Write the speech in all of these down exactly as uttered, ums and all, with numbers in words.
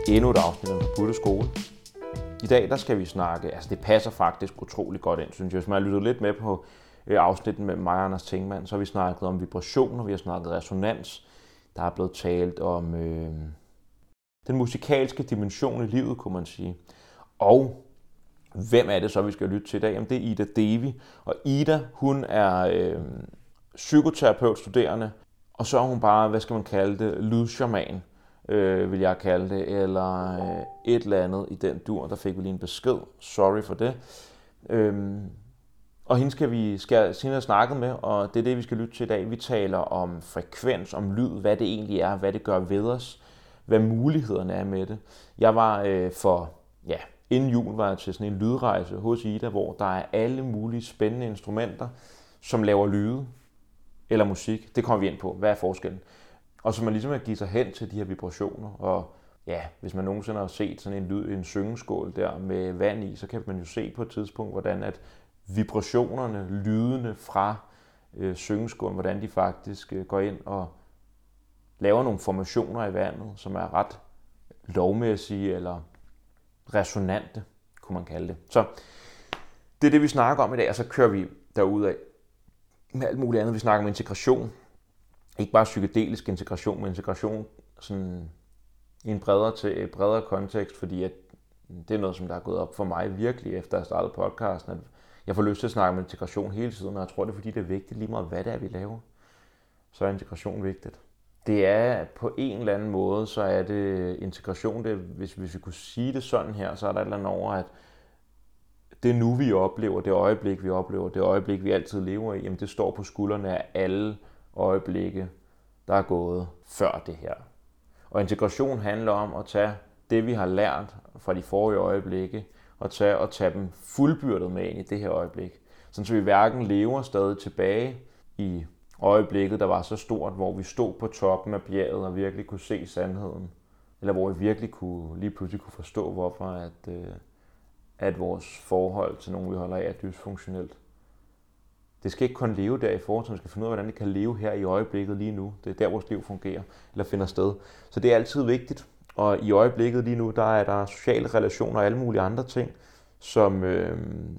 endnu et afsnit af Den Forbudte Skole. I dag der skal vi snakke, altså det passer faktisk utrolig godt ind, synes jeg. Hvis man har lyttet lidt med på afsnitten med mig og Anders Tingmann, så har vi snakket om vibrationer, vi har snakket resonans, der er blevet talt om øh, den musikalske dimension i livet, kunne man sige. Og hvem er det så, vi skal lytte til i dag? Jamen, det er Ida Devi. Og Ida, hun er øh, psykoterapeutstuderende, og så er hun bare, hvad skal man kalde det, lydshaman, øh, vil jeg kalde det, eller øh, et eller andet i den dur. Der fik vi lige en besked. Sorry for det. Øhm, og hende skal vi skal, hende have snakket med, og det er det, vi skal lytte til i dag. Vi taler om frekvens, om lyd, hvad det egentlig er, hvad det gør ved os, hvad mulighederne er med det. Jeg var øh, for, ja, inden jul var jeg til sådan en lydrejse hos Ida, hvor der er alle mulige spændende instrumenter, som laver lyde eller musik. Det kommer vi ind på. Hvad er forskellen? Og så man ligesom at give sig hen til de her vibrationer. Og ja, hvis man nogensinde har set sådan en lyd, en syngeskål der med vand i, så kan man jo se på et tidspunkt, hvordan at vibrationerne, lydene fra øh, syngeskålen, hvordan de faktisk øh, går ind og laver nogle formationer i vandet, som er ret lovmæssige eller resonante, kunne man kalde det. Så det er det, vi snakker om i dag, og så kører vi derudad med alt muligt andet. Vi snakker om integration. Ikke bare psykedelisk integration, men integration sådan i en bredere, til et bredere kontekst, fordi at det er noget, som der er gået op for mig virkelig, efter jeg startede podcasten, at jeg får lyst til at snakke om integration hele tiden, og jeg tror, det er fordi, det er vigtigt lige meget, hvad det er, vi laver. Så er integration vigtigt. Det er på en eller anden måde, så er det integration, det, hvis, hvis vi kunne sige det sådan her, så er der et eller andet over, at det nu, vi oplever, det øjeblik, vi oplever, det øjeblik, vi altid lever i, jamen det står på skuldrene af alle øjeblikke, der er gået før det her. Og integration handler om at tage det, vi har lært fra de forrige øjeblikke, og tage, og tage dem fuldbyrdet med ind i det her øjeblik. Sådan så vi hverken lever stadig tilbage i øjeblikket, der var så stort, hvor vi stod på toppen af bjerget og virkelig kunne se sandheden. Eller hvor vi virkelig kunne, lige pludselig kunne forstå, hvorfor at, at vores forhold til nogen, vi holder af, er dysfunktionelt. Det skal ikke kun leve der i forhold, man skal finde ud af, hvordan det kan leve her i øjeblikket lige nu. Det er der, vores liv fungerer eller finder sted. Så det er altid vigtigt. Og i øjeblikket lige nu, der er der sociale relationer og alle mulige andre ting, som øh,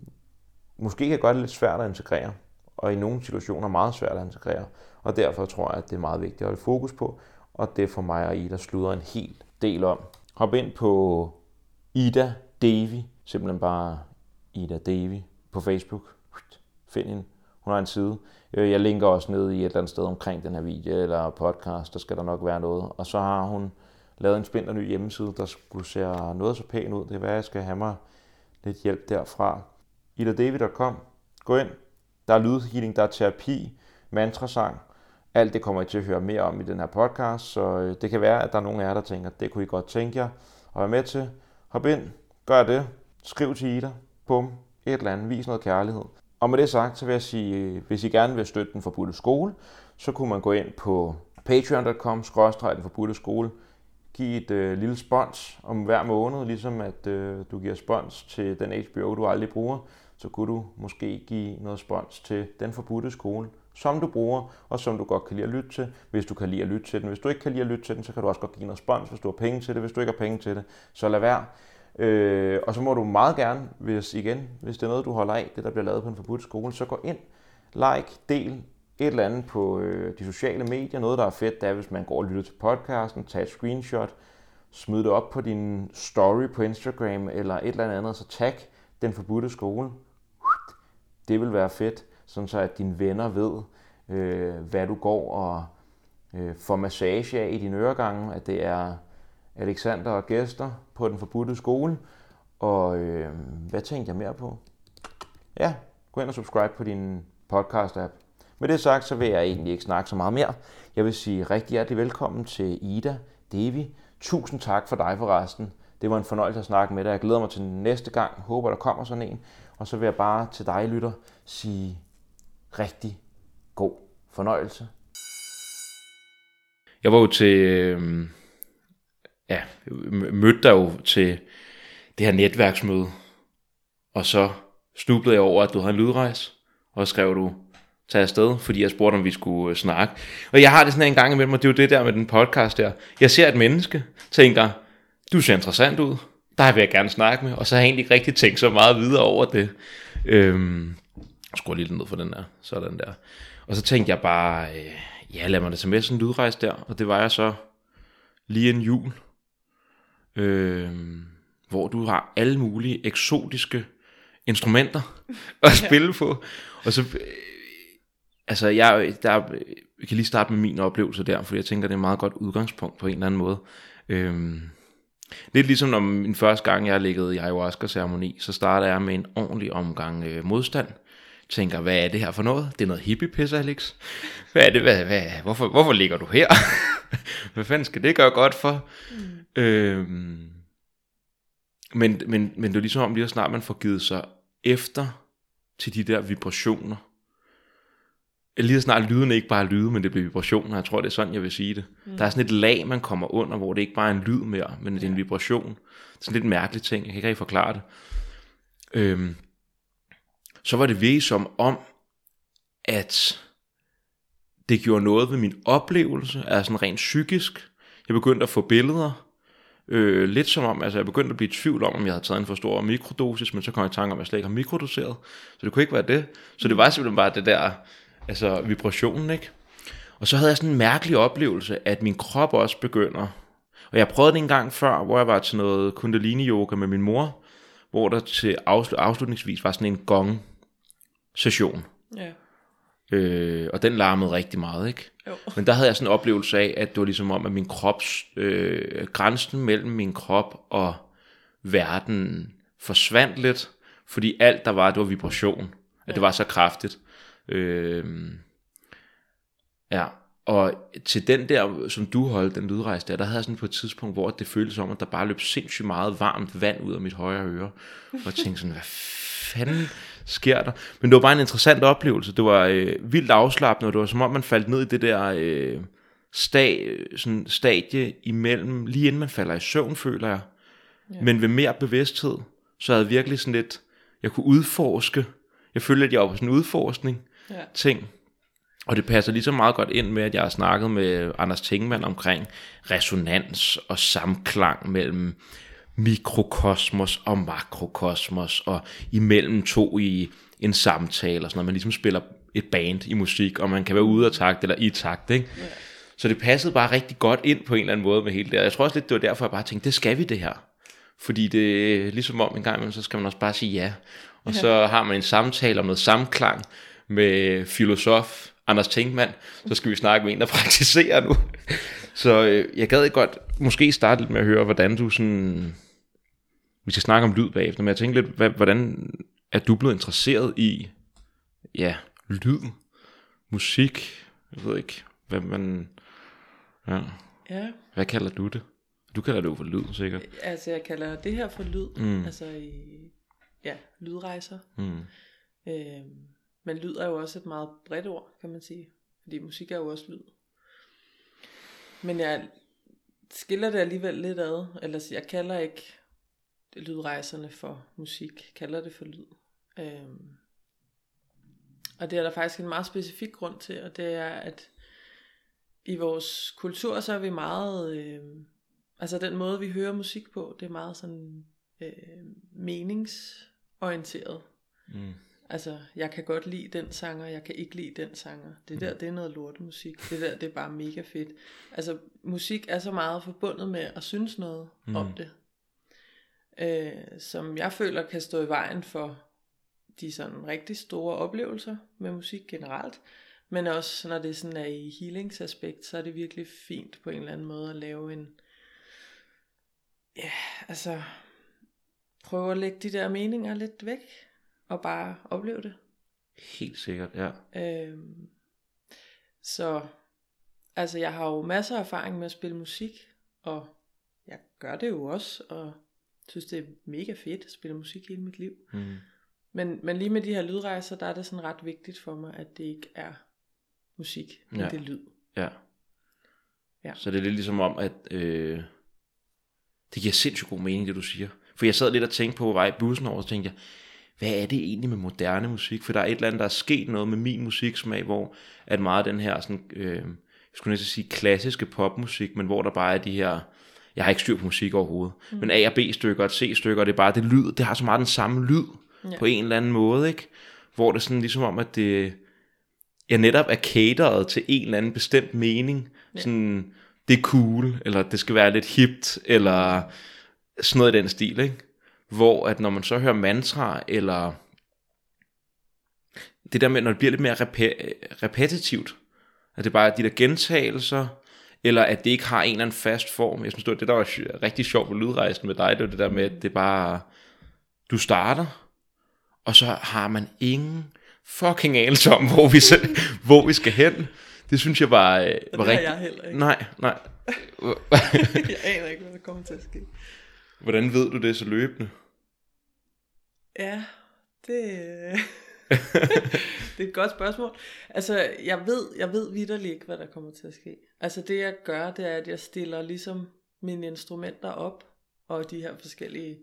måske kan gøre det lidt svært at integrere. Og i nogle situationer meget svært at integrere. Og derfor tror jeg, at det er meget vigtigt at holde fokus på. Og det får mig og Ida sludrer en hel del om. Hop ind på Ida Devi, simpelthen bare Ida Devi på Facebook. Find hende. Hun har en side. Jeg linker også ned i et eller andet sted omkring den her video eller podcast, der skal der nok være noget. Og så har hun lavet en splinterny hjemmeside, der skulle se noget så pænt ud. Det er hvad jeg skal have mig lidt hjælp derfra. ida devi punktum com. Gå ind. Der er lydhealing, der er terapi, mantrasang. Alt det kommer I til at høre mere om i den her podcast, så det kan være, at der er nogen af jer, der tænker, det kunne I godt tænke jer at være med til. Hop ind, gør det, skriv til Ida, bum, et eller andet, vis noget kærlighed. Og med det sagt, så vil jeg sige, hvis I gerne vil støtte Den Forbudte Skole, så kunne man gå ind på patreon punktum com skråstreg Den Forbudte Skole, give et øh, lille spons om hver måned, ligesom at øh, du giver spons til den H B O, du aldrig bruger, så kunne du måske give noget spons til Den Forbudte Skole, som du bruger, og som du godt kan lide at lytte til, hvis du kan lide at lytte til den. Hvis du ikke kan lide at lytte til den, så kan du også godt give noget spons, hvis du har penge til det. Hvis du ikke har penge til det, så lad være. Øh, og så må du meget gerne, hvis igen, hvis det er noget, du holder af, det der bliver lavet på Den Forbudte Skole, så gå ind, like, del et eller andet på øh, de sociale medier. Noget, der er fedt, det er, hvis man går og lytter til podcasten, tager et screenshot, smid det op på din story på Instagram eller et eller andet, så tag Den Forbudte Skole. Det vil være fedt, sådan så at dine venner ved, øh, hvad du går og øh, får massage af i dine øregange, at det er Alexander og gæster på Den Forbudte Skole. Og øh, hvad tænkte jeg mere på? Ja, gå ind og subscribe på din podcast-app. Med det sagt, så vil jeg egentlig ikke snakke så meget mere. Jeg vil sige rigtig hjertelig velkommen til Ida Devi. Tusind tak for dig forresten. Det var en fornøjelse at snakke med dig. Jeg glæder mig til næste gang. Jeg håber, der kommer sådan en. Og så vil jeg bare til dig, lytter, sige rigtig god fornøjelse. Jeg var jo til, øh, ja, mødte dig jo til det her netværksmøde, og så snublede jeg over, at du havde en lydrejse, og skrev du, tag afsted, fordi jeg spurgte, om vi skulle snakke. Og jeg har det sådan en gang imellem, og det er jo det der med den podcast der. Jeg ser et menneske, tænker, du ser interessant ud, der vil jeg gerne snakke med, og så har jeg egentlig ikke rigtig tænkt så meget videre over det. Øhm, skruer lige ned for den der, sådan der. Og så tænkte jeg bare, øh, ja, lad mig da tage med sådan en lydrejse der, og det var jeg så lige en jul, øh, hvor du har alle mulige eksotiske instrumenter at spille på, og så, øh, altså jeg, der, jeg kan lige starte med min oplevelse der, for jeg tænker, det er et meget godt udgangspunkt på en eller anden måde. Øh, Lidt ligesom om min første gang, jeg har ligget i ayahuasca-ceremoni, så starter jeg med en ordentlig omgang øh, modstand. Tænker, hvad er det her for noget? Det er noget hippie-pis, Alex. Hvad er det? Hvad, hvad, hvorfor, hvorfor ligger du her? Hvad fanden skal det gøre godt for? Mm. Øhm, men, men, men det er ligesom om lige så snart man får givet sig efter til de der vibrationer. Lige så snart lyden ikke bare er lyde, men det bliver vibrationer. Jeg tror, det er sådan, jeg vil sige det. Mm. Der er sådan et lag, man kommer under, hvor det ikke bare er en lyd mere, men det er en vibration. Det er sådan lidt en mærkelig ting. Jeg kan ikke rigtig forklare det. Øhm, så var det virkelig som om, at det gjorde noget ved min oplevelse, altså sådan rent psykisk. Jeg begyndte at få billeder. Øh, lidt som om, altså jeg begyndte at blive i tvivl om, om jeg havde taget en for stor mikrodosis, men så kom jeg i tanke om, at jeg slet ikke har mikrodoseret. Så det kunne ikke være det. Så det var simpelthen bare det der, altså vibrationen, ikke? Og så havde jeg sådan en mærkelig oplevelse, at min krop også begynder. Og jeg prøvede det en gang før, hvor jeg var til noget kundalini-yoga med min mor, hvor der til afslut- afslutningsvis var sådan en gong-session. Ja. Øh, og den larmede rigtig meget, ikke? Jo. Men der havde jeg sådan en oplevelse af, at det var ligesom om, at min krops, øh, grænsen mellem min krop og verden forsvandt lidt, fordi alt der var, det var vibration. At ja. Det var så kraftigt. Øh, ja, og til den der, som du holdt, den lydrejse der, der havde jeg sådan på et tidspunkt, hvor det føltes som, at der bare løb sindssygt meget varmt vand ud af mit højre øre. Og jeg tænkte sådan, hvad fanden sker der? Men det var bare en interessant oplevelse. Det var øh, vildt afslappende, og det var som om, man faldt ned i det der øh, stag, sådan stadie imellem, lige inden man falder i søvn, føler jeg. Ja. Men ved mere bevidsthed, så havde jeg virkelig sådan lidt, jeg kunne udforske. Jeg følte, at jeg var på sådan en udforskning ja. ting. Og det passer lige så meget godt ind med, at jeg har snakket med Anders Tingmann omkring resonans og samklang mellem mikrokosmos og makrokosmos, og imellem to i en samtale, og sådan noget. Man ligesom spiller et band i musik, og man kan være ude af takt eller i takt, ikke? Yeah. Så det passede bare rigtig godt ind på en eller anden måde med hele det. Jeg tror også lidt, det var derfor, jeg bare tænkte, det skal vi det her. Fordi det er ligesom om en gang imellem, så skal man også bare sige ja. Og yeah. så har man en samtale om noget samklang med filosof Anders Tingmann, så skal vi snakke med en, der praktiserer nu. Så øh, jeg gad ikke godt måske starte lidt med at høre, hvordan du sådan... Vi skal snakke om lyd bagefter, men jeg tænkte lidt, hvad, hvordan er du blevet interesseret i, ja, lyd, musik, jeg ved ikke, hvad man... Ja. Ja. Hvad kalder du det? Du kalder det jo for lyd, sikkert. Altså, jeg kalder det her for lyd, mm. altså i, ja, lydrejser. Mm. Øhm, men lyd er jo også et meget bredt ord, kan man sige, fordi musik er jo også lyd. Men jeg skiller det alligevel lidt ad, eller jeg kalder ikke lydrejserne for musik, jeg kalder det for lyd. Øhm, og det er der faktisk en meget specifik grund til, og det er, at i vores kultur, så er vi meget, øh, altså den måde vi hører musik på, det er meget sådan øh, meningsorienteret. Mm. Altså, jeg kan godt lide den sanger, jeg kan ikke lide den sanger. Det der, det er noget lortemusik. Det der, det er bare mega fedt. Altså, musik er så meget forbundet med at synes noget mm. om det. Øh, som jeg føler kan stå i vejen for de sådan rigtig store oplevelser med musik generelt. Men også, når det sådan er i healingsaspekt, så er det virkelig fint på en eller anden måde at lave en... Ja, altså... Prøve at lægge de der meninger lidt væk. Og bare opleve det. Helt sikkert, ja. Øhm, så, altså jeg har jo masser af erfaring med at spille musik, og jeg gør det jo også, og synes det er mega fedt at spille musik hele mit liv. Mm. Men, men lige med de her lydrejser, der er det sådan ret vigtigt for mig, at det ikke er musik, men ja. Det er lyd. Ja. ja. Så det er lidt ligesom om, at øh, det giver sindssygt god mening, det du siger. For jeg sad lidt og tænkte på, på vej i bussen over, og så tænkte jeg, hvad er det egentlig med moderne musik? For der er et eller andet, der er sket noget med min musiksmag, hvor at meget af den her, sådan, øh, jeg skulle næsten sige klassiske popmusik, men hvor der bare er de her jeg har ikke styr på musik overhovedet, mm. men A og B-stykker og et C-stykker, det er bare det lyd, det har så meget den samme lyd, ja. På en eller anden måde, ikke? Hvor det er sådan ligesom om, at det jeg netop er cateret til en eller anden bestemt mening, ja. Sådan, det er cool, eller det skal være lidt hipt, eller sådan noget i den stil, ikke? Hvor at når man så hører mantra, eller det der med, når det bliver lidt mere rep- repetitivt, at det bare er de der gentagelser, eller at det ikke har en eller anden fast form. Jeg synes, det, det der var rigtig sjovt på lydrejsen med dig, det var det der med, at det bare, du starter, og så har man ingen fucking anelse om, hvor vi, hvor vi skal hen. Det synes jeg var, var det rigtig... har jeg heller ikke. Nej, nej. Jeg aner ikke, hvad der kommer til at ske. Hvordan ved du det så løbende? Ja, det, det er et godt spørgsmål. Altså, jeg ved, jeg ved vitterligt ikke, hvad der kommer til at ske. Altså, det jeg gør, det er, at jeg stiller ligesom mine instrumenter op, og de her forskellige...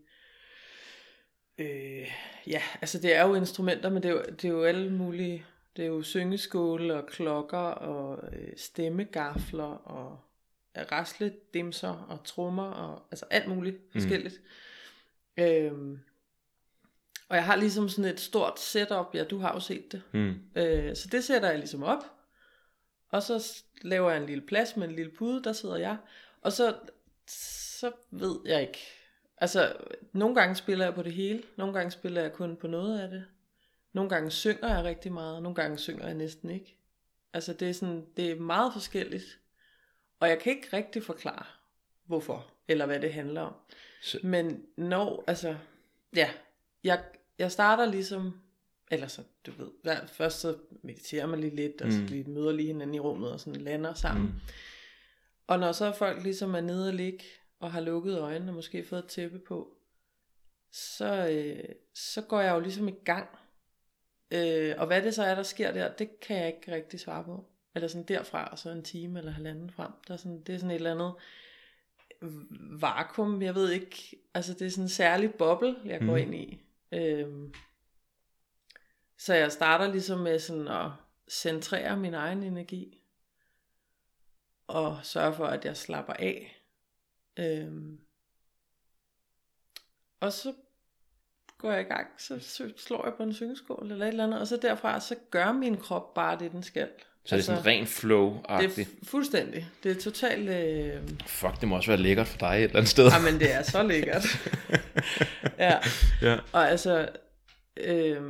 Øh, ja, altså det er jo instrumenter, men det er jo, det er jo alle mulige... Det er jo syngeskåle og klokker og øh, stemmegafler og rasledimser og trommer og altså alt muligt forskelligt. Mm. Øhm, og jeg har ligesom sådan et stort setup, ja, du har jo set det. Mm. Øh, så det sætter jeg ligesom op, og så laver jeg en lille plads med en lille pude, der sidder jeg, og så, så ved jeg ikke. Altså, nogle gange spiller jeg på det hele, nogle gange spiller jeg kun på noget af det. Nogle gange synger jeg rigtig meget, nogle gange synger jeg næsten ikke. Altså det er sådan, det er meget forskelligt. Og jeg kan ikke rigtig forklare, hvorfor, eller hvad det handler om. Så. Men når, altså, ja, jeg, jeg starter ligesom, eller så, du ved, der, først så mediterer man lige lidt, og så lige møder lige hinanden i rummet, og sådan lander sammen. Mm. Og når så folk ligesom er nede og ligge, og har lukket øjnene, og måske fået et tæppe på, så, øh, så går jeg jo ligesom i gang. Øh, og hvad det så er, der sker der, det kan jeg ikke rigtig svare på. Eller sådan derfra, og så en time eller halvanden frem. Der er sådan, det er sådan et eller andet vakuum, jeg ved ikke. Altså det er sådan en særlig boble, jeg går mm. ind i. Øhm, så jeg starter ligesom med sådan at centrere min egen energi. Og sørge for, at jeg slapper af. Øhm, og så går jeg i gang, så, så slår jeg på en syngeskål eller et eller andet, og så derfra, så gør min krop bare det, den skal. Så altså, det er sådan ren flow-agtigt? Det er fuldstændig. Det er totalt... Øh... Fuck, det må også være lækkert for dig et eller andet sted. Ja, men det er så lækkert. ja. ja. Og altså... Øh...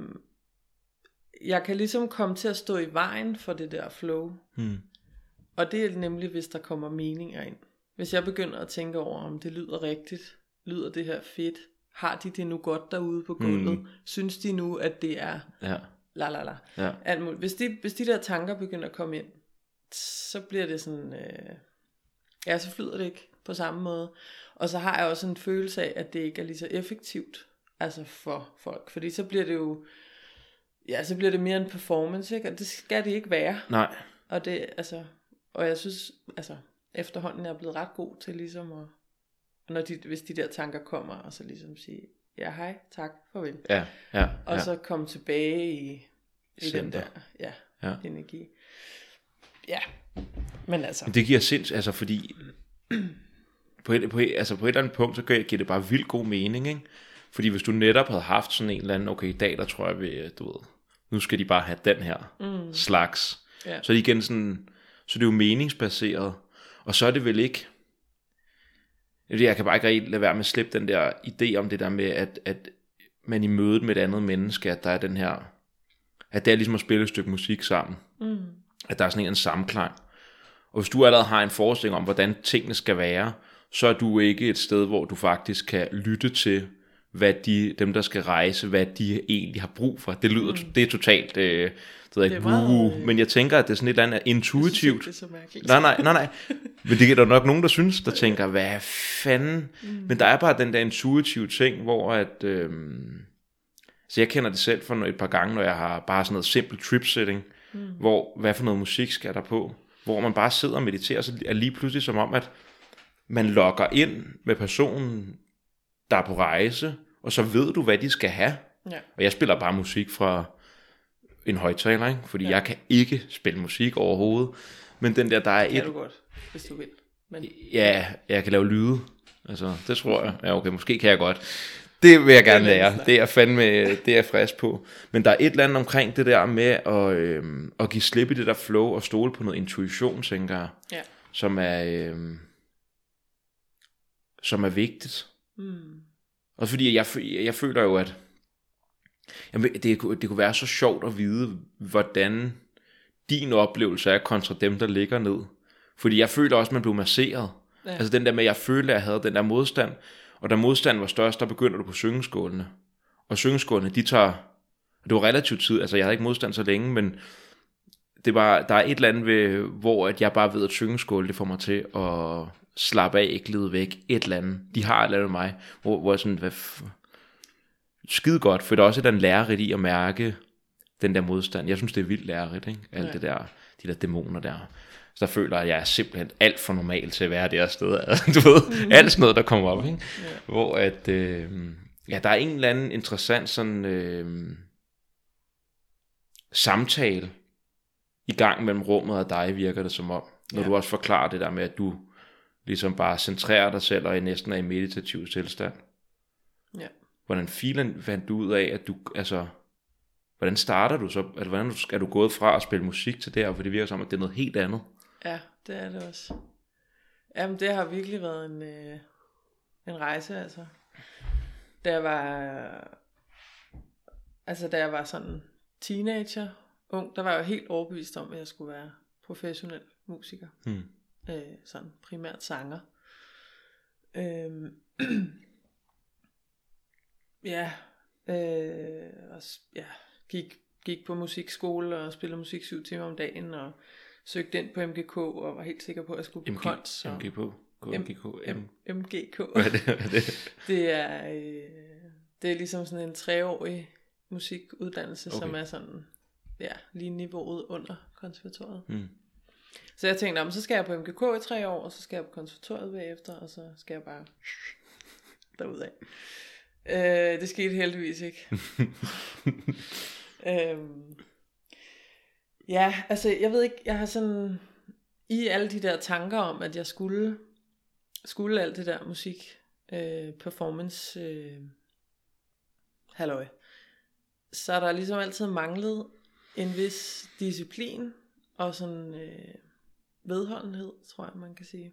Jeg kan ligesom komme til at stå i vejen for det der flow. Hmm. Og det er nemlig, hvis der kommer meninger ind. Hvis jeg begynder at tænke over, om det lyder rigtigt, lyder det her fedt, har de det nu godt derude på gulvet? Mm. Synes de nu, at det er ja. la la la? Ja. Alt muligt. Hvis de, hvis de der tanker begynder at komme ind, så bliver det sådan, øh, ja, så flyder det ikke på samme måde. Og så har jeg også en følelse af, at det ikke er lige så effektivt, altså for folk. Fordi så bliver det jo, ja, så bliver det mere en performance, ikke? Og det skal det ikke være. Nej. Og det, altså, og jeg synes, altså, efterhånden er jeg blevet ret god til ligesom at, når de, hvis de der tanker kommer, og så ligesom sige, ja hej, tak, farvel. Ja, ja, og ja. så komme tilbage i, i den der ja, ja. energi. Ja, men altså. Men det giver sinds, altså fordi, på et, på, et, altså på et eller andet punkt, så giver det bare vildt god mening, ikke? Fordi hvis du netop havde haft sådan en eller anden, okay, i dag, der tror jeg, vi, du ved, nu skal de bare have den her mm. slags. Ja. Så er det igen sådan, så det er jo meningsbaseret, og så er det vel ikke, jeg kan bare ikke rigtig lade være med at slippe den der idé om det der med, at, at man i mødet med et andet menneske, at der er den her, at det er ligesom at spille et stykke musik sammen. Mm. At der er sådan en samklang. Og hvis du allerede har en forestilling om, hvordan tingene skal være, så er du ikke et sted, hvor du faktisk kan lytte til, hvad de, dem der skal rejse, hvad de egentlig har brug for. Det lyder, mm. det er totalt, øh, det ved jeg ikke, meget, øh... men jeg tænker, at det er sådan et eller andet intuitivt. Jeg synes ikke, det er så mærkeligt. Nej, nej, nej, nej. Men det er der nok nogen, der synes, der tænker, hvad fanden? Mm. Men der er bare den der intuitive ting, hvor at, øh, så jeg kender det selv for et par gange, når jeg har bare sådan noget simpelt trip-setting, mm. hvor, hvad for noget musik skal der på? Hvor man bare sidder og mediterer, så er lige pludselig som om, at man logger ind med personen, der er på rejse, og så ved du, hvad de skal have. Ja. Og jeg spiller bare musik fra en højttaler, ikke? Fordi ja. jeg kan ikke spille musik overhovedet. Men den der, der er det kan et... du godt, hvis du vil. Men... Ja, jeg kan lave lyde. Altså, det tror jeg. Ja, okay, måske kan jeg godt. Det vil jeg gerne lære. Det er fandme, det er jeg frisk på. Men der er et eller andet omkring det der med at, øh, at give slip i det der flow og stole på noget intuition, tænker jeg. Ja. Som er, øh, som er vigtigt. Mm. Og fordi jeg, jeg føler jo, at jamen, det, det kunne være så sjovt at vide, hvordan din oplevelse er kontra dem, der ligger ned. Fordi jeg føler også, at man blev masseret. Ja. Altså den der med, at jeg følte, at jeg havde den der modstand. Og da modstanden var størst, der begyndte du på syngeskålene. Og syngeskålene, de tager... Det var relativt tid, altså jeg havde ikke modstand så længe, men det var, der er et eller andet ved, hvor at jeg bare ved, at syngeskåle, det får mig til at slappe af, ikke lede væk, et eller andet. De har et eller andet med mig, hvor, hvor jeg sådan... Hvad f- skide godt, for der er også et eller andet lærerigt i at mærke den der modstand. Jeg synes, det er vildt lærerigt, ikke? Alt ja. det der, de der dæmoner der. Så der føler jeg, at jeg er simpelthen alt for normal til at være det her sted. Du ved, mm. alt sådan noget, der kommer op, ikke? Ja. Hvor at, øh, ja, der er en eller anden interessant sådan, øh, samtale i gang mellem rummet og dig, virker det som om. Når ja. du også forklarer det der med, at du ligesom bare centrerer dig selv og er næsten er i meditativ tilstand. Ja. Hvordan filen fandt du ud af, at du, altså, hvordan starter du så, altså, hvordan er du gået fra at spille musik til det her, for det virker som, at det er noget helt andet. Ja, det er det også. Jamen, det har virkelig været en, øh, en rejse, altså. Da jeg var, altså da jeg var sådan teenager, ung, der var jeg jo helt overbevist om, at jeg skulle være professionel musiker. Hmm. Øh, sådan primært sanger. Øh, Ja, øh, og, ja gik, gik på musikskole og spillede musik syv timer om dagen og søgte ind på M G K og var helt sikker på, at jeg skulle på konst. M G K? M G K? M G K. Hvad er det? Hvad er det? Det er, øh, det er ligesom sådan en treårig musikuddannelse, okay. som er sådan, ja, lige niveauet under konservatoriet. Mm. Så jeg tænkte, om så skal jeg på M G K i tre år, og så skal jeg på konservatoriet bagefter, og så skal jeg bare derudad. Øh, det skete heldigvis ikke. øhm, ja, altså jeg ved ikke, jeg har sådan i alle de der tanker om, at jeg skulle skulle alt det der musik, øh, performance, øh, halløj, så er der ligesom altid manglet en vis disciplin og sådan øh, vedholdenhed, tror jeg man kan sige.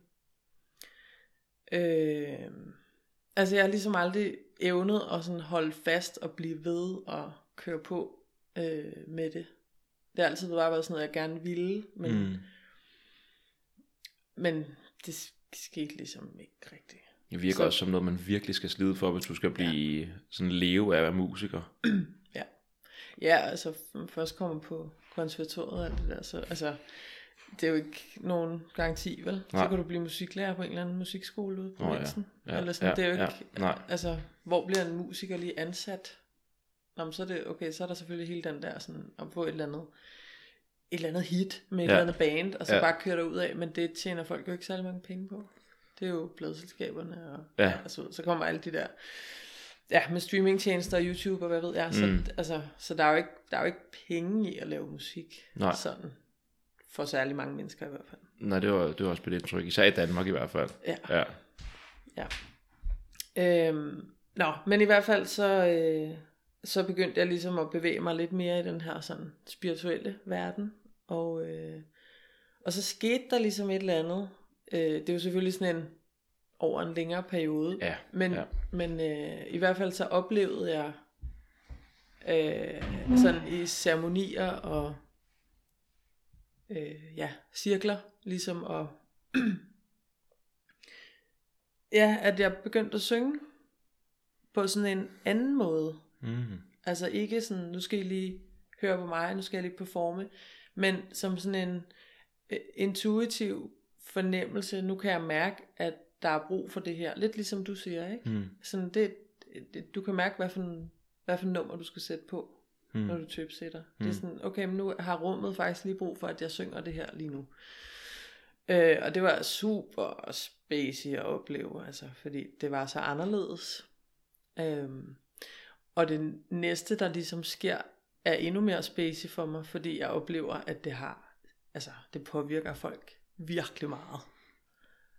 Øh, altså jeg har ligesom aldrig evnet at sådan holde fast og blive ved og køre på øh, med det. Det har altid bare været sådan noget, jeg gerne ville, men, mm. men det skete ligesom ikke rigtigt. Det virker så, også som noget, man virkelig skal slide for, hvis du skal blive ja. sådan leve af at være musiker. ja. Ja, altså først kommer på konservatoriet og alt det der, så altså det er jo ikke nogen garanti, vel? Nej. Så kan du blive musiklærer på en eller anden musikskole ude på oh, Mensen. Ja. Ja. Eller sådan, ja. Det er jo ikke, ja. Nej. Altså, hvor bliver en musiker lige ansat? Nå, så er det, okay, så er der selvfølgelig hele den der sådan, at få et eller andet, et eller andet hit med et ja. eller andet band, og så ja. bare køre derud af, men det tjener folk jo ikke særlig mange penge på. Det er jo pladeselskaberne, og ja. altså, så kommer alle de der, ja, med streamingtjenester og YouTube og hvad ved jeg, så, mm. altså, så der er jo ikke, der er jo ikke penge i at lave musik. Nej. Sådan. For særlig mange mennesker i hvert fald. Nej, det var, det var også på det indtryk. Især i Danmark i hvert fald. Ja. Ja. ja. Øhm, nå, men i hvert fald så, øh, så begyndte jeg ligesom at bevæge mig lidt mere i den her sådan spirituelle verden. Og, øh, og så skete der ligesom et eller andet. Øh, det er jo selvfølgelig sådan en over en længere periode. Ja. Men, ja. men øh, i hvert fald så oplevede jeg øh, sådan i ceremonier og Øh, ja, cirkler, ligesom og ja, at jeg begyndte at synge på sådan en anden måde. Mm. Altså ikke sådan, nu skal I lige høre på mig, nu skal jeg lige performe, men som sådan en øh, intuitiv fornemmelse, nu kan jeg mærke, at der er brug for det her. Lidt ligesom du siger, ikke? Mm. Sådan det, det, du kan mærke, hvad for en, hvad for en nummer du skal sætte på. Mm. Når du typesætter. Mm. Det er sådan, okay, men nu har rummet faktisk lige brug for, at jeg synger det her lige nu. Øh, og det var super spacey at opleve, altså, fordi det var så anderledes. Øh, og det næste, der ligesom sker, er endnu mere spacey for mig, fordi jeg oplever, at det har, altså, det påvirker folk virkelig meget.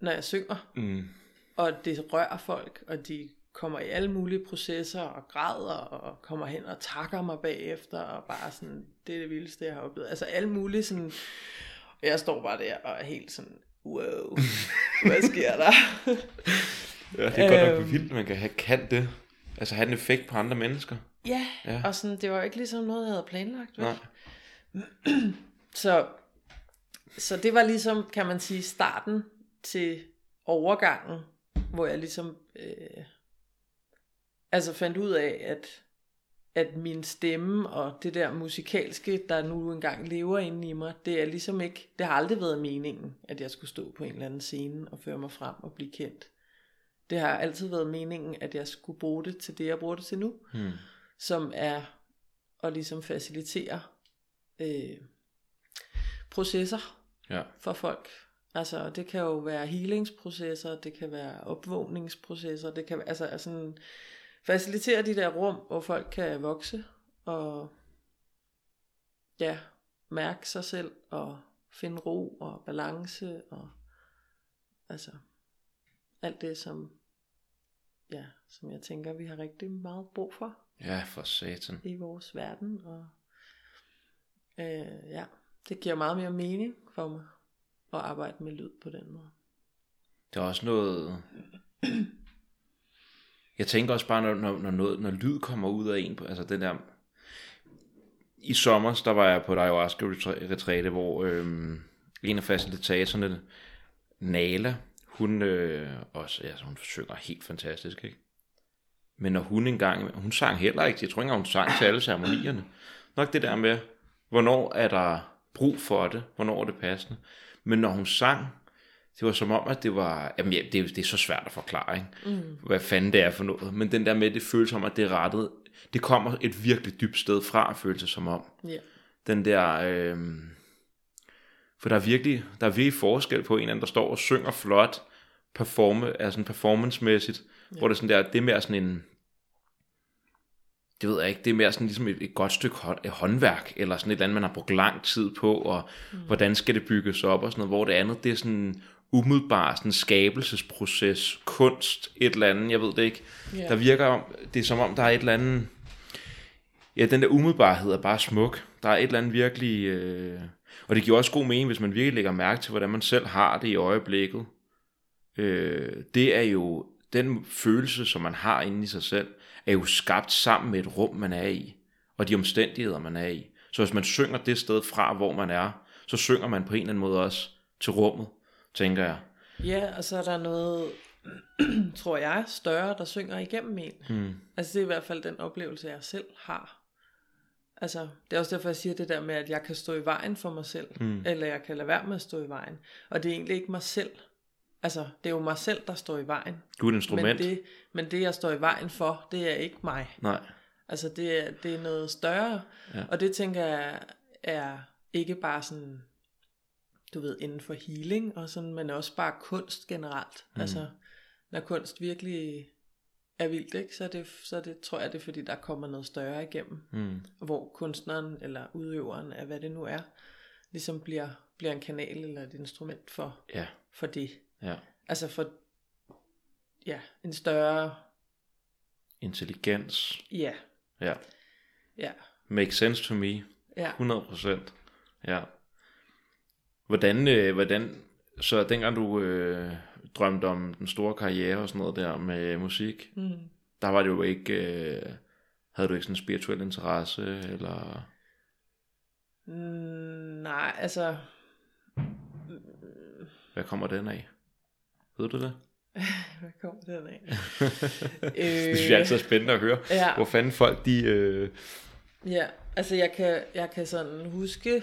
når jeg synger. Mm. Og det rører folk, og de kommer i alle mulige processer og græder og kommer hen og takker mig bagefter og bare sådan, det er det vildeste jeg har oplevet. Altså alle mulige sådan, jeg står bare der og er helt sådan, wow, hvad sker der? Ja, det er godt nok vildt, man kan have kan det. Altså have en effekt på andre mennesker. Ja, ja. Og sådan, det var ikke ligesom noget, jeg havde planlagt. Vel? Nej. så, så det var ligesom, kan man sige, starten til overgangen, hvor jeg ligesom øh, altså fandt ud af, at, at min stemme og det der musikalske, der nu engang lever inde i mig, det er ligesom ikke, det har aldrig været meningen, at jeg skulle stå på en eller anden scene og føre mig frem og blive kendt. Det har altid været meningen, at jeg skulle bruge det til det, jeg bruger det til nu, hmm. som er at ligesom facilitere øh, processer ja. for folk. Altså det kan jo være healingsprocesser, det kan være opvågningsprocesser, det kan være altså, altså facilitere de der rum, hvor folk kan vokse og ja, mærke sig selv og finde ro og balance og altså alt det som ja, som jeg tænker vi har rigtig meget brug for. Ja, for satan. I vores verden og øh, ja, det giver meget mere mening for mig at arbejde med lyd på den måde. Det er også noget jeg tænker også bare når, når, når, noget, når lyd kommer ud af en, altså den der i sommer der var jeg på et ayahuasca retræte, hvor øhm, en af facilitatorerne Nala, hun øh, også, altså hun synger helt fantastisk, ikke? Men når hun engang, hun sang heller ikke, jeg tror ikke engang hun sang til alle ceremonierne. Nok det der med, hvornår er der brug for det, hvornår er det passende. Men når hun sang, det var som om, at det var, jamen ja, det, er, det er så svært at forklare, ikke? Mm. Hvad fanden det er for noget. Men den der med, det føles som, at det er rettet, det kommer et virkelig dybt sted fra, føles det som om. Yeah. Den der, øh, for der er virkelig, der er virkelig forskel på en eller anden, der står og synger flot, performe, altså performance-mæssigt, yeah. Hvor det er sådan der, det er mere sådan en, det ved jeg ikke, det er mere sådan ligesom et, et godt stykke hånd, håndværk, eller sådan et eller andet, man har brugt lang tid på, og mm. hvordan skal det bygges op, og sådan noget, hvor det andet, det er sådan umiddelbart sådan en skabelsesproces, kunst, et eller andet, jeg ved det ikke, yeah. Der virker, det er som om, der er et eller andet, ja, den der umiddelbarhed er bare smuk, der er et eller andet virkelig, øh, og det giver også god mening, hvis man virkelig lægger mærke til, hvordan man selv har det i øjeblikket, øh, det er jo, den følelse, som man har inde i sig selv, er jo skabt sammen med et rum, man er i, og de omstændigheder, man er i. Så hvis man synger det sted fra, hvor man er, så synger man på en eller anden måde også til rummet, tænker jeg. Ja, og så er der noget, tror jeg, større, der synger igennem en. Hmm. Altså det er i hvert fald den oplevelse, jeg selv har. Altså, det er også derfor, jeg siger det der med, at jeg kan stå i vejen for mig selv, hmm. eller jeg kan lade være med at stå i vejen. Og det er egentlig ikke mig selv. Altså, det er jo mig selv, der står i vejen. Du er et instrument. Men det, men det, jeg står i vejen for, det er ikke mig. Nej. Altså, det er, det er noget større. Ja. Og det, tænker jeg, er ikke bare sådan, du ved, inden for healing, og sådan, men også bare kunst generelt. Mm. Altså, når kunst virkelig er vildt, ikke, så, er det, så er det, tror jeg, det er, fordi der kommer noget større igennem. Mm. Hvor kunstneren, eller udøveren af hvad det nu er, ligesom bliver, bliver en kanal, eller et instrument for, ja. for det. Ja. Altså for ja, en større intelligens. Ja. Ja. Ja. Makes sense to me. Ja. hundrede procent. Ja. Hvordan, øh, hvordan så dengang du øh, drømte om den store karriere og sådan noget der med musik, mm. der var det jo ikke, øh, havde du ikke sådan en spirituel interesse eller? Mm, nej, altså. Hvad kommer den af? Ved du det? Hvad kommer den af? Det synes jeg altid er spændende at høre. Ja. Hvor fanden folk de... Øh... Ja, altså jeg kan, jeg kan sådan huske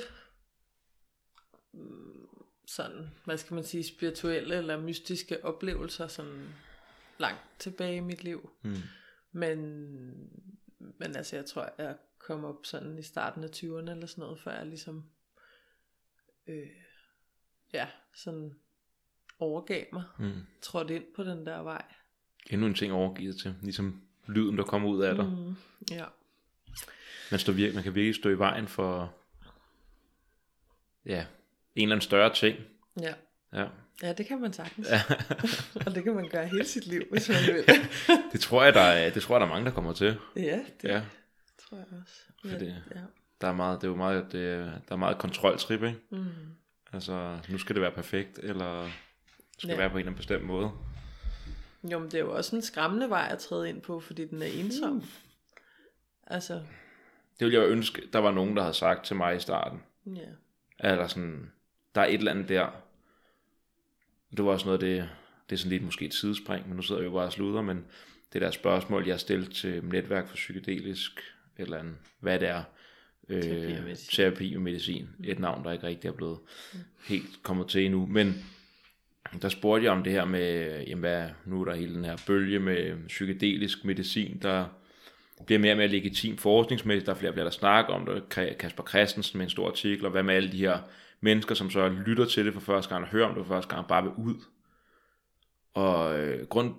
sådan, hvad skal man sige, spirituelle eller mystiske oplevelser sådan langt tilbage i mit liv. Mm. Men, men altså jeg tror, jeg kom op sådan i starten af tyverne eller sådan noget, før jeg ligesom øh, ja, sådan overgav mig, mm. trådte ind på den der vej. Endnu en ting overgivet til, ligesom lyden, der kommer ud af dig. Mm. Ja. Man, står virkelig, man kan virkelig stå i vejen for ja, en eller anden større ting. Ja. Ja. Ja, det kan man sagtens. Og det kan man gøre hele sit liv, hvis man vil. det tror jeg, der er, det tror jeg, der er mange, der kommer til. Ja, det ja. tror jeg også. For det, ja. der er meget, det er jo meget, det, der er meget kontroltrip, ikke? Mm. Altså, nu skal det være perfekt, eller skal ja. være på en eller anden bestemt måde. Jo, men det er jo også en skræmmende vej at træde ind på, fordi den er ensom. Mm. Altså. Det ville jeg jo ønske, der var nogen, der havde sagt til mig i starten. Ja. Eller sådan, der er et eller andet der. Det var også noget af det, det er sådan lidt måske et sidespring, men nu sidder vi jo bare og sluder, men det der spørgsmål, jeg har stillet til Netværk for Psykedelisk, et eller andet, hvad det er, øh, terapi og medicin, terapi og medicin. Mm. Et navn, der ikke rigtig er blevet mm. helt kommet til endnu, men der spurgte jeg om det her med, jamen hvad, nu er der hele den her bølge med psykedelisk medicin, der bliver mere og mere legitim forskningsmæssigt, der er flere og flere, der snakker om det, Kasper Christensen med en stor artikel, og hvad med alle de her mennesker, som så lytter til det for første gang, og hører om det for første gang, bare vil ud. Og øh, grund,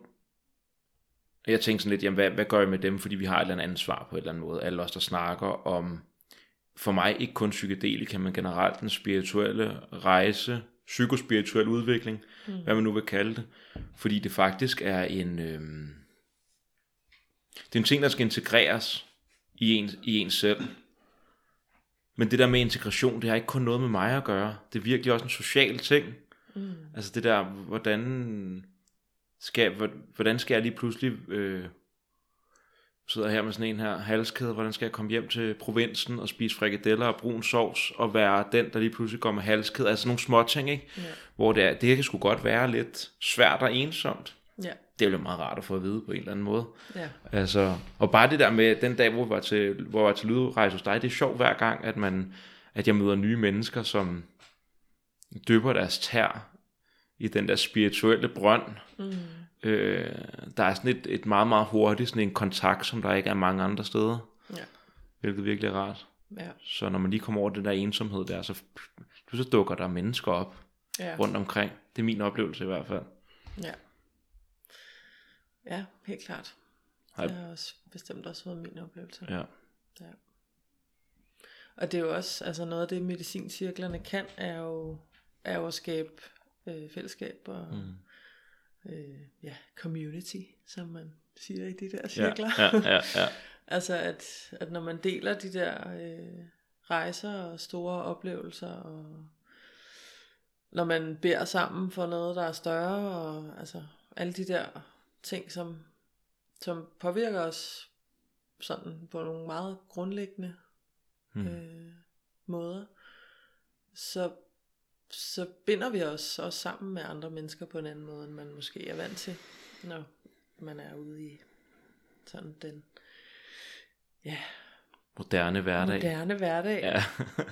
jeg tænkte sådan lidt, jamen hvad, hvad gør jeg med dem, fordi vi har et eller andet ansvar på et eller andet måde, alle os, der snakker om, for mig ikke kun psykedelika, men generelt den spirituelle rejse, psykospirituel udvikling, mm. hvad man nu vil kalde det, fordi det faktisk er en, øh, det er en ting, der skal integreres i en, i en selv. Men det der med integration, det har ikke kun noget med mig at gøre. Det er virkelig også en social ting. Mm. Altså det der, hvordan skal, hvordan skal jeg lige pludselig øh, sidder her med sådan en her halskæde, hvordan skal jeg komme hjem til provinsen og spise frikadeller og brun sovs og være den, der lige pludselig går med halskæde. Altså nogle små ting, ikke? Ja. Hvor det, er, det kan sgu godt være lidt svært og ensomt. Ja. Det er jo meget rart at få at vide på en eller anden måde. Ja. Altså, og bare det der med den dag, hvor jeg var til, hvor jeg var til lydrejse hos dig, det er sjovt hver gang, at, man, at jeg møder nye mennesker, som dypper deres tær i den der spirituelle brønd. Mm. Øh, der er sådan et, et meget, meget hurtigt sådan en kontakt, som der ikke er mange andre steder. Ja. Hvilket virkelig er rart. Ja. Så når man lige kommer over den der ensomhed der, så, så dukker der mennesker op ja. rundt omkring. Det er min oplevelse i hvert fald. Ja. Ja, helt klart. Det har også bestemt også været min oplevelse. Ja. Ja. Og det er jo også, altså noget af det medicincirklerne kan, er jo, er jo at skabe øh, fællesskab og mm. øh, ja, community, som man siger i de der cirkler. Ja, ja, ja, ja. Altså at, at når man deler de der øh, rejser og store oplevelser, og når man beder sammen for noget, der er større, og altså alle de der ting, som, som påvirker os sådan på nogle meget grundlæggende hmm. øh, måder, så, så binder vi os også sammen med andre mennesker på en anden måde, end man måske er vant til, når man er ude i sådan den ja, moderne hverdag. Moderne hverdag. Ja.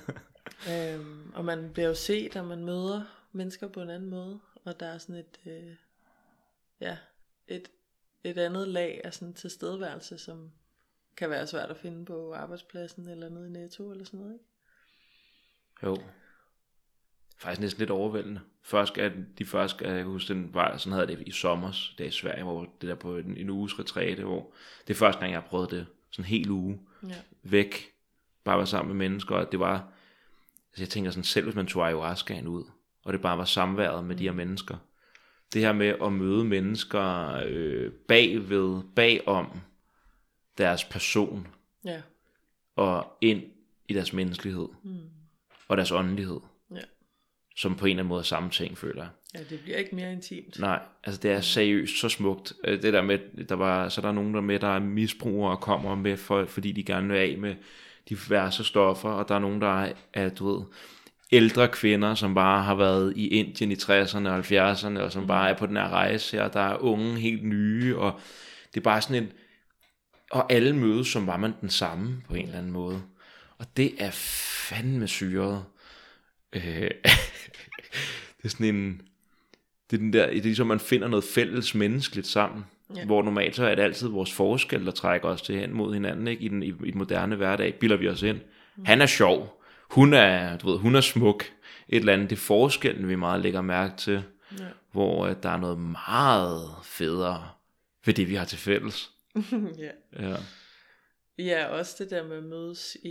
øhm, og man bliver jo set, og man møder mennesker på en anden måde, og der er sådan et øh, ja, et, et andet lag af sådan tilstedeværelse, som kan være svært at finde på arbejdspladsen eller nede i Netto eller sådan noget, ikke? Jo. Faktisk næsten lidt overvældende. Først er de første, jeg husker, den var, sådan havde det i sommers, det er i Sverige, hvor det der på en, en uges retræte, hvor det er første gang, jeg har prøvet det, sådan en hel uge, ja. væk, bare var sammen med mennesker, og det var, altså jeg tænker sådan, selv hvis man tog ayahuascaen ud, og det bare var samværet med mm. de her mennesker, det her med at møde mennesker øh, bagved, bagom deres person, ja. og ind i deres menneskelighed, mm. og deres åndelighed, ja. som på en eller anden måde er samme ting, føler jeg. Ja, det bliver ikke mere intimt. Nej, altså det er seriøst så smukt. Det der med, der var, så der er nogen der med, der er misbrugere og kommer med, for, fordi de gerne vil af med diverse stoffer, og der er nogen, der er, er du ved, ældre kvinder, som bare har været i Indien i tresserne og halvfjerdserne, og som mm. bare er på den her rejse her, der er unge, helt nye, og det er bare sådan en, og alle mødes, som var man den samme, på en eller anden måde. Og det er fandme syret. Øh, det er sådan en, det er den der, det er ligesom man finder noget fælles menneskeligt sammen, ja. hvor normalt så er det altid vores forskel, der trækker os til hen mod hinanden, ikke? I den, i, i den moderne hverdag bilder vi os ind. Mm. Han er sjov. Hun er, du ved, hun er smuk. Et eller andet, det er forskellen, vi meget lægger mærke til, ja. hvor uh, der er noget meget federe ved det, vi har til fælles. ja. ja. Ja, også det der med at mødes i,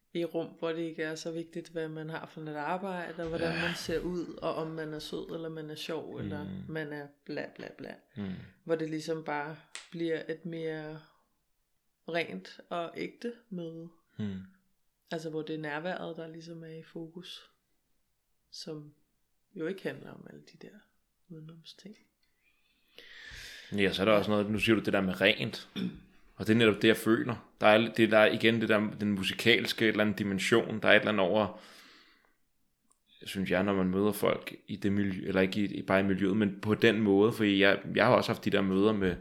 i rum, hvor det ikke er så vigtigt, hvad man har for et arbejde, og hvordan ja. man ser ud, og om man er sød, eller man er sjov, mm. eller man er bla bla bla. Mm. Hvor det ligesom bare bliver et mere rent og ægte møde. Mm. Altså hvor det er nærværet, der ligesom er i fokus, som jo ikke handler om alle de der udenomsting. Ja, så er der også noget, nu siger du det der med rent, og det er netop det, jeg føler. Der er, det der er igen det der, den musikalske et eller anden dimension, der er et eller andet over, synes jeg, når man møder folk i det miljø, eller ikke i, bare i miljøet, men på den måde, for jeg, jeg har også haft de der møder med,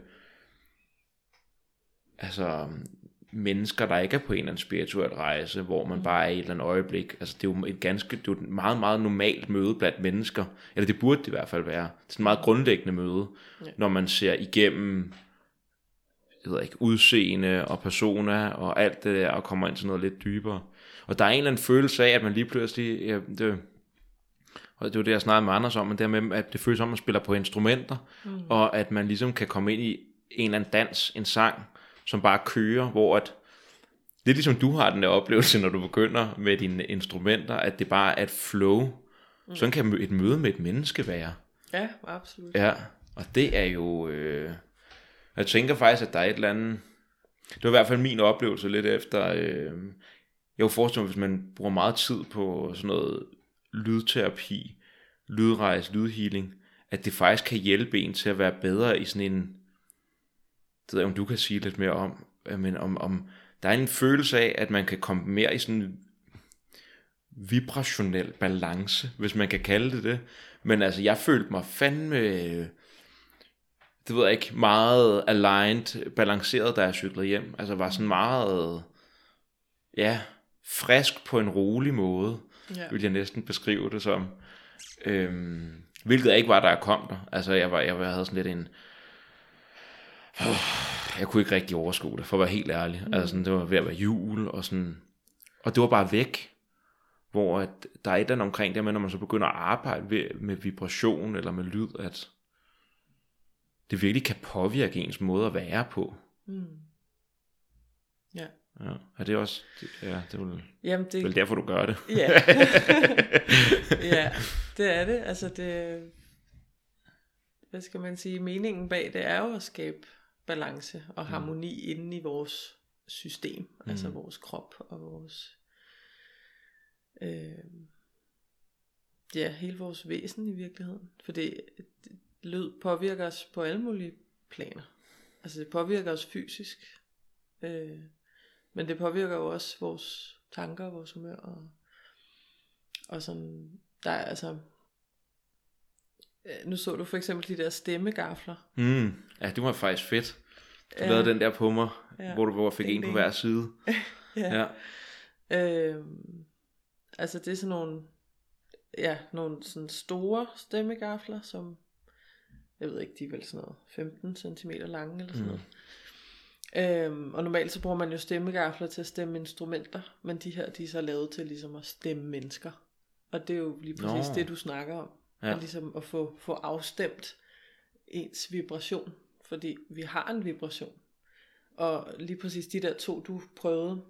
altså, mennesker, der ikke er på en eller anden spirituel rejse, hvor man bare er i et eller andet øjeblik. Altså det er jo et ganske, det er jo et meget, meget normalt møde blandt mennesker. Eller det burde det i hvert fald være. Det er et meget grundlæggende møde, ja. Når man ser igennem, jeg ved ikke, udseende og persona og alt det der, og kommer ind til noget lidt dybere. Og der er en eller anden følelse af, at man lige pludselig, ja, det, og det var det, jeg snakkede med Anders om, men det med, at det føles som, at man spiller på instrumenter, mm. og at man ligesom kan komme ind i en eller anden dans, en sang, som bare kører, hvor at, det er ligesom du har den der oplevelse, når du begynder med dine instrumenter, at det bare er et flow. Mm. Sådan kan et møde med et menneske være. Ja, absolut. Ja, og det er jo, øh, jeg tænker faktisk, at der er et eller andet, det var i hvert fald min oplevelse lidt efter, øh, jeg kunne forestille mig, hvis man bruger meget tid på sådan noget lydterapi, lydrejse, lydhealing, at det faktisk kan hjælpe en til at være bedre i sådan en, det ved jeg, om du kan sige lidt mere om, men om, om der er en følelse af, at man kan komme mere i sådan en vibrationel balance, hvis man kan kalde det det. Men altså, jeg følte mig fandme, det ved jeg ikke, meget aligned, balanceret, da jeg cyklede hjem. Altså var sådan meget, ja, frisk på en rolig måde, ja. Vil jeg næsten beskrive det som. Øhm, hvilket ikke var, da jeg kom der. Altså, jeg, var, jeg havde sådan lidt en, jeg kunne ikke rigtig overskue det, for at være helt ærlig. Mm. Altså sådan, det var ved at være jul, og sådan, og det var bare væk. Hvor at der er et eller andet omkring det med, når man så begynder at arbejde med, med vibration eller med lyd, at det virkelig kan påvirke ens måde at være på. Mm. Ja. Ja, er det også, ja, det er vel, Jamen det, vel derfor, du gør det. Ja. Ja, det er det. Altså det, hvad skal man sige, meningen bag det er jo at skabe balance og harmoni mm. inde i vores system, mm. altså vores krop og vores, øh, ja, hele vores væsen i virkeligheden. For det, lyd påvirker os på alle mulige planer. Altså det påvirker os fysisk, øh, men det påvirker jo også vores tanker og vores humør og, og sådan, der er altså, nu så du for eksempel de der stemmegafler. Mm. Ja, det var faktisk fedt. Du ja. lavede den der på mig, ja. hvor du hvor fik en på hver side. Ja. Ja. Øhm, altså det er sådan nogle, ja, nogle sådan store stemmegafler, som, jeg ved ikke, de er vel sådan noget femten centimeter lange eller sådan mm. noget. Øhm, og normalt så bruger man jo stemmegafler til at stemme instrumenter, men de her, de er så lavet til ligesom at stemme mennesker. Og det er jo lige præcis Nå. det, du snakker om. Ja. Ligesom at få, få afstemt ens vibration, fordi vi har en vibration. Og lige præcis de der to, du prøvede,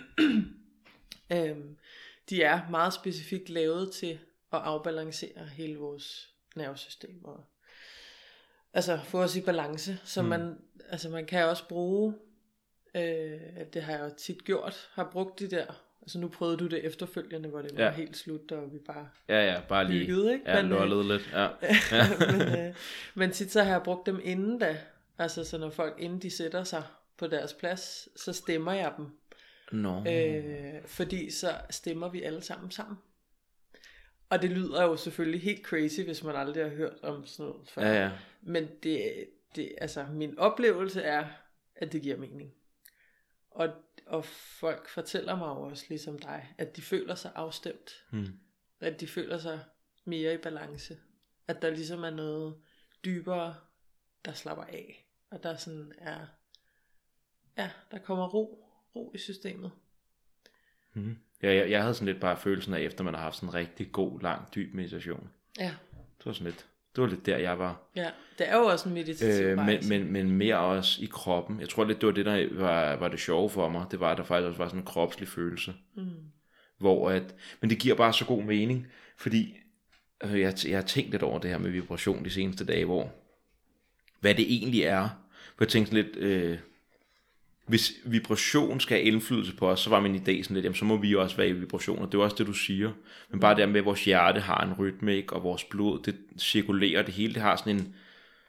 øhm, de er meget specifikt lavet til at afbalancere hele vores nervesystem. Og, altså få os i balance. Så mm. man, altså man kan også bruge, øh, det har jeg jo tit gjort, har brugt de der. Altså nu prøvede du det efterfølgende, hvor det var ja. helt slut, og vi bare ja, ja, bare lige byggede, ikke? Ja, lullede lidt. Ja. men, øh, men tit så har jeg brugt dem inden da. Altså så når folk inden de sætter sig på deres plads, så stemmer jeg dem. No. Øh, fordi så stemmer vi alle sammen sammen. Og det lyder jo selvfølgelig helt crazy, hvis man aldrig har hørt om sådan noget før. Ja, ja. Men det, det, altså min oplevelse er, at det giver mening. Og Og folk fortæller mig jo også, ligesom dig, at de føler sig afstemt. Hmm. At de føler sig mere i balance. At der ligesom er noget dybere, der slapper af. Og der sådan er, ja, der kommer ro, ro i systemet. Hmm. Ja, jeg, jeg havde sådan lidt bare følelsen af, efter man har haft sådan en rigtig god, lang, dyb meditation. Ja. Det var sådan lidt, det Det var lidt der, jeg var. Ja, det er jo også en meditativ øh, men, men, men mere også i kroppen. Jeg tror lidt, det var det, der var, var det sjove for mig. Det var, at der faktisk også var sådan en kropslig følelse. Mm. Hvor at, men det giver bare så god mening, fordi øh, jeg, jeg har tænkt lidt over det her med vibration de seneste dage, hvor hvad det egentlig er. For jeg tænkte lidt, øh, hvis vibration skal have indflydelse på os, så var min idé sådan lidt, jamen så må vi også være i vibration, og det er også det, du siger. Men bare det med, at vores hjerte har en rytme, ikke? Og vores blod, det cirkulerer det hele, det har sådan en,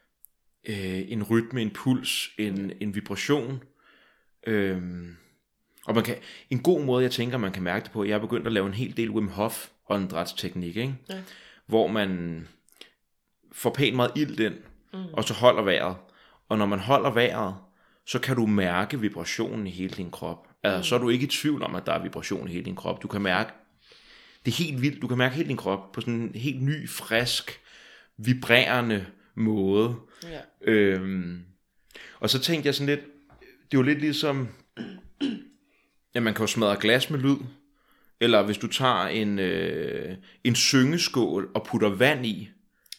øh, en rytme, en puls, en, en vibration. Øh, og man kan, en god måde, jeg tænker, man kan mærke det på, jeg er begyndt at lave en hel del Wim Hof åndedrætsteknik, ikke? Ja. Hvor man får pænt meget ilt ind, mm. og så holder vejret. Og når man holder vejret, så kan du mærke vibrationen i hele din krop. Altså, mm. så er du ikke i tvivl om, at der er vibration i hele din krop. Du kan mærke, det er helt vildt, du kan mærke hele din krop på sådan en helt ny, frisk, vibrerende måde. Ja. Øhm, og så tænkte jeg sådan lidt, det er jo lidt ligesom, ja, man kan jo smadre glas med lyd, eller hvis du tager en, øh, en syngeskål og putter vand i,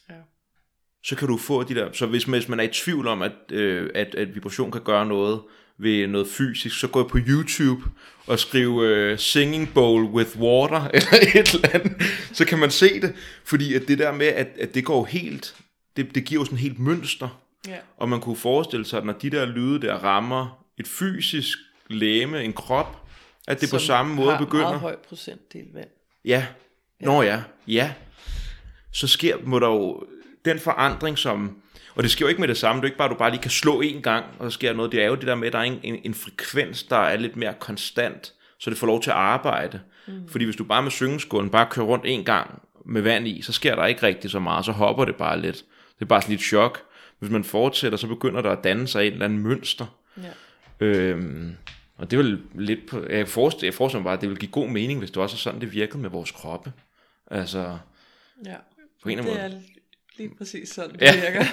så kan du få de der, så hvis man, hvis man er i tvivl om, at, øh, at, at vibration kan gøre noget ved noget fysisk, så gå på YouTube og skriv øh, singing bowl with water, eller et eller andet, så kan man se det, fordi at det der med, at, at det går helt, det, det giver jo sådan et helt mønster, ja. Og man kunne forestille sig, at når de der lyde der rammer et fysisk legeme, en krop, at det som på samme måde begynder. Som har meget høj procentdel vand. Ja, ja. Nå ja, ja, så sker, må der jo, den forandring, som, og det sker jo ikke med det samme, det er ikke bare, du bare lige kan slå en gang, og så sker noget, det er jo det der med, at der er en, en, en frekvens, der er lidt mere konstant, så det får lov til at arbejde. Mm. Fordi hvis du bare med syngeskålen bare kører rundt en gang med vand i, så sker der ikke rigtig så meget, så hopper det bare lidt. Det er bare sådan lidt chok. Hvis man fortsætter, så begynder der at danne sig et eller andet mønster. Ja. Øhm, og det vil lidt på, jeg forestiller, jeg forestiller mig bare, at det vil give god mening, hvis det også er sådan, det virkede med vores kroppe. Altså, ja, på en det måde. er lige præcis sådan, det ja. virker.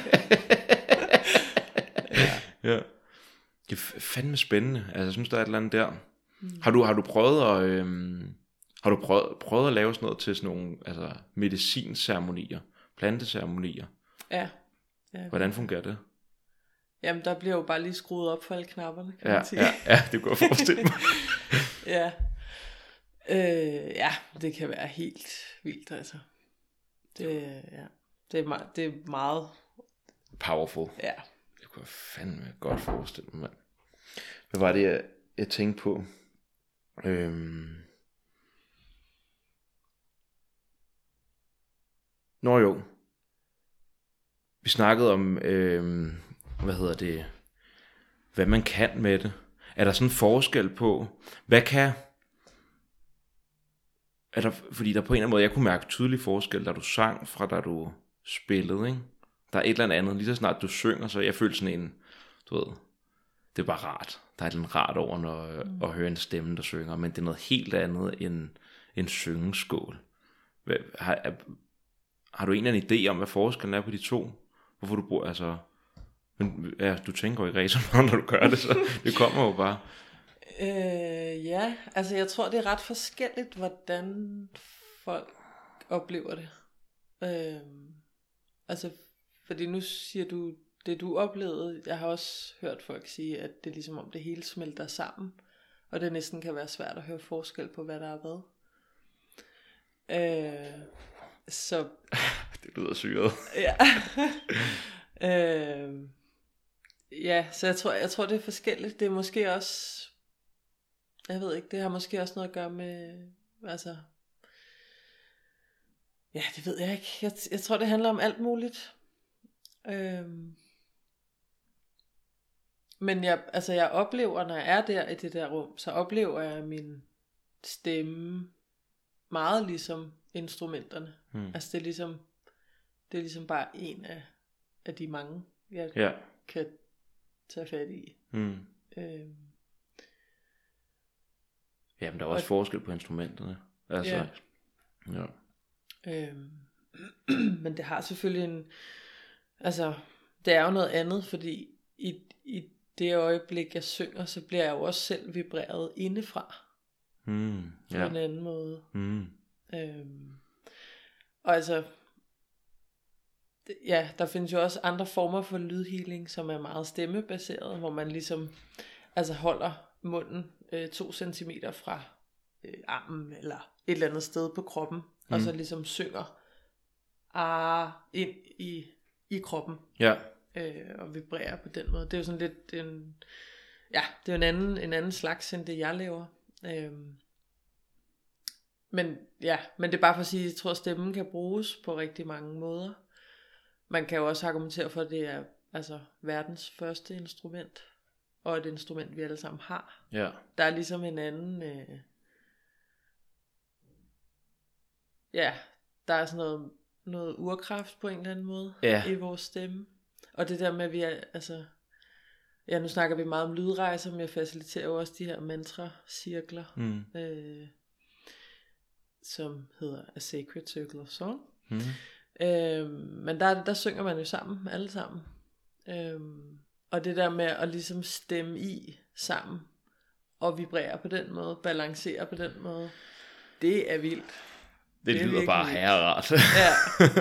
ja. ja. Det er fandme spændende. Altså, jeg synes, der er et eller andet der. Mm. Har du, har du prøvet at, øhm, har du prøvet, prøvet at lave sådan noget til sådan nogle altså, medicinceremonier, planteceremonier? Ja. ja. Hvordan fungerer det? Jamen, der bliver jo bare lige skruet op for alle knapperne, kan ja, man sige. Ja, ja, det kunne jeg forestille mig. ja. Øh, ja, det kan være helt vildt, altså. Det, ja. det, er, meget, det er meget... powerful. Ja. Det kunne jeg fandme godt forestille mig, mand. Hvad var det, jeg, jeg tænkte på? Øhm... Nå jo. Vi snakkede om, øhm, hvad hedder det, hvad man kan med det. Er der sådan en forskel på, hvad kan, er der, fordi der på en eller anden måde, jeg kunne mærke tydelig forskel, da du sang fra da du spillede, ikke? Der er et eller andet, lige så snart du synger, så jeg føler sådan en, du ved, det er bare rart. Der er et eller andet rart over når, mm. at høre en stemme, der synger, men det er noget helt andet end en syngeskål. Har, har du en eller anden idé om, hvad forskellen er på de to? Hvorfor du bruger, altså... Men ja, du tænker jo ikke rigtig så meget, når du gør det, så det kommer jo bare. Øh, ja, altså jeg tror, det er ret forskelligt, hvordan folk oplever det. Øh, altså, fordi nu siger du, det du oplevede, jeg har også hørt folk sige, at det er ligesom om det hele smelter sammen, og det næsten kan være svært at høre forskel på, hvad der er hvad. Øh, så... det lyder syret. ja. øh, ja, så jeg tror, jeg tror, det er forskelligt. Det er måske også... Jeg ved ikke, det har måske også noget at gøre med... Altså... Ja, det ved jeg ikke. Jeg, jeg tror, det handler om alt muligt. Øhm, men jeg, altså jeg oplever, når jeg er der i det der rum, så oplever jeg min stemme meget ligesom instrumenterne. Hmm. Altså det er ligesom, det er ligesom bare en af, af de mange, jeg ja. kan tage fat i. Hmm. Øhm, Jamen der er også og, forskel på instrumenterne. Altså, ja. ja. Øhm, men det har selvfølgelig en, altså det er jo noget andet, fordi i, i det øjeblik jeg synger, så bliver jeg jo også selv vibreret indefra mm, på yeah. en anden måde. mm. øhm, Og altså ja, der findes jo også andre former for lydhealing, som er meget stemmebaseret, hvor man ligesom altså holder munden øh, to centimeter fra øh, armen eller et eller andet sted på kroppen, mm. og så ligesom synger ah, ind i, i kroppen. Ja. Øh, og vibrerer på den måde. Det er jo sådan lidt en, ja, det er jo en anden, en anden slags end det jeg laver. Øh, men ja, men det er bare for at sige, jeg tror stemmen kan bruges på rigtig mange måder. Man kan jo også argumentere for, at det er altså verdens første instrument, og et instrument vi alle sammen har. Ja. Der er ligesom en anden øh, ja, der er sådan noget, noget urkraft på en eller anden måde, ja. i vores stemme. Og det der med at vi er, altså, ja, nu snakker vi meget om lydrejser, men jeg faciliterer jo også de her mantra-cirkler, mm. øh, som hedder A Sacred Circle of Song. Mm. Øh, men der, der synger man jo sammen, alle sammen. Øh, og det der med at ligesom stemme i sammen, og vibrere på den måde, balancere på den måde, det er vildt. Det, det lyder bare herrerart. Ja.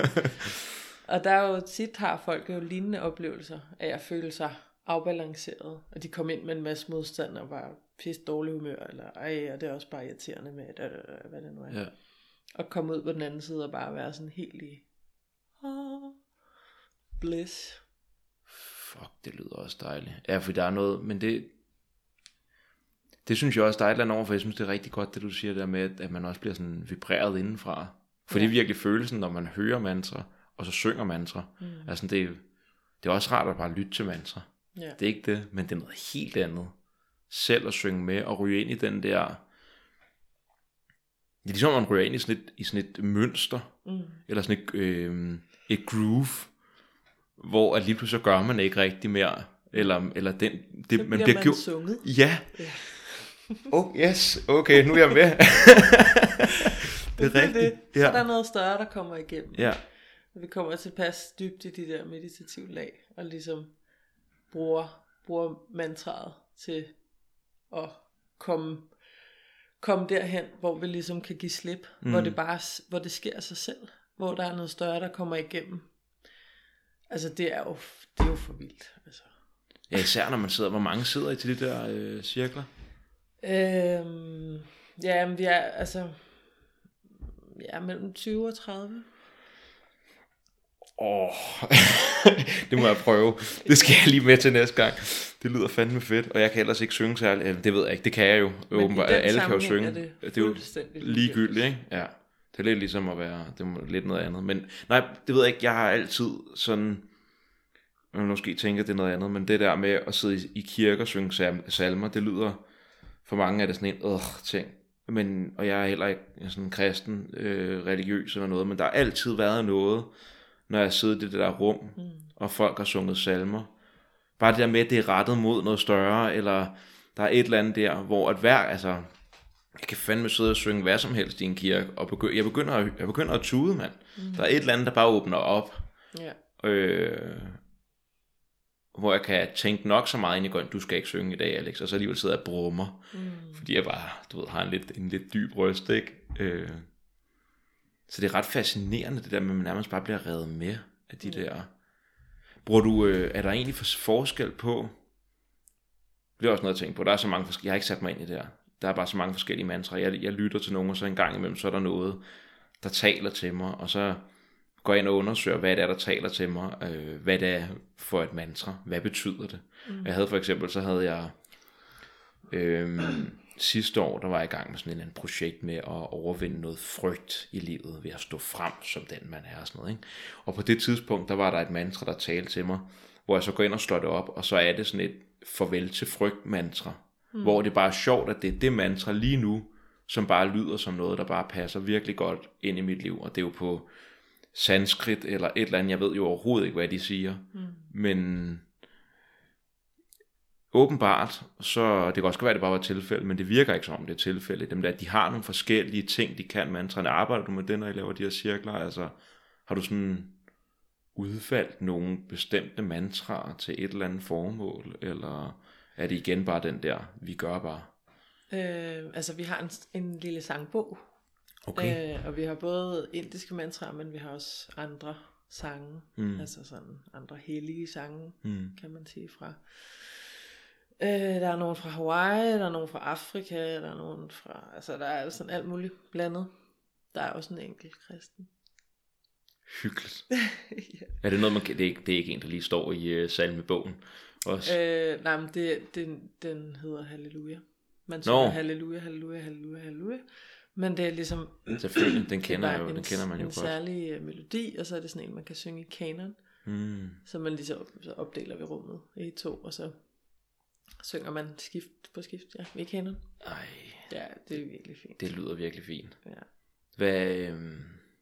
Og der er jo tit, har folk jo lignende oplevelser af at føle sig afbalanceret, og de kommer ind med en masse modstand og bare pisse dårlig humør, eller ej, og det er også bare irriterende med, hvad det nu er. Ja. Og komme ud på den anden side og bare være sådan helt i oh, bliss. Fuck, det lyder også dejligt. Ja, for der er noget, men det, det synes jeg også, der er et eller andet over, for jeg synes, det er rigtig godt, det du siger der med, at man også bliver sådan vibreret indenfra. For ja. Det er virkelig følelsen, når man hører mantra, og så synger mantra. Mm. Altså, det, det er også rart at bare lytte til mantra. Ja. Det er ikke det, men det er noget helt andet. Selv at synge med, og ryge ind i den der... Det er ligesom, man ryger ind i sådan et, i sådan et mønster, mm. eller sådan et, øh, et groove, hvor at lige pludselig så gør man ikke rigtig mere, eller, eller den... Det, så man bliver bliver man gjort, sunget. Ja. ja. Oh, yes, okay, nu er jeg med. Det er rigtigt. Det. Så Ja. der er noget større, der kommer igennem. Ja. Vi kommer tilpas dybt i de der meditative lag, og ligesom bruger, bruger mantraet til at komme, komme derhen, hvor vi ligesom kan give slip, mm. hvor det bare, hvor det sker af sig selv, hvor der er noget større, der kommer igennem. Altså det er jo, det er jo for vildt. Altså. Ja, især når man sidder, hvor mange sidder I til de der øh, cirkler? Øhm, ja, men vi er altså, ja, mellem tyve og tredive. Åh, oh. Det må jeg prøve. Det skal jeg lige med til næste gang. Det lyder fandme fedt. Og jeg kan ellers ikke synge særlig. Det ved jeg ikke, det kan jeg jo. Åbenbart, alle kan jo synge. Det, det er jo ligegyldigt, ikke? Ja. Det er lidt ligesom at være, det er lidt noget andet. Men nej, det ved jeg ikke. Jeg har altid sådan, jeg måske tænker det er noget andet, men det der med at sidde i, i kirke og synge salmer, det lyder, for mange er det sådan en øh ting. Men, og jeg er heller ikke sådan kristen, øh, religiøs eller noget, men der har altid været noget, når jeg sidder i det der rum, mm. og folk har sunget salmer. Bare det der med, at det er rettet mod noget større, eller der er et eller andet der, hvor at hver, altså, jeg kan fandme sidde og synge hvad som helst i en kirke, og begy- jeg, begynder at, jeg begynder at tude, mand. Mm. Der er et eller andet, der bare åbner op. Yeah. Øh, hvor jeg kan tænke nok så meget ind i grøn, du skal ikke synge i dag, Alex, og så alligevel sidder jeg og brummer, mm. fordi jeg bare, du ved, har en lidt, en lidt dyb røst, ikke? Øh, så det er ret fascinerende, det der med, at man nærmest bare bliver revet med af de mm. der. Bruger du, øh, er der egentlig forskel på, det er også noget at tænke på, der er så mange forskellige, jeg har ikke sat mig ind i det her, der er bare så mange forskellige mantraer, jeg, jeg lytter til nogen, og så en gang imellem, så er der noget, der taler til mig, og så går jeg ind og undersøger, hvad det er, der taler til mig, øh, hvad det er for et mantra, hvad betyder det. Mm. Jeg havde for eksempel, så havde jeg øh, sidste år, der var jeg i gang med sådan en anden projekt med at overvinde noget frygt i livet, ved at stå frem som den man er og sådan noget, ikke? Og på det tidspunkt, der var der et mantra, der talte til mig, hvor jeg så går ind og slår det op, og så er det sådan et farvel til frygt mantra, mm. hvor det bare er sjovt, at det er det mantra lige nu, som bare lyder som noget, der bare passer virkelig godt ind i mit liv, og det er jo på sanskrit eller et eller andet, jeg ved jo overhovedet ikke, hvad de siger, mm. men åbenbart, så det kan også være, at det bare var et tilfælde, men det virker ikke som om det er et tilfælde. Dem der, de har nogle forskellige ting, de kan mantraerne. Arbejder du med det, når I laver de her cirkler? Altså, har du sådan udvalgt nogle bestemte mantraer til et eller andet formål, eller er det igen bare den der, vi gør bare? Øh, altså, vi har en, en lille sangbog, okay. øh, og vi har både indiske mantraer, men vi har også andre sange, Mm. altså sådan andre hellige sange, Mm. kan man sige fra. Øh, der er nogen fra Hawaii, der er nogen fra Afrika, der er nogen fra, altså der er sådan alt muligt blandet. Der er også en enkelt kristen. Hyggeligt. Ja. Er det noget, man kan, det er ikke, det er ikke en, der lige står i uh, salmebogen også? Øh, nej, men det, den, den hedder Halleluja. Man synger Nå. halleluja, halleluja, halleluja, halleluja. Men det er ligesom... Selvfølgelig, den kender, det er jeg jo, en, den kender man jo en godt. særlig uh, melodi, og så er det sådan en, man kan synge i kanon. Mm. Så man ligesom så opdeler vi rummet i to, og så synger man skift på skift, ja, i kanon. Ej, Ja, det er virkelig fint. det lyder virkelig fint. Ja. Hvad... Øhm...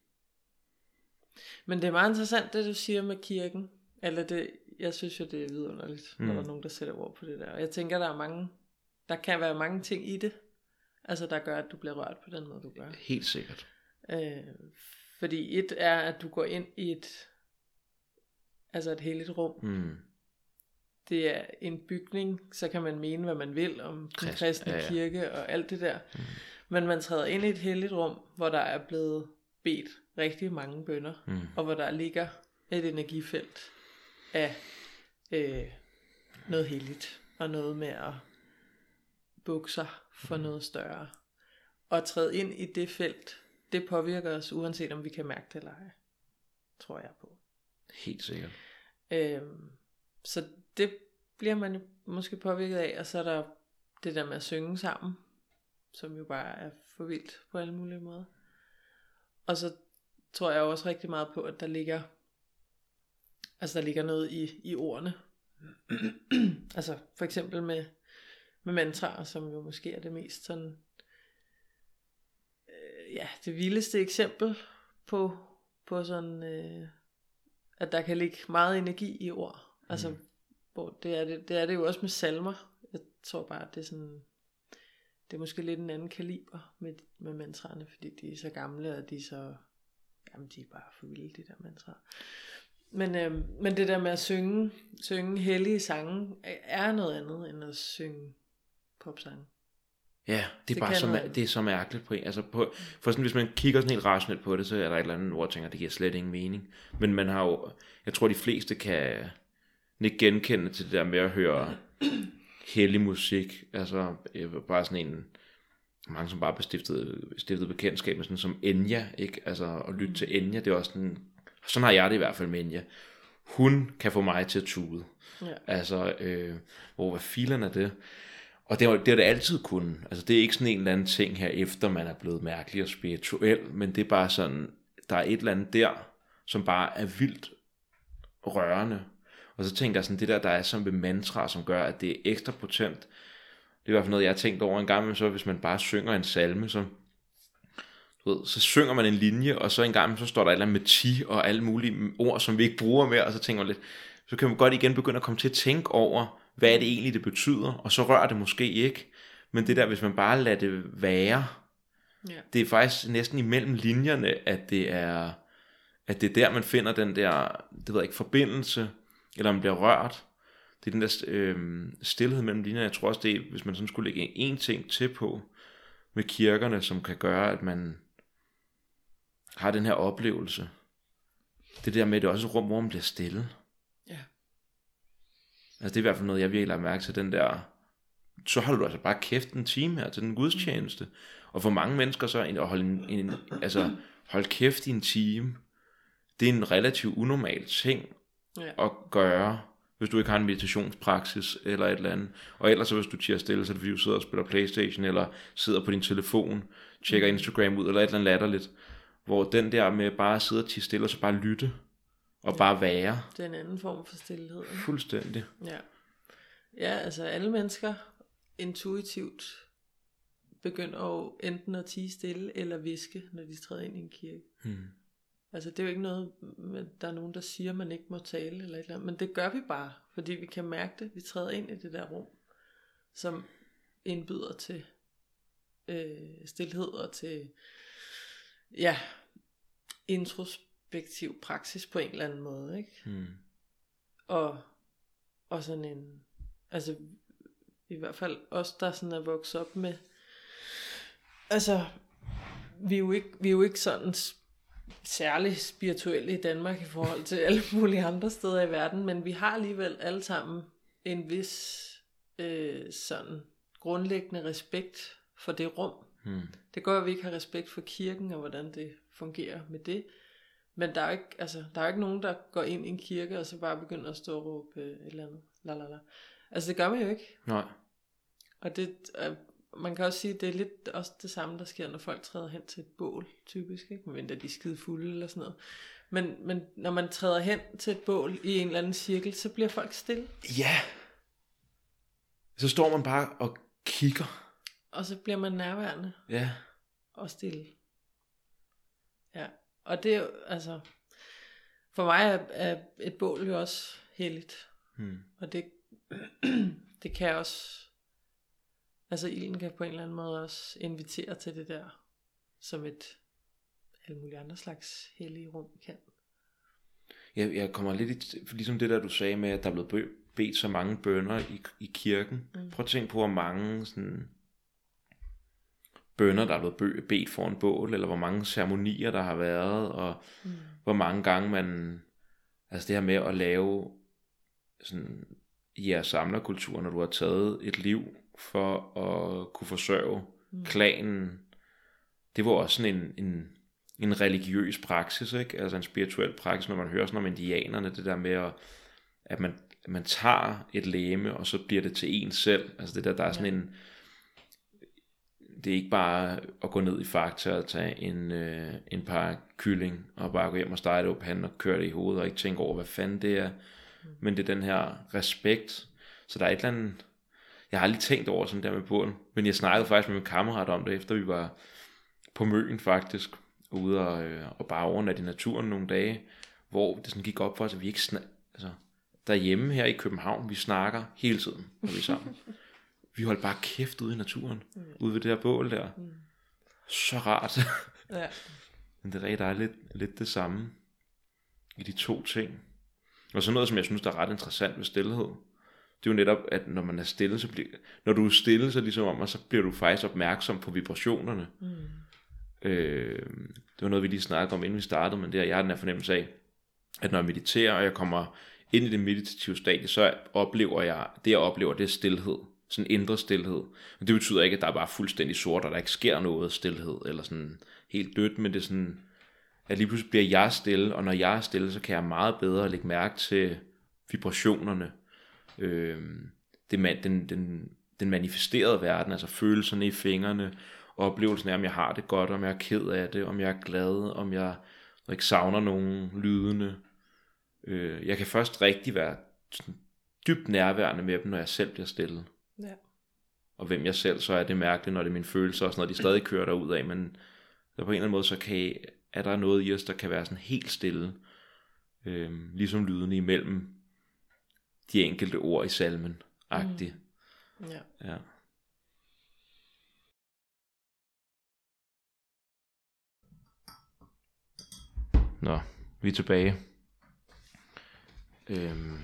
Men det er meget interessant, det du siger med kirken. Eller det, jeg synes jo, det er vidunderligt, mm. når der er nogen, der sætter ord på det der. Og jeg tænker, der er mange, der kan være mange ting i det, altså der gør, at du bliver rørt på den måde, du gør. Helt sikkert. Øh, fordi et er, at du går ind i et, altså et helligt rum. Mm. Det er en bygning, så kan man mene, hvad man vil om den Krist- kristne ja, ja. kirke og alt det der. Mm. Men man træder ind i et helligt rum, hvor der er blevet bedt rigtig mange bønner, Mm. og hvor der ligger et energifelt af øh, noget helligt, og noget med at bukke sig for noget større. Og træde ind i det felt, det påvirker os, uanset om vi kan mærke det eller ej, tror jeg på. Helt sikkert. Øhm, så det bliver man jo måske påvirket af, og så er der det der med at synge sammen, som jo bare er for vildt på alle mulige måder. Og så tror jeg også rigtig meget på, at der ligger, altså der ligger noget i, i ordene. Altså for eksempel med, med mantraer, som jo måske er det mest sådan, øh, ja, det vildeste eksempel på, på sådan, øh, at der kan ligge meget energi i ord. Altså, Mm. hvor det er det, det er det jo også med salmer. Jeg tror bare, at det er sådan, det er måske lidt en anden kaliber med, med mantraerne, fordi de er så gamle, og de er så, jamen de er bare for vilde, de der mantraer. Men, øhm, men det der med at synge, synge hellige sange, er noget andet, end at synge popsange. Ja, det er Det bare kan så, noget. det er så mærkeligt på en. Altså på, for sådan, hvis man kigger sådan helt rationelt på det, så er der et eller andet, hvor jeg tænker, det giver slet ingen mening. Men man har jo, jeg tror de fleste kan ikke genkende til det der med at høre hellig musik. Altså øh, bare sådan en, mange som bare bestiftede stiftet bekendtskab med sådan som Enya, ikke? Altså at lytte til Enya, det er også sådan, sådan har jeg det i hvert fald med Enya. Hun kan få mig til at tude. Ja. Altså, øh, hvor hvad filen er det? Og det er det, er det altid kun. Altså, det er ikke sådan en eller anden ting her, efter man er blevet mærkelig og spirituel, men det er bare sådan, der er et eller andet der, som bare er vildt rørende. Og så tænker jeg sådan, det der, der er sådan ved mantra, som gør, at det er ekstra potent. Det er i hvert fald noget, jeg har tænkt over en gang, men så hvis man bare synger en salme, så, du ved, så synger man en linje, og så en gang, så står der et eller andet med ti og alle mulige ord, som vi ikke bruger mere, og så tænker man lidt, så kan man godt igen begynde at komme til at tænke over, hvad er det egentlig, det betyder, og så rører det måske ikke. Men det der, hvis man bare lader det være, Ja. det er faktisk næsten imellem linjerne, at det er, at det er der, man finder den der, det ved jeg ikke, forbindelse, eller man bliver rørt. Det er den der øh, stillhed mellem linjerne. Jeg tror også, det er, hvis man sådan skulle lægge en ting til på med kirkerne, som kan gøre, at man har den her oplevelse. Det der med, at det er også et rum, hvor man bliver stille. Ja. Altså det er i hvert fald noget, jeg virkelig har mærket til den der, så holder du altså bare kæft en time her til den gudstjeneste. Og for mange mennesker så at holde, en, en, altså, holde kæft i en time, det er en relativt unormal ting Ja. at gøre, hvis du ikke har en meditationspraksis eller et eller andet. Og ellers så hvis du tiger stille, så er det fordi du sidder og spiller Playstation, eller sidder på din telefon, tjekker Instagram ud, eller et eller andet latterligt. Hvor den der med bare at sidde og tie stille, og så bare lytte, og ja. bare være. Det er en anden form for stillhed. Ikke? Fuldstændig. Ja. Ja, altså alle mennesker intuitivt begynder jo enten at tie stille eller viske, når de træder ind i en kirke. Hmm. Altså det er jo ikke noget, der er nogen, der siger, at man ikke må tale eller et eller andet, men det gør vi bare, fordi vi kan mærke det. Vi træder ind i det der rum, som indbyder til øh, stilhed og til ja, introspektiv praksis på en eller anden måde, ikke? Hmm. Og, og sådan en, altså i hvert fald os, der sådan er vokset op med, altså vi er jo ikke, vi er jo ikke sådan særligt spirituelle i Danmark i forhold til alle mulige andre steder i verden, men vi har alligevel alle sammen en vis øh, sådan grundlæggende respekt for det rum. Hmm. Det går, at vi ikke har respekt for kirken og hvordan det fungerer med det, men der er jo ikke, altså, der er jo ikke nogen, der går ind i en kirke og så bare begynder at stå og råbe øh, et eller andet. Lalala. Altså det gør man jo ikke. Nej. Og det, øh, man kan også sige, at det er lidt også det samme, der sker, når folk træder hen til et bål, typisk, ikke? Men de er skide fulde eller sådan noget. Men, men når man træder hen til et bål i en eller anden cirkel, så bliver folk stille. Ja. Så står man bare og kigger. Og så bliver man nærværende. Ja. Og stille. Ja. Og det er jo, altså, for mig er, er et bål jo også helligt. Hmm. Og det, det kan også, altså ilden kan på en eller anden måde også invitere til det der, som et alle mulige andre slags hellige rum kan. Jeg, jeg kommer lidt i, ligesom det der du sagde med, at der er blevet bedt så mange bønner i, i kirken. Mm. Prøv at tænke på, hvor mange sådan bønner, der er blevet bedt for en bål, eller hvor mange ceremonier, der har været, og mm. hvor mange gange man, altså det her med at lave sådan i jeres samlerkultur, når du har taget et liv for at kunne forsørge mm. klanen, det var også sådan en, en, en religiøs praksis, ikke? Altså en spirituel praksis, når man hører sådan om indianerne, det der med at, at man, man tager et legeme, og så bliver det til en selv, altså det der, der er sådan ja. en, det er ikke bare at gå ned i Fakta og tage en, øh, en par kylling, og bare gå hjem og stege det op panden og køre det i hovedet, og ikke tænke over, hvad fanden det er, mm. men det er den her respekt, så der er et eller andet, jeg har aldrig tænkt over sådan der med båden, men jeg snakkede faktisk med min kammerat om det, efter vi var på Møn faktisk, ude og, øh, og bare overnatte i naturen nogle dage, hvor det sådan gik op for os, at vi ikke snak, altså derhjemme her i København, vi snakker hele tiden, når vi er sammen. Vi holdt bare kæft ude i naturen, mm. ude ved det her bål der. Mm. Så rart. Ja. Men det er, der er lidt, lidt det samme i de to ting. Og så noget, som jeg synes, der er ret interessant ved stillhed, det er jo netop, at når man er stille, så bliver, når du er stille, så ligesom om, så bliver du faktisk opmærksom på vibrationerne. Mm. Øh, det var noget, vi lige snakkede om, inden vi startede, men det er, jeg har den her fornemmelse af, at når jeg mediterer, og jeg kommer ind i det meditative stadie, så oplever jeg, det jeg oplever, det er stillhed. Sådan en indre stillhed. Men det betyder ikke, at der er bare fuldstændig sort, og der ikke sker noget stillhed, eller sådan helt dødt, men det er sådan, at lige pludselig bliver jeg stille, og når jeg er stille, så kan jeg meget bedre lægge mærke til vibrationerne. Øh, det, den, den, den manifesterede verden, altså følelserne i fingrene, oplevelsen af, om jeg har det godt, om jeg er ked af det, om jeg er glad, om jeg ikke savner nogen lydende. Øh, jeg kan først rigtig være sådan dybt nærværende med dem, når jeg selv bliver stille. Ja. Og hvem jeg selv så er, det mærkeligt, når det er mine følelser og sådan noget, de stadig kører derud af, men der på en eller anden måde, så kan, er der noget i os, der kan være sådan helt stille, øhm, ligesom lydene imellem de enkelte ord i salmen, agtigt. Mm. Ja. Ja. Nå, vi er tilbage. Øhm.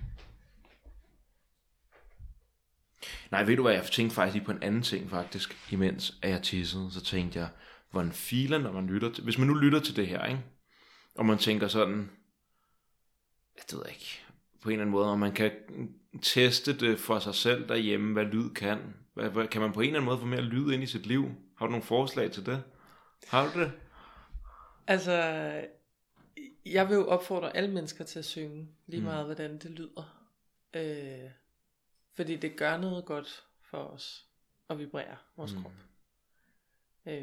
Nej, ved du hvad, jeg tænkte faktisk lige på en anden ting faktisk, imens jeg tissede, så tænkte jeg, hvordan filer, når man lytter til, hvis man nu lytter til det her, ikke? Og man tænker sådan, jeg ved ikke, på en eller anden måde, om man kan teste det for sig selv derhjemme, hvad lyd kan. Hvad, hvad, kan man på en eller anden måde få mere lyd ind i sit liv? Har du nogle forslag til det? Har du det? Altså, jeg vil jo opfordre alle mennesker til at synge, lige meget mm. hvordan det lyder. Øh... Fordi det gør noget godt for os at vibrere vores mm. krop. Øh.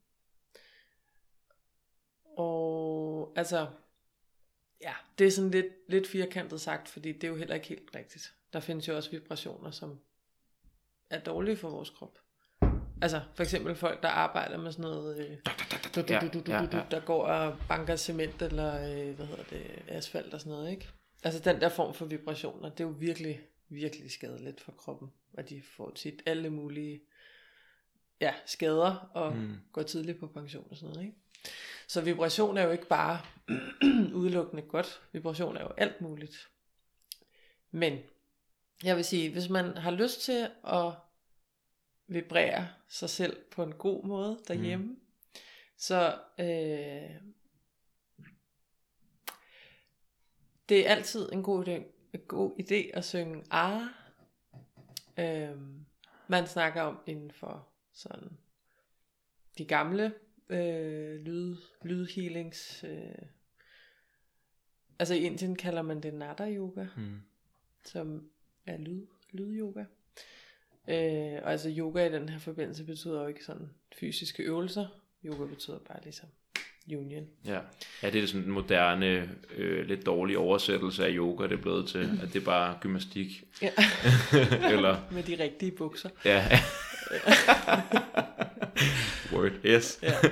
Og altså, ja, det er sådan lidt, lidt firkantet sagt, fordi det er jo heller ikke helt rigtigt. Der findes jo også vibrationer, som er dårlige for vores krop. Altså for eksempel folk, der arbejder med sådan noget, øh, der går og banker cement eller øh, hvad hedder det, asfalt og sådan noget, ikke? Altså den der form for vibrationer, det er jo virkelig... virkelig skadeligt for kroppen, og de får tit alle mulige ja, skader og mm. går tidligt på pension og sådan noget, ikke? Så vibration er jo ikke bare udelukkende godt, vibration er jo alt muligt. Men jeg vil sige, hvis man har lyst til at vibrere sig selv på en god måde derhjemme, mm. så øh, det er altid en god idé, en god idé at synge ah. Øhm, man snakker om inden for sådan de gamle øh, lyd, lydhealings. Øh, altså i Indien kalder man det nada yoga, mm. som er lyd, lydyoga. Øh, og altså yoga i den her forbindelse betyder jo ikke sådan fysiske øvelser. Yoga betyder bare ligesom union. Ja, ja, det er sådan en moderne, øh, lidt dårlig oversættelse af yoga, det er blevet til, at det er bare gymnastik. Ja. Eller... med de rigtige bukser. Ja. Word, yes. Ja.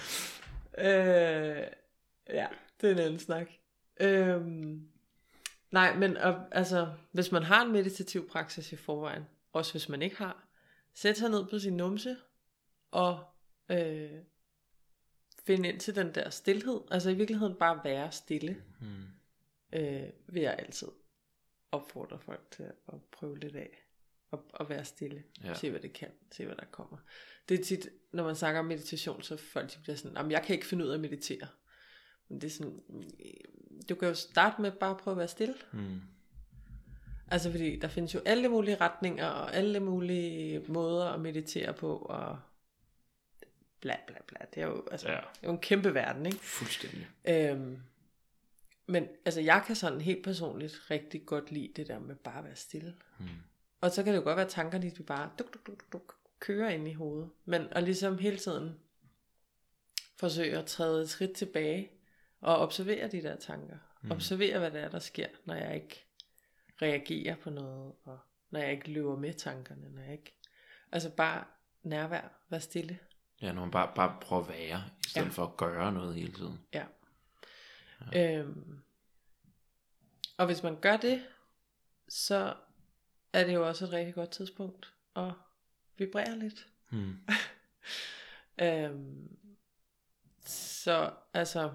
Øh, ja, det er en anden snak. Øhm, nej, men øh, altså, hvis man har en meditativ praksis i forvejen, også hvis man ikke har, sæt sig ned på sin numse, og øh, finde ind til den der stilhed. Altså i virkeligheden bare være stille. Hmm. Øh, vil jeg altid opfordre folk til at prøve lidt af. Og, og være stille. Ja. Se hvad det kan. Se hvad der kommer. Det er tit, når man snakker om meditation, så folk de bliver sådan, jamen jeg kan ikke finde ud af at meditere. Men det er sådan, du kan jo starte med bare at prøve at være stille. Hmm. Altså fordi der findes jo alle mulige retninger, og alle mulige måder at meditere på, og bla bla bla. Det er jo, altså, ja. Det er jo en kæmpe verden, ikke? Fuldstændig. Øhm, men altså jeg kan sådan helt personligt rigtig godt lide det der med bare at være stille. Hmm. Og så kan det jo godt være, at tankerne de bare duk, duk, duk, duk, kører ind i hovedet. Men at ligesom hele tiden forsøge at træde et skridt tilbage og observere de der tanker. Hmm. Observere hvad det er der sker, når jeg ikke reagerer på noget, og når jeg ikke løber med tankerne, når jeg ikke, altså bare nærvær, vær stille. Ja, når man bare, bare prøver at være, i stedet ja. for at gøre noget hele tiden. Ja. ja. Øhm, og hvis man gør det, så er det jo også et rigtig godt tidspunkt at vibrere lidt. Hmm. øhm, så altså,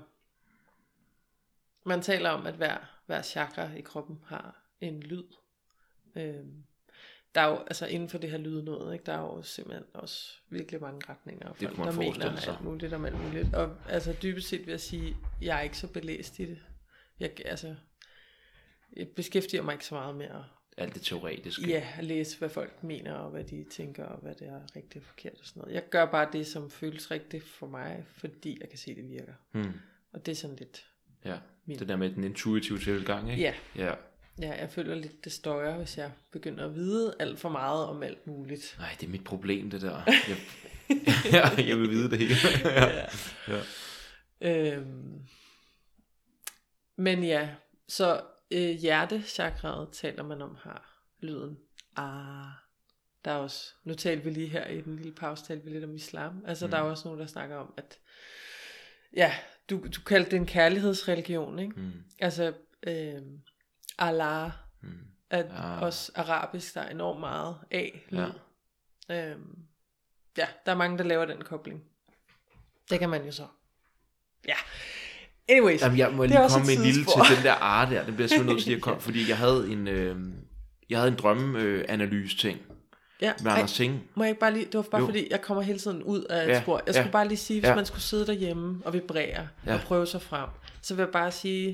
man taler om, at hver, hver chakra i kroppen har en lyd. Øhm, der er jo, altså inden for det her lydnået, ikke, der er jo simpelthen også virkelig mange retninger, og folk, der mener alt muligt om alt muligt. Og altså dybest set vil jeg sige, jeg er ikke så belæst i det. Jeg, altså, jeg beskæftiger mig ikke så meget med at alt det teoretiske. Ja, at læse hvad folk mener, og hvad de tænker, og hvad det er rigtigt og forkert og sådan noget. Jeg gør bare det, som føles rigtigt for mig, fordi jeg kan se, det virker. Hmm. Og det er sådan lidt... Ja, min... det der med den intuitive tilgang, ikke? Ja. ja. Ja, jeg føler lidt, det støjer, hvis jeg begynder at vide alt for meget om alt muligt. Nej, det er mit problem, det der. Jeg, jeg, jeg vil vide det hele. ja. ja. Øhm, men ja, så øh, hjertechakraet taler man om har lyden ah. Der er også, nu talte vi lige her i den lille pause, talte vi lidt om islam. Altså mm. der er også nogen, der snakker om, at ja, du, du kaldte det en kærlighedsreligion, ikke? Mm. Altså øh, Allah, mm. at ah. også arabisk, der er enormt meget af lyd. Ja. Øhm, ja, der er mange, der laver den kobling. Det kan man jo så. Ja. Anyways. Jamen, jeg må lige komme med en lille til den der ar der. Det bliver jeg nødt til at komme, fordi jeg havde en, øh, jeg havde en drømmeanalyse ting. Ja, med Anders Singh. Må jeg ikke bare lige, det var bare jo. fordi, jeg kommer hele tiden ud af et ja, spor. Jeg skulle ja, bare lige sige, hvis ja. man skulle sidde derhjemme og vibrere ja. og prøve sig frem, så vil jeg bare sige,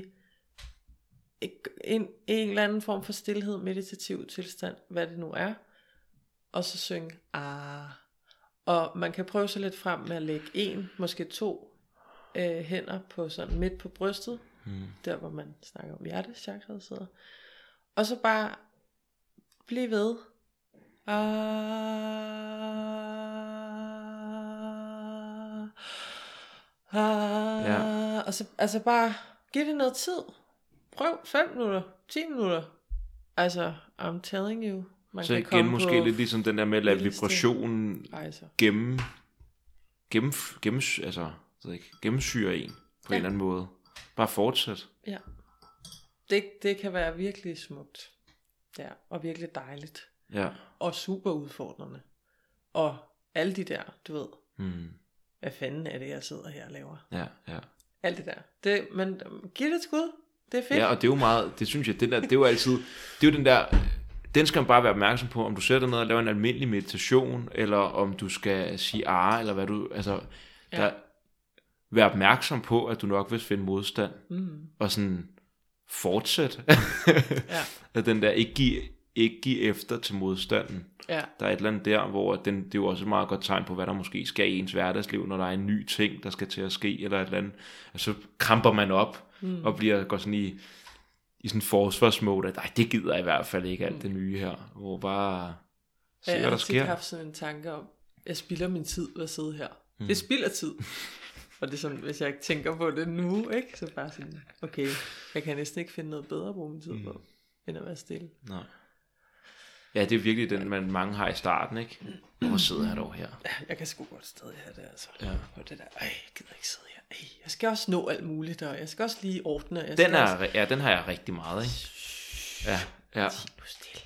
en, en eller anden form for stilhed, meditativ tilstand, hvad det nu er, og så synge ah. Og man kan prøve sig lidt frem med at lægge en, måske to øh, hænder på sådan midt på brystet, hmm. der hvor man snakker om hjertechakraet sidder, og så bare blive ved. Ah, ah, ja. Og så altså bare giv det noget tid. Prøv fem minutter, ti minutter. Altså, I'm telling you, man så kan igen komme måske lidt ligesom den der med at lade vibrationen gennem, gennem, gennem, altså, ikke, gennemsyre en på ja. en eller anden måde. Bare fortsæt. Ja. Det, det kan være virkelig smukt. Ja, og virkelig dejligt. Ja. Og super udfordrende. Og alle de der, du ved, mm. hvad fanden er det, jeg sidder her og laver? Ja, ja. Alt det der. Det, men giv det et skud. Det er fedt. Ja, og det er jo meget, det synes jeg, det der, det er jo altid, det er jo den der, den skal man bare være opmærksom på, om du sætter ned og laver en almindelig meditation, eller om du skal sige ah, eller hvad du, altså, der, ja. vær opmærksom på, at du nok vil finde modstand, mm. og sådan, fortsæt. Ja. Den der, ikke give, ikke give efter til modstanden. Ja. Der er et eller andet der, hvor den, det er jo også et meget godt tegn på, hvad der måske skal i ens hverdagsliv, når der er en ny ting, der skal til at ske, eller et eller andet. Og så kramper man op, mm. og bliver, går sådan i, i sådan en forsvarsmode, at nej, det gider jeg i hvert fald ikke, alt mm. det nye her. Hvor bare se, ja, hvad der sker. Jeg har haft sådan en tanke om, jeg spilder min tid ved at sidde her. Mm. Det spilder tid. Og det er sådan, hvis jeg ikke tænker på det nu, ikke? Så bare sådan, okay, jeg kan næsten ikke finde noget bedre at bruge min tid på, mm. end at være stille. Nej. Ja, det er virkelig den, man mange har i starten, ikke? Hvor sidder jeg dog her? Ja, jeg kan sgu godt stadig have det, altså. Ja. På det der, ej, jeg gider ikke sidde her. Ej, jeg skal også nå alt muligt, og jeg skal også lige ordne. Jeg den, er, også... ja, den har jeg rigtig meget, ikke? Ja, ja. Nu stille.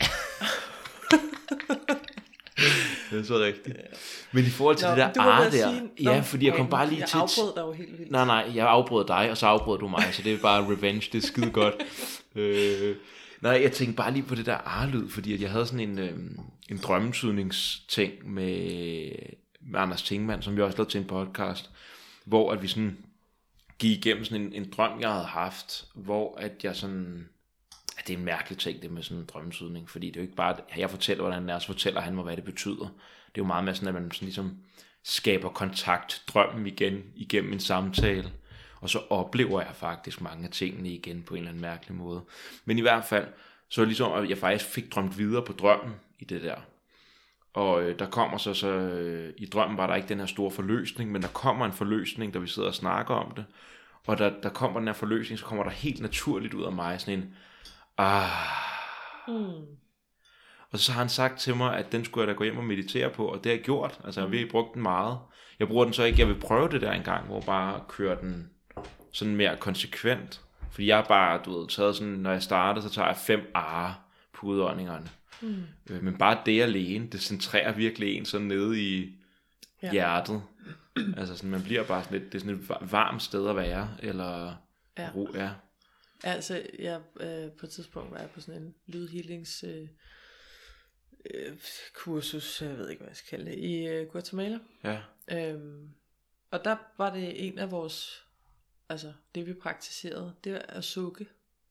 Det er så rigtigt. Men i forhold til Nå, det der ar der, sige, ja, fordi jeg kom bare lige jeg til... Jeg afbrød dig jo helt vildt. Nej, nej, jeg afbrød dig, og så afbrød du mig, så det er bare revenge, det er skide godt. øh, nej, jeg tænkte bare lige på det der ar-lyd, fordi at jeg havde sådan en, øh, en drømmesydningsting med, med Anders Tingmann, som vi også lavede til en podcast, hvor at vi sådan gik igennem sådan en, en drøm, jeg havde haft, hvor at jeg sådan... at det er en mærkelig ting, det med sådan en drømmesydning, fordi det er jo ikke bare, at jeg fortæller, hvordan det er, så fortæller han mig, hvad det betyder. Det er jo meget mere sådan, at man sådan ligesom skaber kontakt, drømmen igen, igennem en samtale, og så oplever jeg faktisk mange af tingene igen på en eller anden mærkelig måde. Men i hvert fald, så er det ligesom, at jeg faktisk fik drømt videre på drømmen i det der. Og øh, der kommer så, så øh, i drømmen var der ikke den her store forløsning, men der kommer en forløsning, da vi sidder og snakker om det. Og der, der kommer den her forløsning, så kommer der helt naturligt ud af mig sådan en, ah. Mm. Og så har han sagt til mig, at den skulle jeg da gå hjem og meditere på, og det har jeg gjort. Altså jeg har virkelig brugt den meget. Jeg bruger den så ikke, jeg vil prøve det der en gang, hvor bare køre den sådan mere konsekvent. Fordi jeg har bare, du ved, taget sådan, når jeg starter, så tager jeg fem ar på udåndingerne. Mm. Men bare det alene, det centrerer virkelig en sådan nede i ja. hjertet. Altså sådan, man bliver bare sådan lidt, det er sådan et varmt sted at være, eller ja. ro, ja. Altså, jeg, øh, på et tidspunkt var jeg på sådan en lydhealings øh, øh, kursus, jeg ved ikke, hvad jeg skal kalde det, i øh, Guatemala. Ja. Øhm, og der var det en af vores, altså det vi praktiserede, det var at sukke.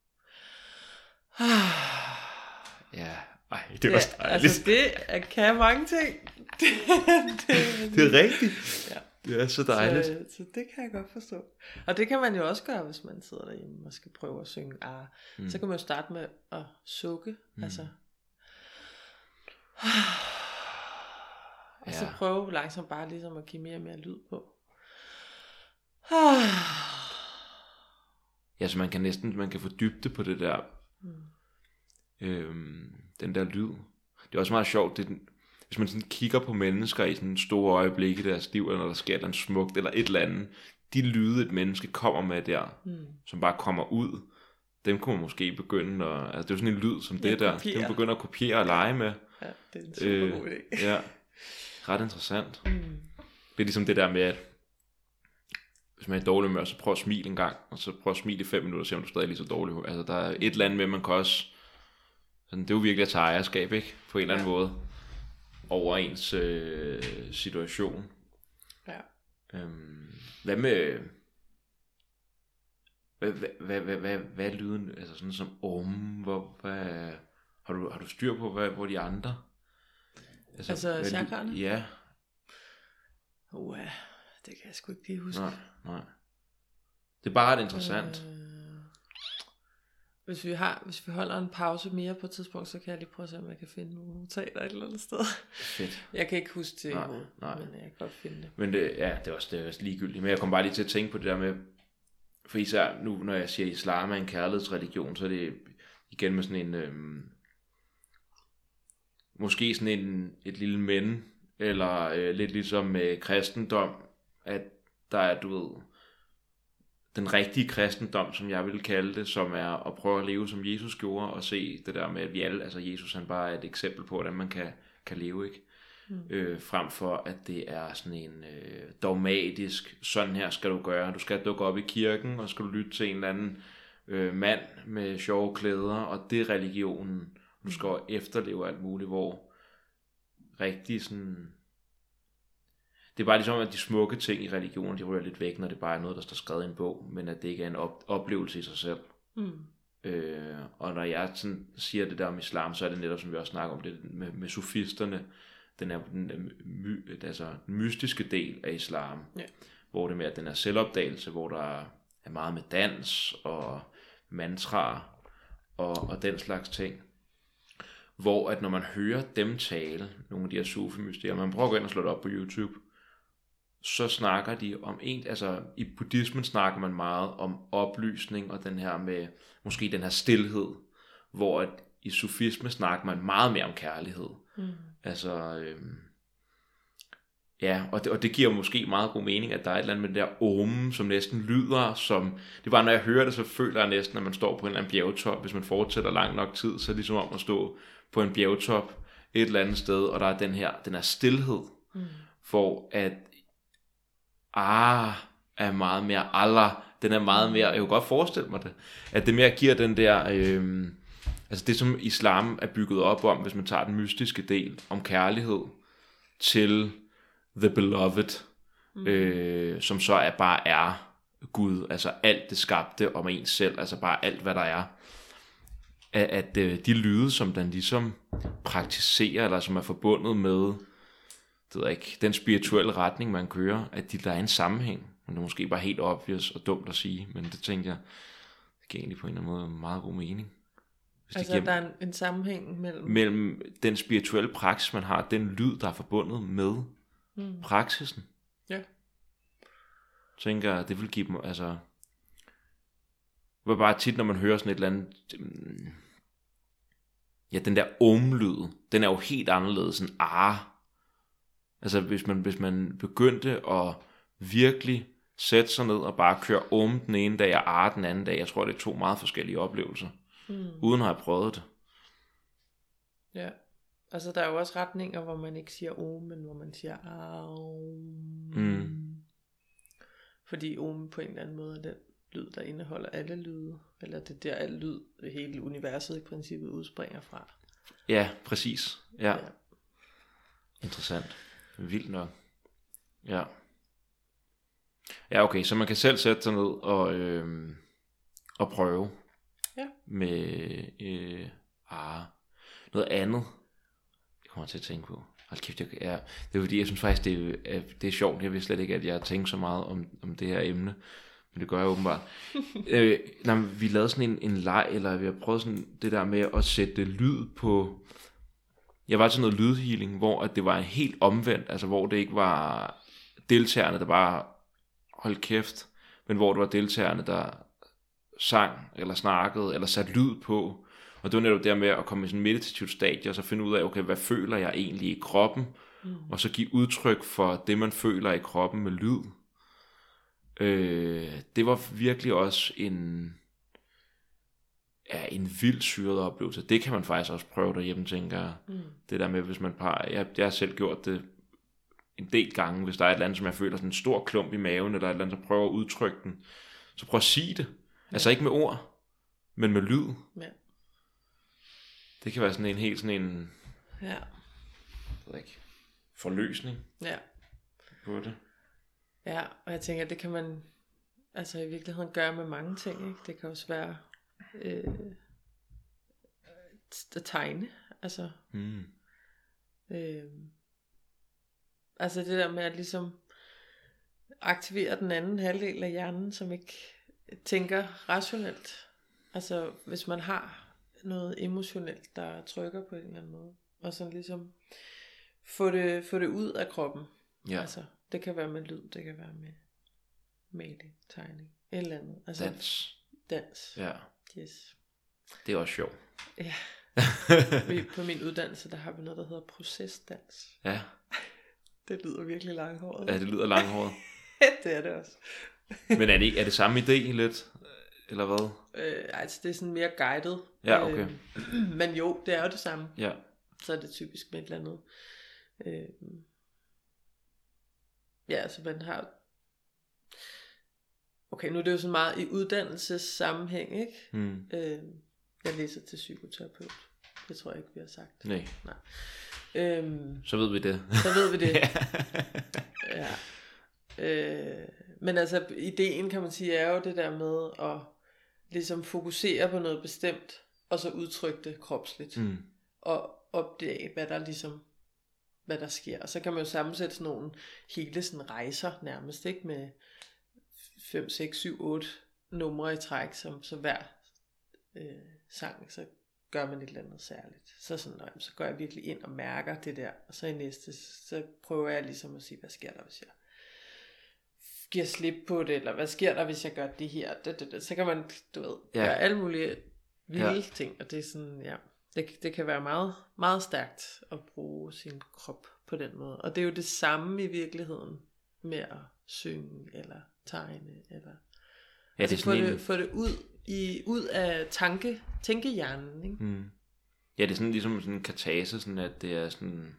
Ja, ej, det var dejligt. Altså, det kan mange ting. det, det, det er rigtigt. Ja. Det er så dejligt. Så, så det kan jeg godt forstå. Og det kan man jo også gøre, hvis man sidder derhjemme og skal prøve at synge ah. Mm. Så kan man jo starte med at sukke. Mm. Altså. Og ja. Så prøve langsomt bare ligesom at give mere og mere lyd på. Ja, så man kan næsten, man kan få dybde på det der, mm. øhm, den der lyd. Det er også meget sjovt, det, hvis man sådan kigger på mennesker i sådan store øjeblikke i deres liv, eller når der sker noget smukt, eller et eller andet, de lyde et menneske kommer med der, mm. som bare kommer ud, dem kunne man måske begynde at, altså det er jo sådan en lyd som det der, dem begynder at kopiere og lege med. Ja, det er en super god idé. Øh, ja, ret interessant. Mm. Det er ligesom det der med, at hvis man er i dårlig humør, så prøv at smile en gang, og så prøv at smile i fem minutter, og se om du stadig er lige så dårlig. Altså der er et eller andet med, man kan også, sådan, det er jo virkelig at tage ejerskab, ikke? På en eller anden ja. måde, over ens øh, situation. Ja. Øhm, hvad med, hvad, hvad, hvad, hvad, hvad, hvad er lyden, altså sådan som om, hvor, hvad, har du, har du styr på, hvad, hvor de andre? Altså, altså chakraerne? Ja. Uh, det kan jeg sgu ikke lige huske. Nej, nej. Det er bare ret interessant. Øh, hvis, vi har, hvis vi holder en pause mere på et tidspunkt, så kan jeg lige prøve at se, om jeg kan finde nogle notater et eller andet sted. Fedt. Jeg kan ikke huske det i nej, hovedet, nej. men jeg kan godt finde det. Men det, ja, det er også, det er også ligegyldigt. Men jeg kom bare lige til at tænke på det der med, for især nu, når jeg siger, at islam er en kærlighedsreligion, så er det igen med sådan en, øhm, måske sådan en, et lille men, eller øh, lidt ligesom med kristendom, at der er, du ved, den rigtige kristendom, som jeg vil kalde det, som er at prøve at leve, som Jesus gjorde, og se det der med, at vi alle, altså Jesus han bare er et eksempel på, hvordan man kan, kan leve, ikke? Mm. Øh, frem for, at det er sådan en øh, dogmatisk, sådan her skal du gøre, du skal dukke op i kirken, og skal du lytte til en eller anden øh, mand med sjove klæder, og det er religionen, du skal mm. efterleve alt muligt, hvor rigtig sådan, det er bare ligesom, at de smukke ting i religionen, de rører lidt væk, når det bare er noget, der står skrevet i en bog, men at det ikke er en op- oplevelse i sig selv. Mm. Øh, og når jeg sådan siger det der om islam, så er det netop, som vi også snakker om det med, med sufisterne, den er den, my, altså, den mystiske del af islam, ja. hvor det med, at den er selvopdagelse, hvor der er meget med dans og mantraer og, og den slags ting. Hvor at når man hører dem tale, nogle af de her sufi-mystikere, man prøver at gå ind og slå det op på YouTube, så snakker de om en, altså i buddhismen snakker man meget om oplysning og den her med, måske den her stilhed, hvor at i sufisme snakker man meget mere om kærlighed. Mm. Altså, øhm, ja, og det, og det giver måske meget god mening, at der er et eller andet med det der om, som næsten lyder som, det var når jeg hører det, så føler jeg næsten, at man står på en eller anden bjergtop, hvis man fortsætter lang nok tid, så er det ligesom om at stå på en bjergtop et eller andet sted, og der er den her, den her stilhed, mm. hvor at ah, er meget mere Allah, den er meget mere, jeg kunne godt forestille mig det, at det mere giver den der, øh, altså det som islam er bygget op om, hvis man tager den mystiske del om kærlighed til the beloved, mm. øh, som så er bare er Gud, altså alt det skabte om en selv, altså bare alt hvad der er, at, at de lyde, som den ligesom praktiserer, eller som er forbundet med det ved jeg ikke, den spirituelle retning, man kører, at de, der er en sammenhæng. Men det er måske bare helt obvious og dumt at sige, men det tænker jeg, det giver egentlig på en eller anden måde meget god mening. Hvis altså, giver, der er en, en sammenhæng mellem... Mellem den spirituelle praksis, man har, den lyd, der er forbundet med mm. praksisen. Ja. Tænker jeg, det vil give dem, altså... Det var bare tit, når man hører sådan et eller andet... Ja, den der om-lyd, den er jo helt anderledes end ah. Altså hvis man, hvis man begyndte at virkelig sætte sig ned og bare køre om den ene dag og ar den anden dag, jeg tror det er to meget forskellige oplevelser, mm. uden at have prøvet det. Ja, altså der er jo også retninger, hvor man ikke siger om, men hvor man siger au. Mm. Fordi om på en eller anden måde er den lyd, der indeholder alle lyde, eller det er der al lyd, hele universet i princippet udspringer fra. Ja, præcis. Ja. Ja. Interessant. Vildt nok. Ja. Ja, okay, så man kan selv sætte sig ned og, øh, og prøve. Ja. Med øh, ah, noget andet. Jeg kommer til at tænke på. Hold kæft, jeg, ja, det er fordi, jeg synes faktisk, det er, det er sjovt. Jeg vidste slet ikke, at jeg tænkte så meget om, om det her emne. Men det gør jeg åbenbart. øh, når vi lavede sådan en, en leg, eller vi har prøvet sådan det der med at sætte lyd på... Jeg var til noget lydhealing, hvor at det var helt omvendt, altså hvor det ikke var deltagerne, der bare holdt kæft, men hvor det var deltagerne, der sang, eller snakkede, eller satte lyd på. Og det var netop der med at komme i sådan en meditativt stadie, og så finde ud af, okay, hvad føler jeg egentlig i kroppen? Mm. Og så give udtryk for det, man føler i kroppen med lyd. Øh, det var virkelig også en... Ja, en vild syret oplevelse. Det kan man faktisk også prøve derhjemme, tænker jeg. Mm. Det der med, hvis man par... Jeg, jeg har selv gjort det en del gange, hvis der er et eller andet, som jeg føler sådan en stor klump i maven, eller et eller andet, så prøver at udtrykke den. Så prøv at sige det. Ja. Altså ikke med ord, men med lyd. Ja. Det kan være sådan en helt sådan en... Ja. Jeg ved ikke. Forløsning. Ja. På det. Ja, og jeg tænker, det kan man altså i virkeligheden gøre med mange ting, ikke? Det kan også være øh, at tegne, altså mm. øh, altså det der med at ligesom aktivere den anden halvdel af hjernen, som ikke tænker rationelt, altså hvis man har noget emotionelt, der trykker på en eller anden måde, og sådan ligesom få det, få det ud af kroppen. Ja. Altså det kan være med lyd, det kan være med maling, tegning, et eller andet. Altså, dans. Dans. Ja. Yes. Det er også sjovt. Ja. På min uddannelse, der har vi noget, der hedder procesdans. Ja. Det lyder virkelig langhåret. Ja, det lyder langhåret. Det er det også. Men er det, er det samme idé lidt? Eller hvad? Øh, altså det er sådan mere guided. Ja, okay. Øh, men jo, det er jo det samme. Ja. Så er det typisk med et eller andet. Øh, ja, altså man har... Okay, nu er det jo så meget i uddannelsessammenhæng, ikke? Mm. Øh, jeg læser til psykoterapeut. Det tror jeg ikke, vi har sagt. Nej. Nej. Øhm, så ved vi det. Så ved vi det. Ja. Øh, men altså, ideen kan man sige, er jo det der med at ligesom fokusere på noget bestemt, og så udtrykke det kropsligt. Mm. Og opdage, hvad der ligesom, hvad der sker. Og så kan man jo sammensætte sådan nogle hele sådan rejser nærmest, ikke? Med fem, seks, syv, otte numre i træk, som så hver øh, sang, så gør man et eller andet særligt. Så sådan, nøj, så går jeg virkelig ind og mærker det der, og så i næste, så prøver jeg ligesom at sige, hvad sker der, hvis jeg giver slip på det, eller hvad sker der, hvis jeg gør det her, det, det, det. Så kan man, du ved, ja. gøre alle mulige vilde ja. ting, og det er sådan, ja, det, det kan være meget, meget stærkt at bruge sin krop på den måde, og det er jo det samme i virkeligheden, med at synge, eller tegne, eller ja, det er altså, få, en... det, få det ud, i, ud af tanke, tænkehjernen, ikke? Mm. Ja, det er sådan ligesom sådan en katase, sådan at det er sådan,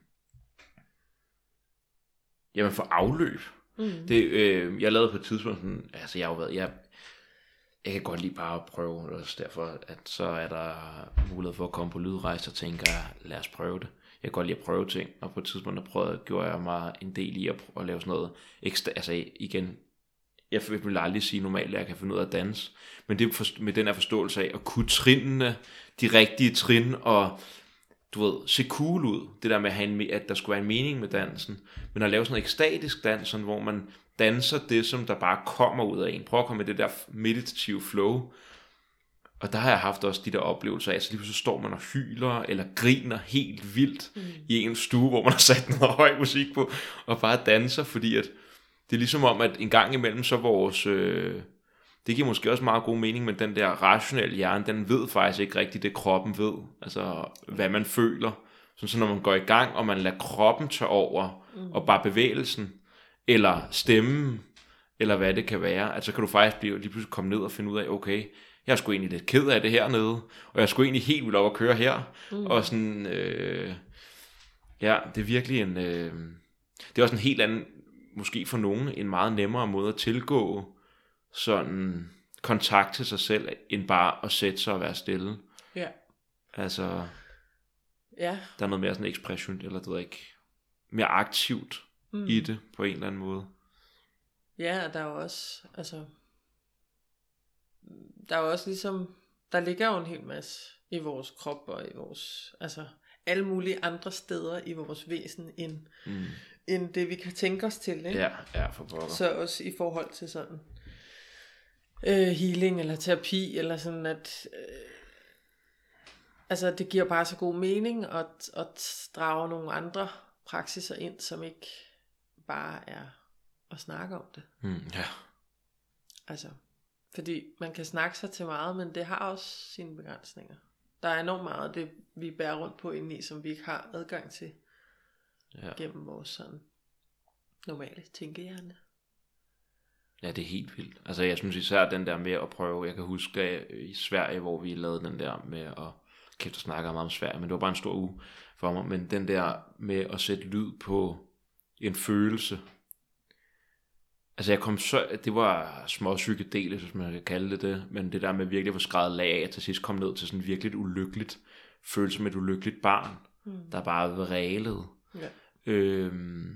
jamen for afløb. Mm. Det, øh, jeg lavede på et tidspunkt sådan, altså jeg har jo været, jeg, jeg kan godt lide bare at prøve, og også derfor, at så er der mulighed for at komme på lydrejse, og tænker jeg, lad os prøve det. Jeg kan godt lide at prøve ting, og på et tidspunkt der prøvede, gjorde jeg mig en del i at, at lave sådan noget ekstra, altså igen, jeg vil aldrig sige normalt, at jeg kan finde ud af at danse, men det for, med den her forståelse af at kunne trinene, de rigtige trin, og du ved, se cool ud, det der med at, have en, at der skulle være en mening med dansen, men at lave sådan en ekstatisk dans, sådan, hvor man danser det, som der bare kommer ud af en, prøv at komme med det der meditative flow, og der har jeg haft også de der oplevelser af, så lige så står man og hyler, eller griner helt vildt mm. i en stue, hvor man har sat noget høj musik på, og bare danser, fordi at det er ligesom om, at en gang imellem, så vores, øh, det giver måske også meget god mening, men den der rationelle hjerne, den ved faktisk ikke rigtigt, det kroppen ved, altså hvad man føler. Så, så når man går i gang, og man lader kroppen tage over, mm. og bare bevægelsen, eller stemmen, eller hvad det kan være, altså så kan du faktisk blive, lige pludselig komme ned og finde ud af, okay, jeg er sgu egentlig lidt ked af det hernede, og jeg er sgu egentlig helt vildt op at køre her, mm. og sådan, øh, ja, det er virkelig en, øh, det er også en helt anden, måske for nogen en meget nemmere måde at tilgå sådan kontakt til sig selv, end bare at sætte sig og være stille. Ja. Altså, ja. Der er noget mere sådan ekspression, eller det ved jeg ikke, mere aktivt mm. i det, på en eller anden måde. Ja, og der er jo også, altså, der er jo også ligesom, der ligger jo en hel masse i vores krop, og i vores, altså, alle mulige andre steder i vores væsen, end, mm. end det vi kan tænke os til, ikke? Ja, ja, for pokker. Så også i forhold til sådan øh, healing eller terapi, eller sådan at øh, altså det giver bare så god mening at, at drage nogle andre praksiser ind, som ikke bare er at snakke om det. Mm, ja. Altså, fordi man kan snakke sig til meget, men det har også sine begrænsninger. Der er enormt meget det, vi bærer rundt på indeni, som vi ikke har adgang til ja. Gennem vores sådan normale tænkehjerne. Ja, det er helt vildt. Altså jeg synes især den der med at prøve, jeg kan huske i Sverige, hvor vi lavede den der med at, kæft, jeg snakker meget om Sverige, men det var bare en stor uge for mig, men den der med at sætte lyd på en følelse. Altså jeg kom så, det var små psykedelisk, hvis man kan kalde det det, men det der med virkelig at få skrevet lag af, til sidst kom ned til sådan virkelig et ulykkeligt følelse med et ulykkeligt barn, mm. der bare vrælede. Ja. Øhm,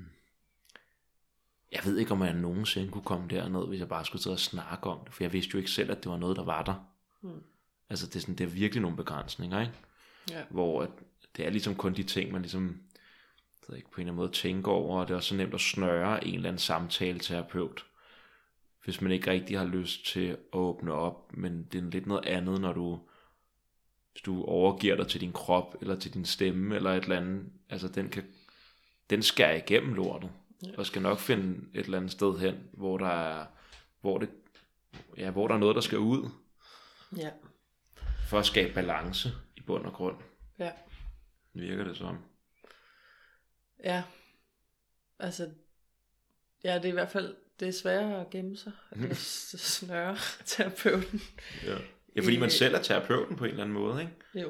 jeg ved ikke, om jeg nogensinde kunne komme derned, hvis jeg bare skulle sidde og snakke om det, for jeg vidste jo ikke selv, at det var noget, der var der. Mm. Altså det er, sådan, det er virkelig nogle begrænsninger, ikke? Ja. Hvor at, det er ligesom kun de ting, man ligesom ikke, på en eller anden måde tænker over, og det er også så nemt at snøre en eller anden samtale-terapeut, hvis man ikke rigtig har lyst til at åbne op, men det er lidt noget andet, når du hvis du overgiver dig til din krop, eller til din stemme, eller et eller andet, altså den kan den skærer igennem lortet, ja. Og skal nok finde et eller andet sted hen, hvor der er hvor det ja, hvor der er noget, der skal ud, ja. For at skabe balance i bund og grund. Ja. Virker det som. Ja, altså, ja, det er i hvert fald, det er sværere at gemme sig, eller snøre terapeuten. Ja. Ja, fordi man selv er terapeuten på en eller anden måde, ikke? Jo.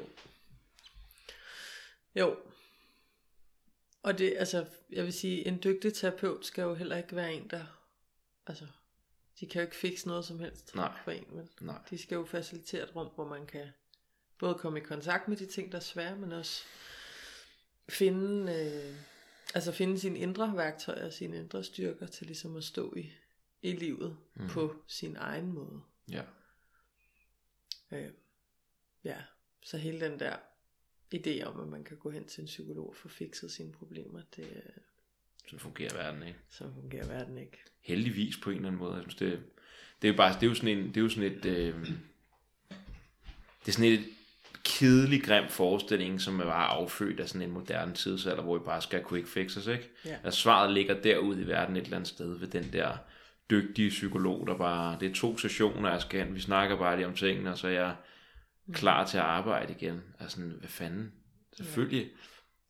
Jo. Og det, altså, jeg vil sige, en dygtig terapeut skal jo heller ikke være en, der, altså, de kan jo ikke fikse noget som helst. Nej. For en, men Nej. De skal jo facilitere et rum, hvor man kan både komme i kontakt med de ting, der er svære, men også finde, øh, altså finde sine indre værktøjer, sine indre styrker til ligesom at stå i, i livet mm. på sin egen måde. Ja. Øh, ja, så hele den der idé om, at man kan gå hen til en psykolog og få fikset sine problemer, det, så fungerer verden ikke. Så fungerer verden ikke. Heldigvis på en eller anden måde. Jeg synes, det, det er jo bare, det er jo sådan en, det er jo sådan et, øh, det er sådan et kedelig, grim forestilling, som er bare affødt af sådan en moderne tidsalder, hvor vi bare skal quick fixes, ikke? Ja. Altså svaret ligger derude i verden et eller andet sted ved den der dygtige psykolog, der bare, det er to sessioner, jeg skal hen, vi snakker bare lige om tingene, og så er jeg klar til at arbejde igen. Altså, hvad fanden? Selvfølgelig. Ja.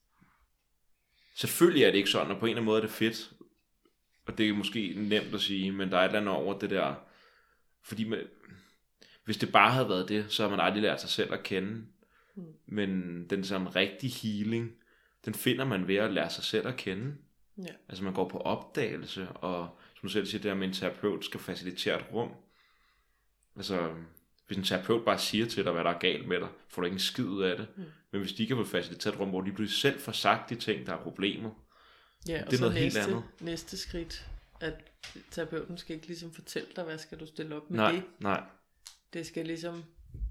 Selvfølgelig er det ikke sådan, og på en eller anden måde er det fedt, og det er måske nemt at sige, men der er et eller andet over det der, fordi man, hvis det bare havde været det, så har man aldrig lært sig selv at kende, mm. men den sådan rigtig healing, den finder man ved at lære sig selv at kende. Ja. Altså man går på opdagelse, og som du selv siger, det der med en terapeut skal facilitere et rum. Altså, hvis en terapeut bare siger til dig, hvad der er galt med dig, får du ikke en skid ud af det. Mm. Men hvis de kan få faciliteret et rum, hvor de pludselig selv får sagt de ting, der er problemet, ja, det er og så noget næste, helt andet. næste skridt, at terapeuten skal ikke ligesom fortælle dig, hvad skal du stille op med nej, det. Nej, Det skal ligesom,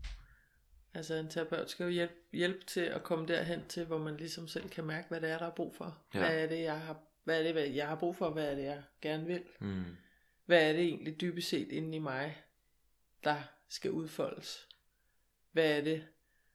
altså en terapeut skal jo hjælpe, hjælpe til at komme derhen til, hvor man ligesom selv kan mærke, hvad det er, der er brug for. Ja. Hvad er det, jeg har, hvad er det, hvad jeg har brug for, hvad er det, jeg gerne vil. Mm. Hvad er det egentlig dybest set inde i mig, der skal udfoldes. Hvad er det,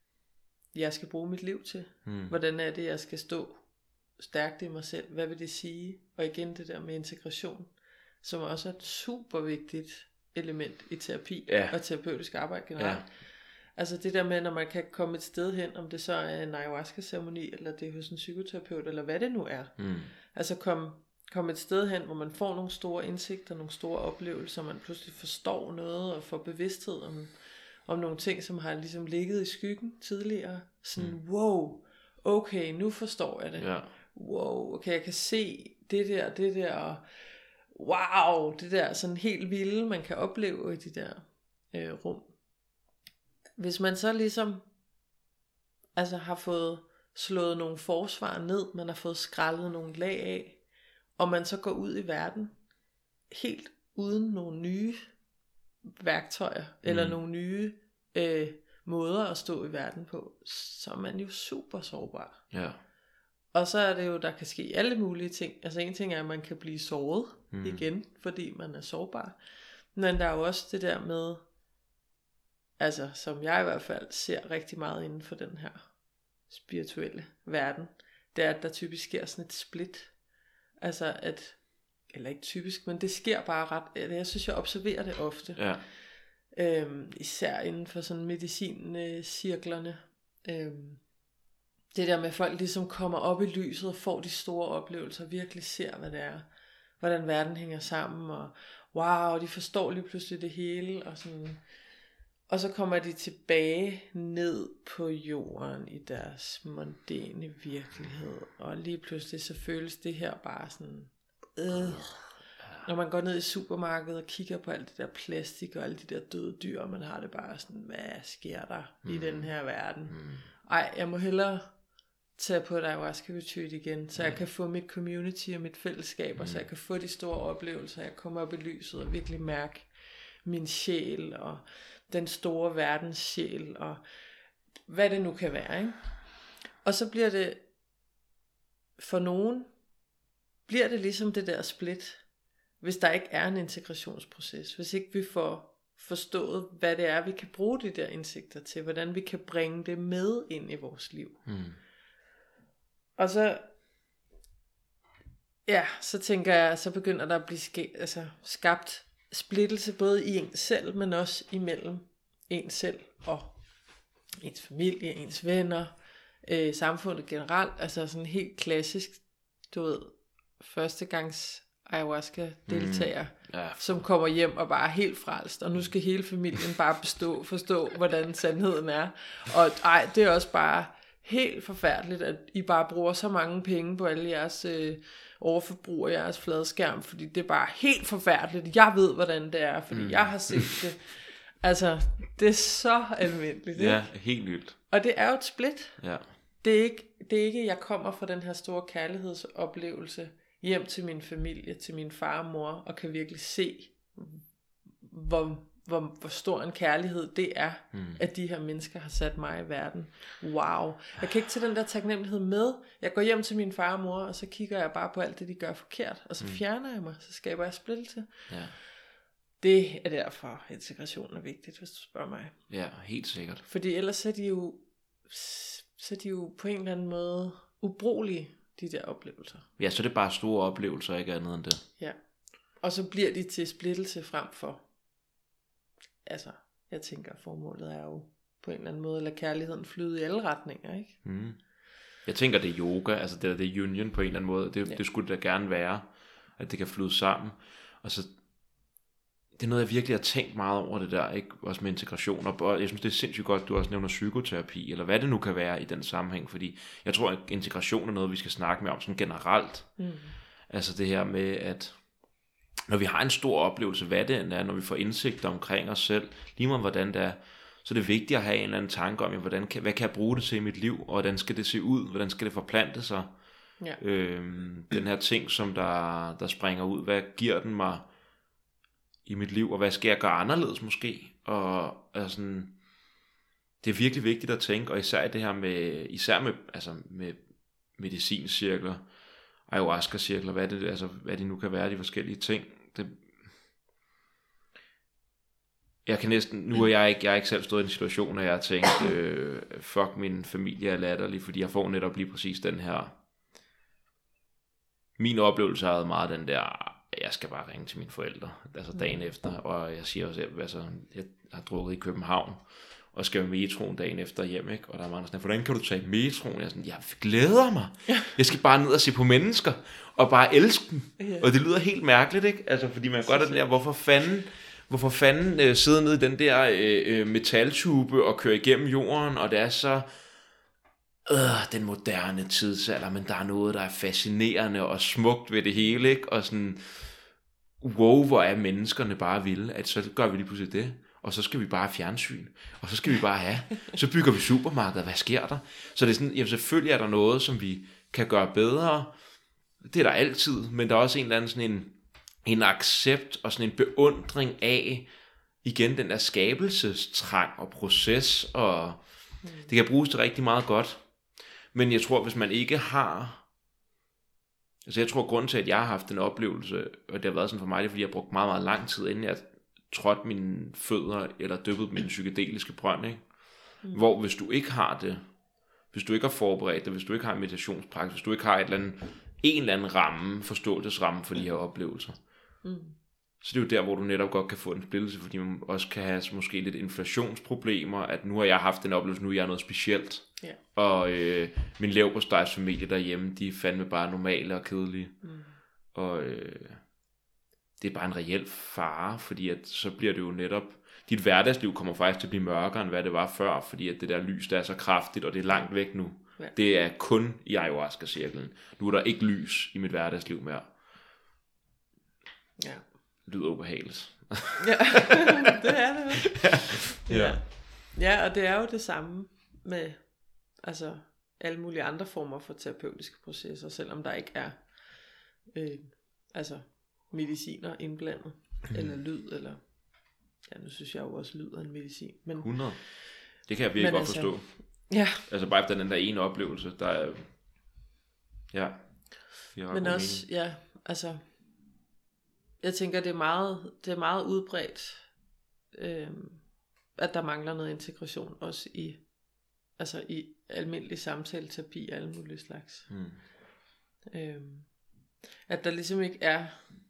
jeg skal bruge mit liv til? Mm. Hvordan er det, jeg skal stå stærkt i mig selv? Hvad vil det sige? Og igen det der med integration, som også er et super vigtigt element i terapi, ja. Og terapeutisk arbejde generelt. Ja. Altså det der med, når man kan komme et sted hen, om det så er en ayahuasca-ceremoni, eller det er hos en psykoterapeut, eller hvad det nu er. Mm. Altså komme kom et sted hen, hvor man får nogle store indsigter, nogle store oplevelser, man pludselig forstår noget, og får bevidsthed om, om nogle ting, som har ligesom ligget i skyggen tidligere. Sådan, mm. wow, okay, nu forstår jeg det. Ja. Wow, okay, jeg kan se det der, det der, og wow, det der sådan helt vilde, man kan opleve i de der øh, rum. Hvis man så ligesom altså har fået slået nogle forsvar ned, man har fået skrællet nogle lag af, og man så går ud i verden helt uden nogle nye værktøjer, mm. eller nogle nye øh, måder at stå i verden på, så er man jo super sårbar. Ja. Og så er det jo, der kan ske alle mulige ting. Altså en ting er, at man kan blive såret mm. igen, fordi man er sårbar. Men der er jo også det der med, altså som jeg i hvert fald ser rigtig meget inden for den her spirituelle verden, det er, at der typisk sker sådan et split. Altså at, eller ikke typisk, men det sker bare ret, jeg synes jeg observerer det ofte. Ja. Øhm, især inden for sådan medicincirklerne. Øhm, det der med at folk ligesom kommer op i lyset og får de store oplevelser, virkelig ser hvad det er, hvordan verden hænger sammen, og wow, de forstår lige pludselig det hele, og sådan, og så kommer de tilbage ned på jorden i deres mondæne virkelighed, og lige pludselig så føles det her bare sådan, øh. Når man går ned i supermarkedet og kigger på alt det der plastik og alle de der døde dyr, man har det bare sådan, hvad sker der mm. i den her verden? Mm. Ej, jeg må hellere tage på et ayahuasca-retreat igen, så jeg kan få mit community og mit fællesskab, og så jeg kan få de store oplevelser, jeg kommer op i lyset og virkelig mærke min sjæl, og den store verdens sjæl, og hvad det nu kan være, ikke? Og så bliver det, for nogen, bliver det ligesom det der split, hvis der ikke er en integrationsproces, hvis ikke vi får forstået, hvad det er, vi kan bruge de der indsigter til, hvordan vi kan bringe det med ind i vores liv. Mm. Og så, ja, så tænker jeg, så begynder der at blive ske, altså, skabt splittelse, både i en selv, men også imellem en selv og ens familie, ens venner, øh, samfundet generelt, altså sådan helt klassisk, du ved, førstegangs ayahuasca-deltager, mm. ja. Som kommer hjem og bare er helt frelst, og nu skal hele familien bare bestå, forstå, hvordan sandheden er. Og ej, det er også bare helt forfærdeligt, at I bare bruger så mange penge på alle jeres øh, overforbrug af jeres fladskærm, fordi det er bare helt forfærdeligt. Jeg ved, hvordan det er, fordi mm. jeg har set det. Altså, det er så almindeligt. Ikke? Ja, helt vildt. Og det er jo et split. Ja. Det er ikke, det er ikke, jeg kommer fra den her store kærlighedsoplevelse hjem til min familie, til min far og mor, og kan virkelig se, hvor hvor, hvor stor en kærlighed det er, mm. at de her mennesker har sat mig i verden. Wow. Jeg kan ikke tage den der taknemmelighed med. Jeg går hjem til min far og mor, og så kigger jeg bare på alt det, de gør forkert, og så mm. fjerner jeg mig, så skaber jeg splittelse. Ja. Det er derfor, integration er vigtigt, hvis du spørger mig. Ja, helt sikkert. Fordi ellers er de jo, så er de jo på en eller anden måde ubrugelige, de der oplevelser. Ja, så er det bare store oplevelser, ikke andet end det. Ja. Og så bliver de til splittelse frem for, altså, jeg tænker, formålet er jo på en eller anden måde, at lade kærligheden flyde i alle retninger, ikke? Mm. Jeg tænker, det er yoga, altså det er det er union på en eller anden måde. Det, ja. det skulle det da gerne være, at det kan flyde sammen. Og så, det er noget, jeg virkelig har tænkt meget over det der, ikke? Også med integration. Og jeg synes, det er sindssygt godt, du også nævner psykoterapi, eller hvad det nu kan være i den sammenhæng. Fordi jeg tror, at integration er noget, vi skal snakke med om sådan generelt. Mm. Altså det her med, at når vi har en stor oplevelse, hvad det end er, når vi får indsigt omkring os selv, lige meget hvordan det er, så er det vigtigt at have en eller anden tanke om, hvordan kan, hvad kan jeg bruge det til i mit liv, og hvordan skal det se ud, hvordan skal det forplante sig. Ja. Øhm, den her ting, som der, der springer ud, hvad giver den mig i mit liv, og hvad skal jeg gøre anderledes måske, og altså, det er virkelig vigtigt at tænke, og især det her med, især med, altså med medicincirkler, ayahuasca-cirkler, hvad det, altså, hvad det nu kan være, de forskellige ting. Det, jeg kan næsten, nu er jeg ikke, jeg er ikke selv stået i en situation, hvor jeg har tænkt, øh, fuck, min familie er latterlig, fordi jeg får netop lige præcis den her, min oplevelse har været meget den der, jeg skal bare ringe til mine forældre, altså dagen efter, og jeg siger også, altså, jeg har drukket i København, og skal med metroen dagen efter hjem, ikke? Og der er mange sådan, hvordan kan du tage metroen? Jeg er sådan, jeg glæder mig. Jeg skal bare ned og se på mennesker, og bare elske dem. Yeah. Og det lyder helt mærkeligt, ikke? Altså, fordi man godt er den der, hvorfor fanden, hvorfor fanden øh, sidde nede i den der øh, metaltube og køre igennem jorden, og det er så øh, den moderne tidsalder, men der er noget, der er fascinerende og smukt ved det hele, ikke? Og sådan, wow, hvor er menneskerne bare vilde, at så gør vi lige pludselig det. Og så skal vi bare have fjernsyn, og så skal vi bare have, så bygger vi supermarkeder, hvad sker der? Så det er sådan, jamen selvfølgelig er der noget, som vi kan gøre bedre, det er der altid, men der er også en eller anden sådan en, en accept og sådan en beundring af, igen den der skabelsestrang og proces, og det kan bruges til rigtig meget godt, men jeg tror, hvis man ikke har, altså jeg tror, grunden til, at jeg har haft en oplevelse, og det har været sådan for mig, det er, fordi jeg har brugt meget, meget lang tid, inden jeg trådt mine fødder, eller dyppet dem i den psykedeliske brønd, ikke? Mm. Hvor hvis du ikke har det, hvis du ikke har forberedt det, hvis du ikke har en meditationspraksis, hvis du ikke har et eller andet, en eller anden ramme, forståelsesramme for de her oplevelser, mm. så det er jo der, hvor du netop godt kan få en splittelse, fordi man også kan have måske lidt inflationsproblemer, at nu har jeg haft en oplevelse, nu er jeg noget specielt, yeah. og øh, min leverpostejsfamilie derhjemme, de er fandme bare normale og kedelige, mm. og øh, det er bare en reel fare, fordi at så bliver det jo netop, dit hverdagsliv kommer faktisk til at blive mørkere, end hvad det var før, fordi at det der lys, der er så kraftigt, og det er langt væk nu. Ja. Det er kun i ayahuasca-cirklen. Nu er der ikke lys i mit hverdagsliv mere. Ja. Det lyder ubehageligt. Ja, det er det. Ja. Ja. Ja, og det er jo det samme med altså alle mulige andre former for terapeutiske processer, selvom der ikke er øh, altså mediciner indblandet, mm. eller lyd, eller ja, nu synes jeg jo også lyd er en medicin. Men, hundrede. Det kan jeg virkelig godt altså, forstå. Ja. Altså bare efter den der ene oplevelse, der er, ja. Men også, mening. Ja, altså, jeg tænker, det er meget, det er meget udbredt, øh, at der mangler noget integration, også i, altså i almindelig samtaleterapi og alle mulige slags. Mm. Øh, at der ligesom ikke er,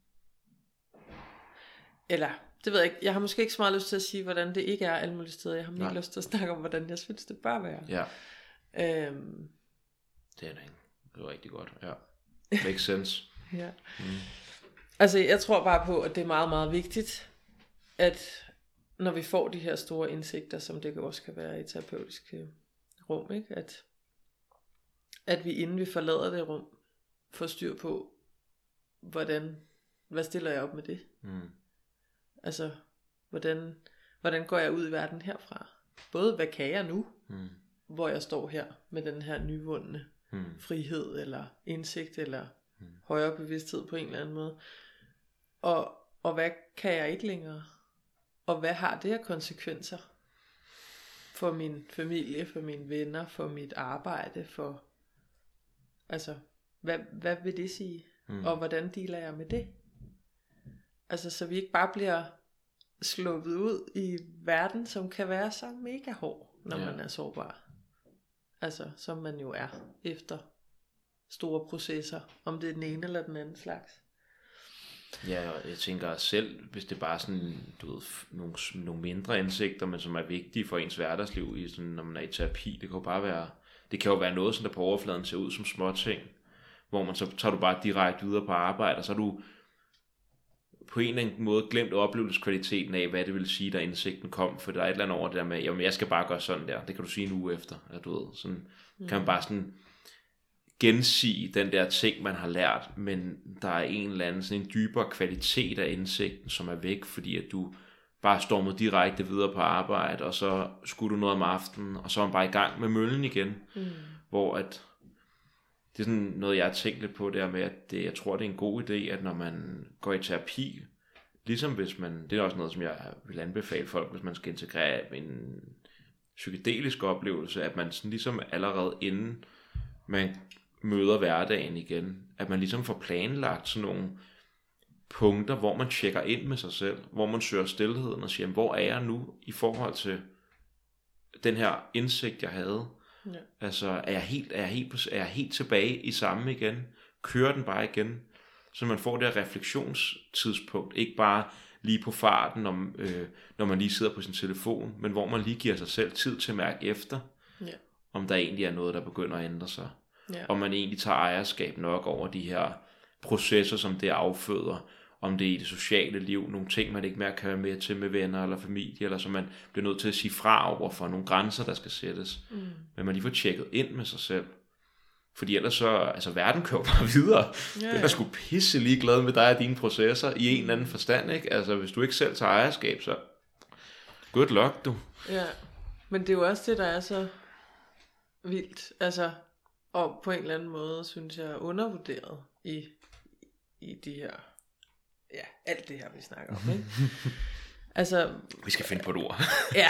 eller det ved jeg ikke, jeg har måske ikke så meget lyst til at sige, hvordan det ikke er alle mulige steder. Jeg har mere lyst til at snakke om, hvordan jeg synes, det bør være. Ja. Øhm. Det er det ikke. Det er rigtig godt, ja. Makes sense. Ja. Mm. Altså, jeg tror bare på, at det er meget, meget vigtigt, at når vi får de her store indsigter, som det også kan være i terapeutiske rum, ikke? At, at vi inden vi forlader det rum, får styr på, hvordan, hvad stiller jeg op med det? Mm. Altså, hvordan, hvordan går jeg ud i verden herfra? Både, hvad kan jeg nu, mm. hvor jeg står her med den her nyvundne mm. frihed, eller indsigt, eller mm. højere bevidsthed på en eller anden måde. Og, og hvad kan jeg ikke længere? Og hvad har det af konsekvenser for min familie, for mine venner, for mit arbejde, for altså hvad, hvad vil det sige? Mm. Og hvordan dealer jeg med det? Altså så vi ikke bare bliver sluppet ud i verden, som kan være så mega hård, når ja. man er sårbar. Altså som man jo er efter store processer, om det er den ene eller den anden slags. Ja, og jeg tænker selv, hvis det er bare sådan, du ved, nogle, nogle mindre indsigter, men som er vigtige for ens hverdagsliv, i sådan, når man er i terapi, det kan jo bare være, det kan jo være noget, sådan der på overfladen ser ud som små ting, hvor man så tager du bare direkte videre på arbejde, og så er du på en eller anden måde glemt oplevelseskvaliteten af, hvad det vil sige, da indsigten kom, for der er et eller andet over det der med, jamen jeg skal bare gøre sådan der, det kan du sige en uge efter, eller du ved, sådan mm. kan man bare sådan gensige den der ting, man har lært, men der er en eller anden sådan en dybere kvalitet af indsigten, som er væk, fordi at du bare stormede direkte videre på arbejde, og så skulle du noget om aftenen, og så er man bare i gang med møllen igen, mm. hvor at det er sådan noget, jeg har tænkt lidt på der med, at det, jeg tror, det er en god idé, at når man går i terapi, ligesom hvis man, det er også noget, som jeg vil anbefale folk, hvis man skal integrere en psykedelisk oplevelse, at man sådan ligesom allerede inden man møder hverdagen igen, at man ligesom får planlagt sådan nogle punkter, hvor man tjekker ind med sig selv, hvor man søger stilheden og siger, hvor er jeg nu i forhold til den her indsigt, jeg havde. Ja. Altså, er jeg, helt, er, jeg helt, er jeg helt tilbage i samme igen? Kører den bare igen? Så man får det her refleksionstidspunkt, ikke bare lige på farten, når, øh, når man lige sidder på sin telefon, men hvor man lige giver sig selv tid til at mærke efter, ja. om der egentlig er noget, der begynder at ændre sig. Ja. Om man egentlig tager ejerskab nok over de her processer, som det afføder, om det er i det sociale liv, nogle ting, man ikke mere kan være med til med venner eller familie, eller som man bliver nødt til at sige fra over for nogle grænser, der skal sættes. Mm. Men man lige får tjekket ind med sig selv. Fordi ellers så, altså verden kører bare videre. Ja, ja. Den er sgu pisse ligeglad med dig og dine processer, i en eller anden forstand, ikke? Altså hvis du ikke selv tager ejerskab, så good luck, du. Ja, men det er jo også det, der er så vildt, altså, og på en eller anden måde, synes jeg, undervurderet i, i de her, ja, alt det her, vi snakker om, ikke? Altså, vi skal finde på et ord. Ja.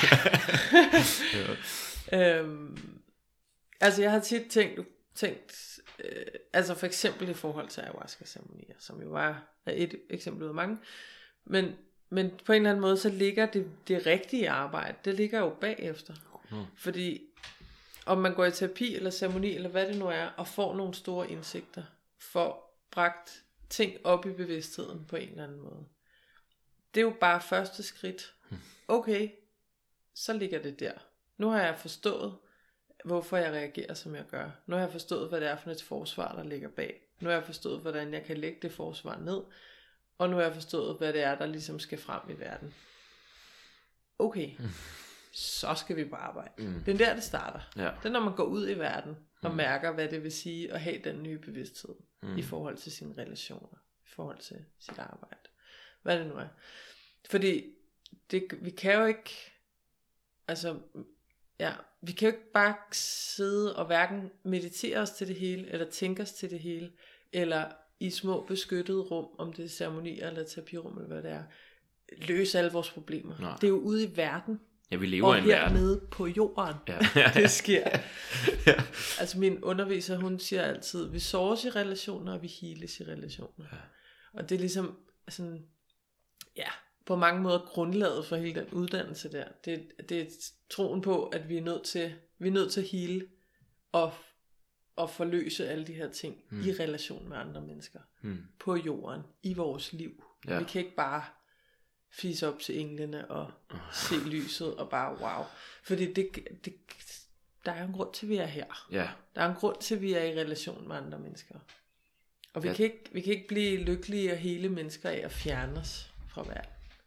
ja. øhm, altså, jeg har tit tænkt, tænkt øh, altså for eksempel i forhold til ayahuasca-ceremonier, som jo var et eksempel ud af mange, men, men på en eller anden måde, så ligger det, det rigtige arbejde, det ligger jo bagefter. Mm. Fordi om man går i terapi eller ceremoni, eller hvad det nu er, og får nogle store indsigter, får bragt ting op i bevidstheden på en eller anden måde. Det er jo bare første skridt. Okay, så ligger det der. Nu har jeg forstået, hvorfor jeg reagerer, som jeg gør. Nu har jeg forstået, hvad det er for et forsvar, der ligger bag. Nu har jeg forstået, hvordan jeg kan lægge det forsvar ned. Og nu har jeg forstået, hvad det er, der ligesom skal frem i verden. Okay, mm. så skal vi på arbejde. Mm. Det er der, det starter. Ja. Det er, når man går ud i verden og mm. mærker, hvad det vil sige at have den nye bevidsthed mm. i forhold til sine relationer, i forhold til sit arbejde. Hvad det nu er. Fordi det, vi kan jo ikke, altså, ja, vi kan jo ikke bare sidde og hverken meditere os til det hele, eller tænke os til det hele, eller i små beskyttede rum, om det er ceremonier eller terapirum, eller hvad det er, løse alle vores problemer. Nej. Det er jo ude i verden. Ja, vi lever og i en verden. Og hernede på jorden, ja. det sker. Ja. Altså min underviser, hun siger altid, vi såres i relationer, og vi heales i relationer. Ja. Og det er ligesom sådan, ja, på mange måder grundlaget for hele den uddannelse der. Det, det er troen på, at vi er nødt til, vi er nødt til at heale og, og forløse alle de her ting mm. i relation med andre mennesker. Mm. På jorden, i vores liv. Ja. Vi kan ikke bare fise op til englene og uh. se lyset og bare wow. Fordi det, det, der er en grund til, at vi er her. Ja. Der er en grund til, at vi er i relation med andre mennesker. Og vi, ja. kan ikke, vi kan ikke blive lykkelige og hele mennesker af at fjerne os fra verden.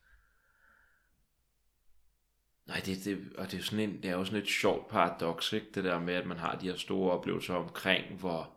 Nej, det, det, og det er, sådan en, det er jo sådan et sjovt paradoks, ikke? Det der med, at man har de her store oplevelser omkring, hvor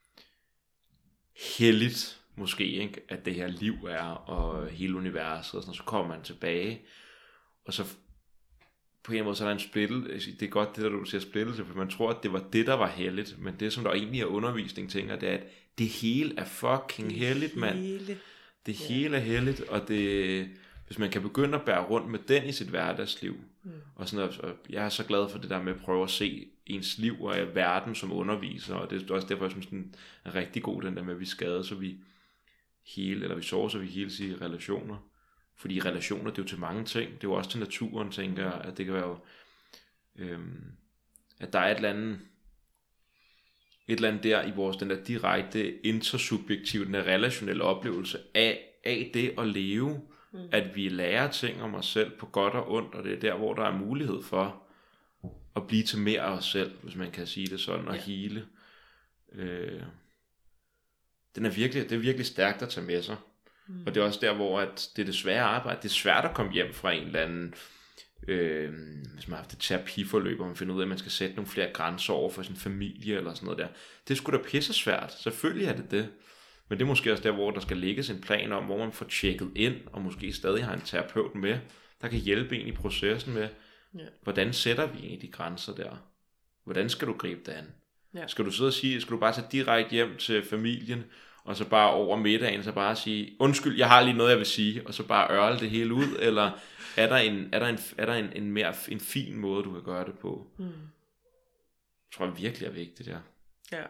helligt måske, ikke? At det her liv er, og hele universet, og sådan, og så kommer man tilbage, og så på en måde, så er der en splittelse. Det er godt det, der du siger splittelse, for man tror, at det var det, der var helligt, men det, som der egentlig er undervisning, tænker, det er, at det hele er fucking helligt, mand. Det hele er helligt, og det, hvis man kan begynde at bære rundt med den i sit hverdagsliv, mm. og sådan noget, og jeg er så glad for det der med at prøve at se ens liv og verden som underviser, og det er også derfor, jeg synes, den er rigtig god, den der med, at vi skader, så vi hele, eller vi sover, så vi heles i relationer. Fordi relationer, det er jo til mange ting. Det er jo også til naturen, tænker jeg, at det kan være jo, øhm, at der er et eller andet, et eller andet der i vores, den der direkte intersubjektive, den der relationelle oplevelse af, af det at leve, mm. at vi lærer ting om os selv på godt og ondt, og det er der, hvor der er mulighed for at blive til mere af os selv, hvis man kan sige det sådan, og ja. hele. Øh, den er virkelig, det er virkelig stærkt at tage med sig. Mm. Og det er også der, hvor at det er det svære arbejde. Det er svært at komme hjem fra en eller anden, øh, hvis man har haft et terapiforløb, og man finder ud af, at man skal sætte nogle flere grænser over for sin familie, eller sådan noget der. Det er sgu da pisse svært. Selvfølgelig er det det. Men det er måske også der, hvor der skal lægges en plan om, hvor man får tjekket ind, og måske stadig har en terapeut med, der kan hjælpe en i processen med, yeah. hvordan sætter vi egentlig de grænser der? Hvordan skal du gribe det an? Yeah. Skal du sidde og sige, skal du bare tage direkte hjem til familien, og så bare over middagen, så bare sige, undskyld, jeg har lige noget, jeg vil sige, og så bare ørle det hele ud, eller er der en, er der en, er der en, en mere en fin måde, du kan gøre det på? Mm. Jeg tror jeg virkelig er vigtigt, ja. Ja.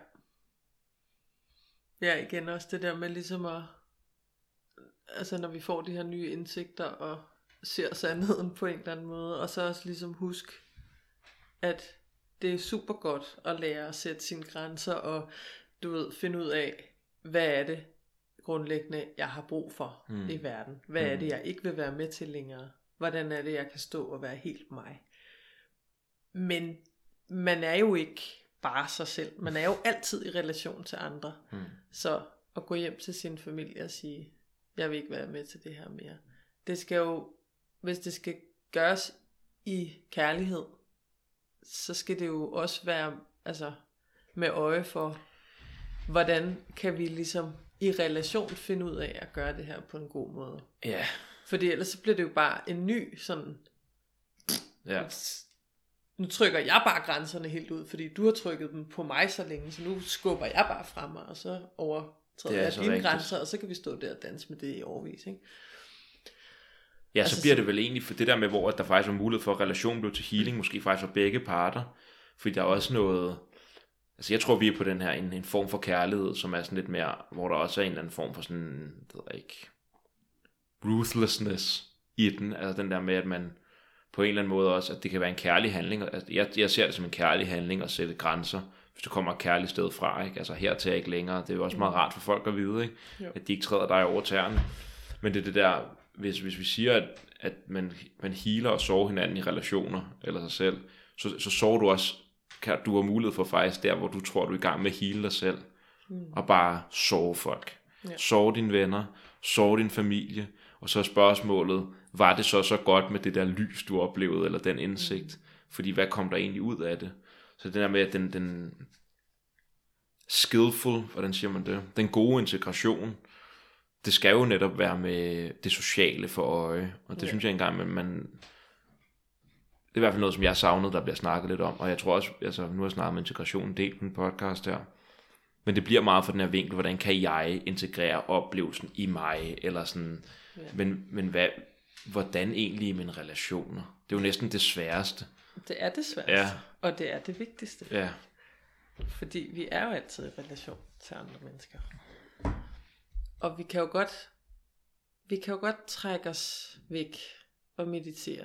Ja, igen også det der med ligesom at, altså når vi får de her nye indsigter, og ser sandheden på en eller anden måde, og så også ligesom husk, at det er super godt at lære at sætte sine grænser, og du ved, finde ud af, hvad er det grundlæggende, jeg har brug for mm. i verden? Hvad mm. er det, jeg ikke vil være med til længere? Hvordan er det, jeg kan stå og være helt mig? Men man er jo ikke bare sig selv. Man er jo altid i relation til andre. Mm. Så at gå hjem til sin familie og sige, jeg vil ikke være med til det her mere. Det skal jo, hvis det skal gøres i kærlighed, så skal det jo også være altså, med øje for, hvordan kan vi ligesom i relation finde ud af at gøre det her på en god måde. Ja. Yeah. Fordi ellers så bliver det jo bare en ny sådan, ja. Yeah. Nu trykker jeg bare grænserne helt ud, fordi du har trykket dem på mig så længe, så nu skubber jeg bare fra mig, og så overtræder jeg dine rigtigt. grænser, og så kan vi stå der og danse med det i årevis, ikke? Ja, altså, så bliver det vel egentlig for det der med, hvor der faktisk er mulighed for, at relationen bliver til healing, måske faktisk for begge parter, fordi der er også noget, altså jeg tror vi er på den her, en, en form for kærlighed, som er sådan lidt mere, hvor der også er en eller anden form for sådan, det ved jeg ikke, ruthlessness i den, altså den der med, at man på en eller anden måde også, at det kan være en kærlig handling, altså jeg, jeg ser det som en kærlig handling at sætte grænser, hvis du kommer et kærligt sted fra, ikke? Altså her til jeg ikke længere, det er jo også meget rart for folk at vide, ikke? At de ikke træder dig over tæerne, men det er det der, hvis, hvis vi siger, at, at man, man healer og sover hinanden i relationer, eller sig selv, så, så sover du også, kan, du har mulighed for faktisk der, hvor du tror, du er i gang med at heale dig selv, mm. og bare sove folk. Ja. Sove dine venner, sove din familie, og så er spørgsmålet, var det så så godt med det der lys, du oplevede, eller den indsigt? Mm. Fordi hvad kom der egentlig ud af det? Så det der med, at den, den skillful, hvordan siger man det? Den gode integration, det skal jo netop være med det sociale for øje, og det ja. synes jeg engang, at man, det er i hvert fald noget, som jeg savnede, der bliver snakket lidt om, og jeg tror også, altså nu har jeg snakket med integration en del på en podcast her, men det bliver meget for den her vinkel, hvordan kan jeg integrere oplevelsen i mig, eller sådan, ja. men, men hvad, hvordan egentlig i mine relationer? Det er jo næsten det sværeste. Det er det sværeste, ja. Og det er det vigtigste. Ja. Fordi vi er jo altid i relation til andre mennesker. Og vi kan jo godt, vi kan jo godt trække os væk og meditere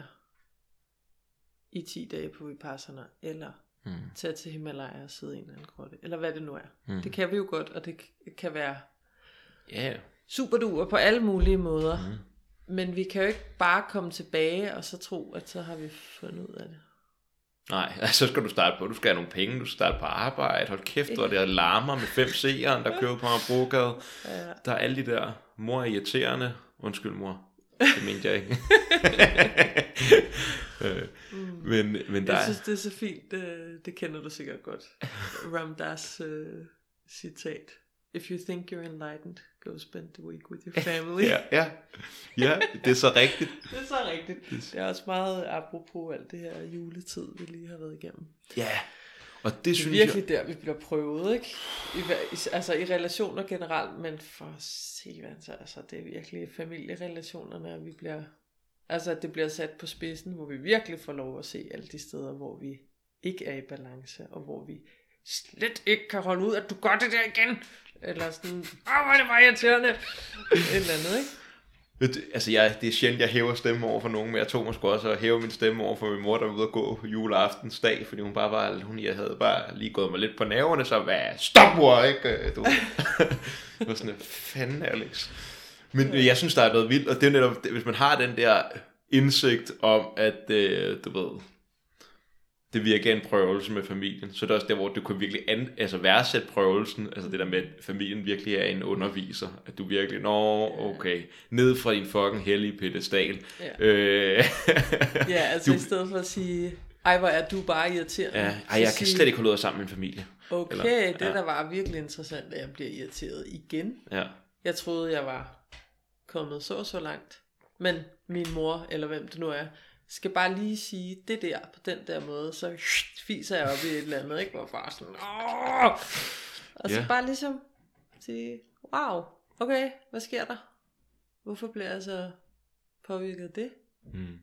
i ti dage på Vipassana, eller mm. tage til Himalaya og sidde i en eller anden grotte, eller hvad det nu er. Mm. Det kan vi jo godt, og det kan være yeah. super duer på alle mulige måder. Mm. Men vi kan jo ikke bare komme tilbage og så tro, at så har vi fundet ud af det. Nej, så skal du starte på, du skal have nogle penge, du skal starte på arbejde, hold kæft, og det er larmer med fem seere, der kører på Amagerbrogade. Ja. Der er alle de der, mor er irriterende, undskyld mor, det mente jeg ikke. mm. men, men der jeg synes, det er så fint, det, det kender du sikkert godt. Ram Dass uh, citat. If you think you're enlightened, go spend the week with your family. ja, ja. ja, det er så rigtigt. Det er så rigtigt. Det er også meget apropos alt det her juletid, vi lige har været igennem. Ja, og det, det synes jeg... Det er virkelig jeg... der, vi bliver prøvet, ikke? I, altså i relationer generelt, men for se, altså, det er virkelig familierelationerne, at vi bliver Altså at det bliver sat på spidsen, hvor vi virkelig får lov at se alle de steder, hvor vi ikke er i balance, og hvor vi slet ikke kan holde ud, at du gør det der igen. Eller sådan, åh, hvor er det bare irriterende. Et eller andet, ikke? Altså, jeg, det er sjældent, jeg hæver stemme over for nogen, men jeg tog mig sgu også at hæve min stemme over for min mor, der var ude at gå juleaftensdag, fordi hun bare var, hun jeg havde bare lige gået mig lidt på nerverne, så hvad, stop mor, ikke? Du. Det var sådan, fanden Alex. Men jeg synes, der er noget vildt, og det er netop, hvis man har den der indsigt om, at øh, du ved, det virker en prøvelse med familien, så det er også der, hvor du kan virkelig an, altså værdsætte prøvelsen, altså det der med, at familien virkelig er en underviser, at du virkelig, nå, okay, ned fra din fucking hellige pedestal. Ja, øh, ja altså du, i stedet for at sige, ej, hvor er du bare irriterende. Ja, ej, jeg kan slet ikke holde ud af sammen med en familie. Okay, eller, det ja. Der var virkelig interessant, at jeg bliver irriteret igen. Ja. Jeg troede, jeg var kommet så så langt, men min mor, eller hvem det nu er, skal bare lige sige det der på den der måde, så fiser jeg op i et eller andet, ikke? Hvor bare sådan, åh! Og så yeah. bare ligesom sige, wow, okay, hvad sker der? Hvorfor bliver jeg så påvirket af det? Mm.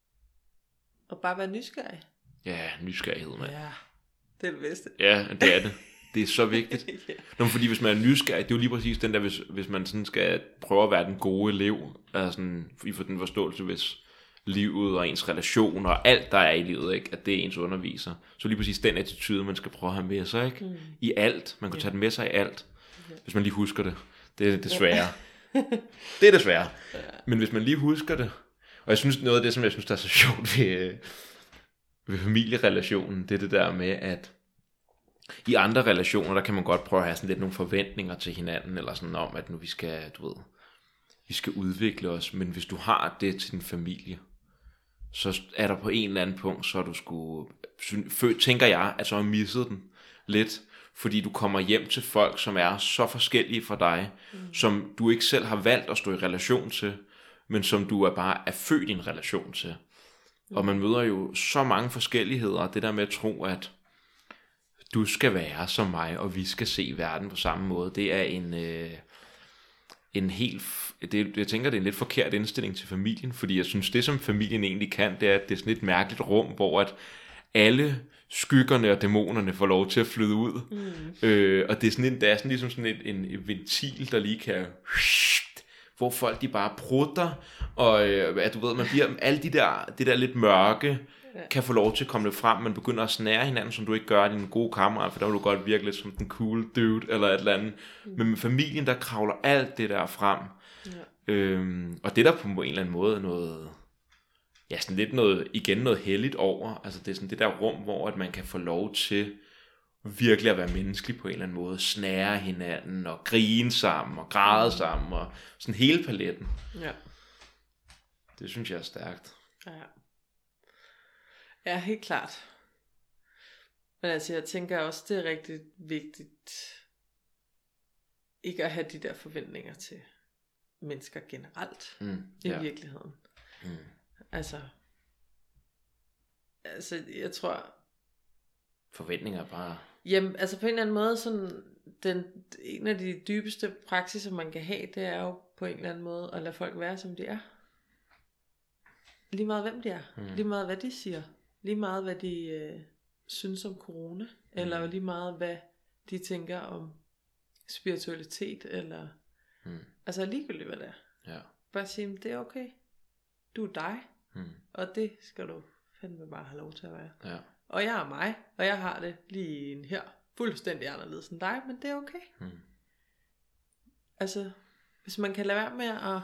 Og bare være nysgerrig. Ja, nysgerrighed, mand. Ja, det er det bedste. Ja, det er det. Det er så vigtigt. Yeah. Nå, fordi hvis man er nysgerrig, det er jo lige præcis den der, hvis, hvis man sådan skal prøve at være den gode elev, altså sådan, i for den forståelse, hvis livet og ens relationer og alt der er i livet, ikke, at det er ens underviser, så lige præcis den attitude man skal prøve at have med sig, ikke, mm. i alt, man kan tage den med sig i alt, okay. Hvis man lige husker det. Det er det svære. Det er det svære. Men hvis man lige husker det, og jeg synes noget af det som jeg synes der er så sjovt ved, ved familierelationen, det er det der med at i andre relationer der kan man godt prøve at have sådan lidt nogle forventninger til hinanden, eller sådan om at nu vi skal, du ved, vi skal udvikle os, men hvis du har det til din familie, så er der på en eller anden punkt, så du skulle, tænker jeg, at så har misset den lidt, fordi du kommer hjem til folk, som er så forskellige fra dig, mm. som du ikke selv har valgt at stå i relation til, men som du er bare er født i en relation til. Mm. Og man møder jo så mange forskelligheder, det der med at tro, at du skal være som mig, og vi skal se verden på samme måde, det er en... Øh, en helt, det, jeg tænker det er en lidt forkert indstilling til familien, fordi jeg synes det som familien egentlig kan, det er at det er sådan et mærkeligt rum, hvor at alle skyggerne og dæmonerne får lov til at flyde ud, mm. øh, og det er sådan en, det er sådan ligesom sådan et, en, en ventil der lige kan, hvor folk de bare prutter, og øh, at du ved man bliver alle de der det der lidt mørke kan få lov til at komme lidt frem, man begynder at snære hinanden, som du ikke gør dine gode kammerater, for der vil du godt virke lidt som den cool dude, eller et eller andet. Mm. Men med familien, der kravler alt det der frem. Ja. Øhm, og det der på en eller anden måde noget, ja, sådan lidt noget, igen noget helligt over, altså det er sådan det der rum, hvor at man kan få lov til virkelig at være menneskelig på en eller anden måde, snære hinanden, og grine sammen, og græde sammen, og sådan hele paletten. Ja. Det synes jeg er stærkt. Ja. Ja, helt klart. Men altså, jeg tænker også, det er rigtig vigtigt ikke at have de der forventninger til mennesker generelt mm, i ja. virkeligheden. Mm. Altså, altså, jeg tror... Forventninger er bare... Jamen, altså på en eller anden måde, sådan, den, en af de dybeste praksiser, man kan have, det er jo på en eller anden måde at lade folk være, som de er. Lige meget hvem de er. Mm. Lige meget hvad de siger. Lige meget hvad de øh, synes om corona. Mm. Eller lige meget hvad de tænker om spiritualitet. Eller mm. altså ligegyldigt hvad det er. Ja. Bare sige, det er okay. Du er dig. Mm. Og det skal du fandme bare have lov til at være. Ja. Og jeg er mig. Og jeg har det lige her. Fuldstændig anderledes end dig. Men det er okay. Mm. Altså hvis man kan lade være med at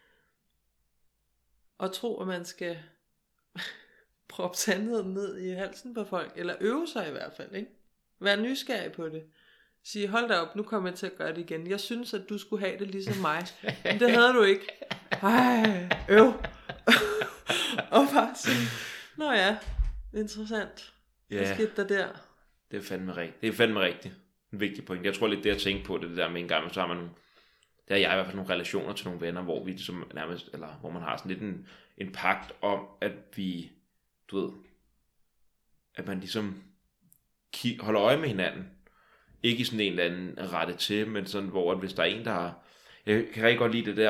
og tro, at man skal proppe sandheden ned i halsen på folk, eller øve sig i hvert fald, ikke? Vær nysgerrig på det. Sige, hold da op, nu kommer jeg til at gøre det igen. Jeg synes, at du skulle have det ligesom mig. Men det havde du ikke. Ej, øv. Og bare sige, nå ja, interessant. Hvad yeah. skete der der? Det er fandme rigtigt. Det er fandme rigtigt. En vigtig point. Jeg tror lidt det at tænke på det, det der med en gang, så har man nogle, der er jeg i hvert fald nogle relationer til nogle venner, hvor vi ligesom nærmest, eller hvor man har sådan lidt en, en pagt om, at vi, du ved, at man ligesom holder øje med hinanden. Ikke i sådan en eller anden rette til, men sådan, hvor at hvis der er en, der har, jeg kan rigtig godt lide det der,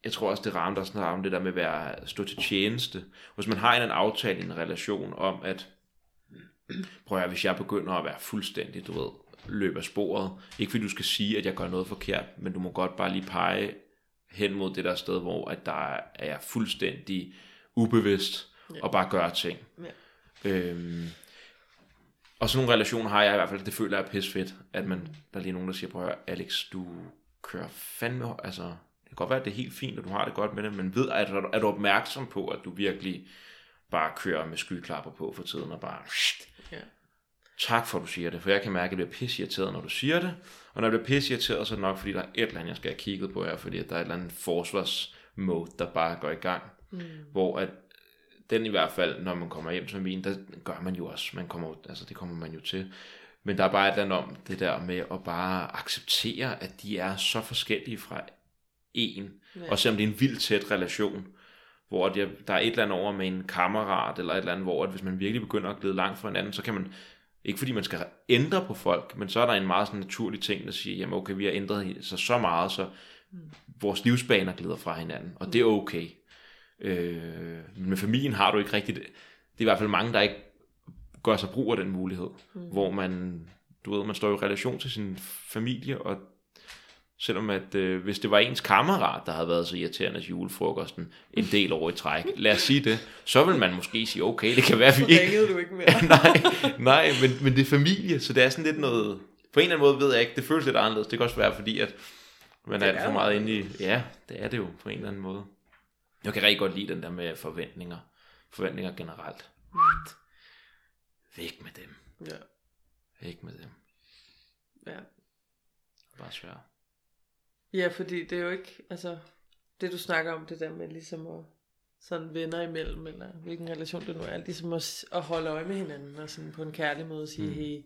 jeg tror også, det ramte også om det der med at være, stå til tjeneste. Hvis man har en, en aftale i en relation om, at prøv at hvis jeg begynder at være fuldstændig, du ved, løb af sporet, ikke fordi du skal sige, at jeg gør noget forkert, men du må godt bare lige pege hen mod det der sted, hvor at der er jeg fuldstændig ubevidst ja. og bare gør ting. Ja. Øhm, og sådan nogle relationer har jeg i hvert fald, det føler jeg er pissefedt, at man, der er lige nogen, der siger, prøv at Alex, du kører fandme, altså, det kan godt være, at det er helt fint, og du har det godt med det, men ved, at er du opmærksom på, at du virkelig bare kører med skyklapper på for tiden, og bare, ja. tak for, at du siger det, for jeg kan mærke, at jeg bliver pisseirriteret, når du siger det, og når jeg bliver pisseirriteret, så er det nok, fordi der er et eller andet, jeg skal have kigget på her, fordi der er et eller andet forsvarsmode, der bare går i gang, mm. hvor at den i hvert fald, når man kommer hjem til familien, der gør man jo også, man kommer, altså det kommer man jo til, men der er bare et eller andet om det der med at bare acceptere, at de er så forskellige fra en, ja. og selvom det er en vildt tæt relation, hvor der er et eller andet over med en kammerat, eller et eller andet, hvor at hvis man virkelig begynder at glide langt fra hinanden, så kan man, ikke fordi man skal ændre på folk, men så er der en meget sådan naturlig ting, der siger, jamen okay, vi har ændret sig så meget, så mm. vores livsbaner glider fra hinanden, og mm. det er okay. Øh, med familien har du ikke rigtigt, det er i hvert fald mange, der ikke gør sig brug af den mulighed, mm. hvor man, du ved, man står i relation til sin familie, og selvom at øh, hvis det var ens kammerat, der havde været så irriterende til julefrokosten en del år i træk, lad os sige det, så vil man måske sige, okay, det kan være, vi ikke... ringede du ikke mere. nej, nej men, men det er familie, så det er sådan lidt noget... På en eller anden måde ved jeg ikke, det føles lidt anderledes. Det kan også være, fordi at man er, er for meget inde i... Ja, det er det jo på en eller anden måde. Jeg kan rigtig godt lide den der med forventninger. Forventninger generelt. Væk med dem. Ja. Væk med dem. Ja. Bare svært. Ja, fordi det er jo ikke, altså, det du snakker om, det der med ligesom at, sådan venner imellem, eller hvilken relation det nu er, ligesom at, at holde øje med hinanden, og sådan på en kærlig måde sige, mm. hey,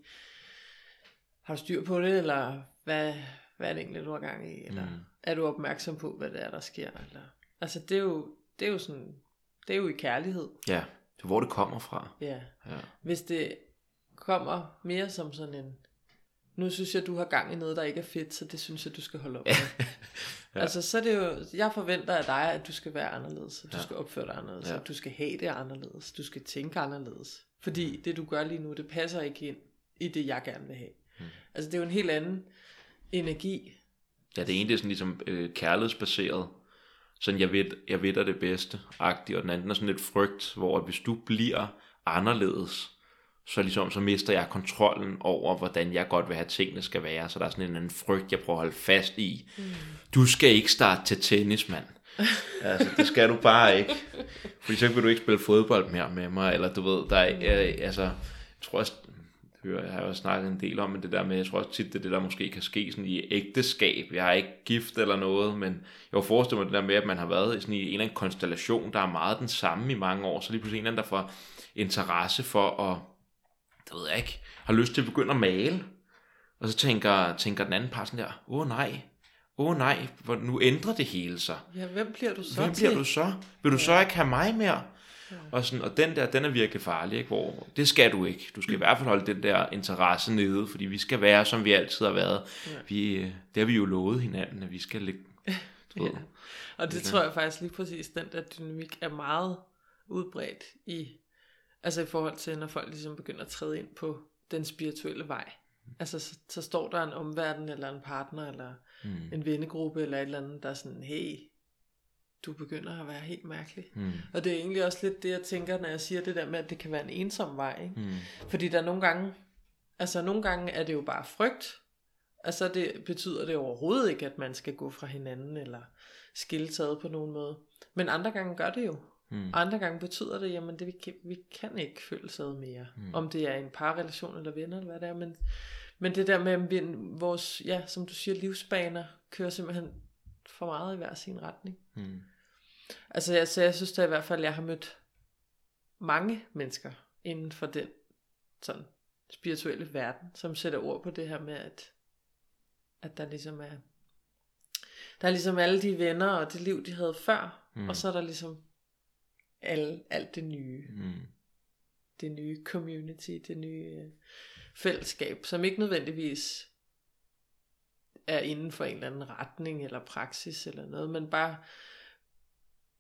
har du styr på det, eller hvad, hvad er det egentlig, du har gang i, eller mm. er du opmærksom på, hvad det er, der sker, eller, altså det er jo, det er jo sådan, det er jo i kærlighed. Ja, det er hvor det kommer fra. Ja, ja. Hvis det kommer mere som sådan en, nu synes jeg, du har gang i noget, der ikke er fedt, så det synes jeg, du skal holde op med. ja. Altså, så er det jo, jeg forventer af dig, at du skal være anderledes, at du ja. skal opføre dig anderledes, ja. at du skal have det anderledes, du skal tænke anderledes. Fordi det, du gør lige nu, det passer ikke ind i det, jeg gerne vil have. Hmm. Altså, det er jo en helt anden energi. Ja, det ene det er sådan ligesom øh, kærlighedsbaseret, sådan jeg ved, jeg ved dig det bedste, agtigt, og den anden er sådan lidt frygt, hvor hvis du bliver anderledes, så ligesom så mister jeg kontrollen over, hvordan jeg godt vil have tingene skal være. Så der er sådan en anden frygt, jeg prøver at holde fast i. Mm. Du skal ikke starte til tennis, mand. Altså, det skal du bare ikke. Fordi så vil du ikke spille fodbold mere med mig, eller du ved, der er, mm. altså, jeg tror også, hører, jeg har jo snakket en del om, men det der med, jeg tror også tit, det er det, der måske kan ske sådan i ægteskab. Jeg er ikke gift eller noget, men jeg vil forestille mig det der med, at man har været i sådan en eller anden konstellation, der er meget den samme i mange år, så lige pludselig en eller anden, der får interesse for at, det ved jeg ikke, har lyst til at begynde at male, og så tænker, tænker den anden part sådan der, åh oh, nej, åh oh, nej, nu ændrer det hele sig. Ja, hvem bliver du så Hvem til? bliver du så? Vil du ja. så ikke have mig mere? Ja. Og, sådan, og den der, den er virkelig farlig, ikke? Hvor det skal du ikke. Du skal i hvert fald holde den der interesse nede, fordi vi skal være, som vi altid har været. Ja. Vi, det har vi jo lovet hinanden, at vi skal ligge. Ja. Og det tror jeg faktisk lige præcis, den der dynamik er meget udbredt i, altså i forhold til, når folk ligesom begynder at træde ind på den spirituelle vej. Altså så, så står der en omverden, eller en partner, eller mm. en vennegruppe, eller et eller andet, der er sådan, hey, du begynder at være helt mærkelig. Mm. Og det er egentlig også lidt det, jeg tænker, når jeg siger det der med, at det kan være en ensom vej. Ikke? Mm. Fordi der er nogle gange, altså nogle gange er det jo bare frygt. Altså det betyder det overhovedet ikke, at man skal gå fra hinanden, eller skille taget på nogen måde. Men andre gange gør det jo. Mm. Andre gange betyder det, jamen det, vi, kan, vi kan ikke føles ad mere. Mm. Om det er en parrelation eller venner, eller hvad det er. Men, men det der med, at vi, vores, ja, som du siger, livsbaner kører simpelthen for meget i hver sin retning. Mm. Altså jeg, så jeg synes da i hvert fald, at jeg har mødt mange mennesker inden for den sådan spirituelle verden, som sætter ord på det her med, at, at der ligesom er, der er ligesom alle de venner og det liv, de havde før, mm. og så er der ligesom alt, alt det nye. Mm. Det nye community, det nye øh, fællesskab, som ikke nødvendigvis er inden for en eller anden retning eller praksis eller noget, men bare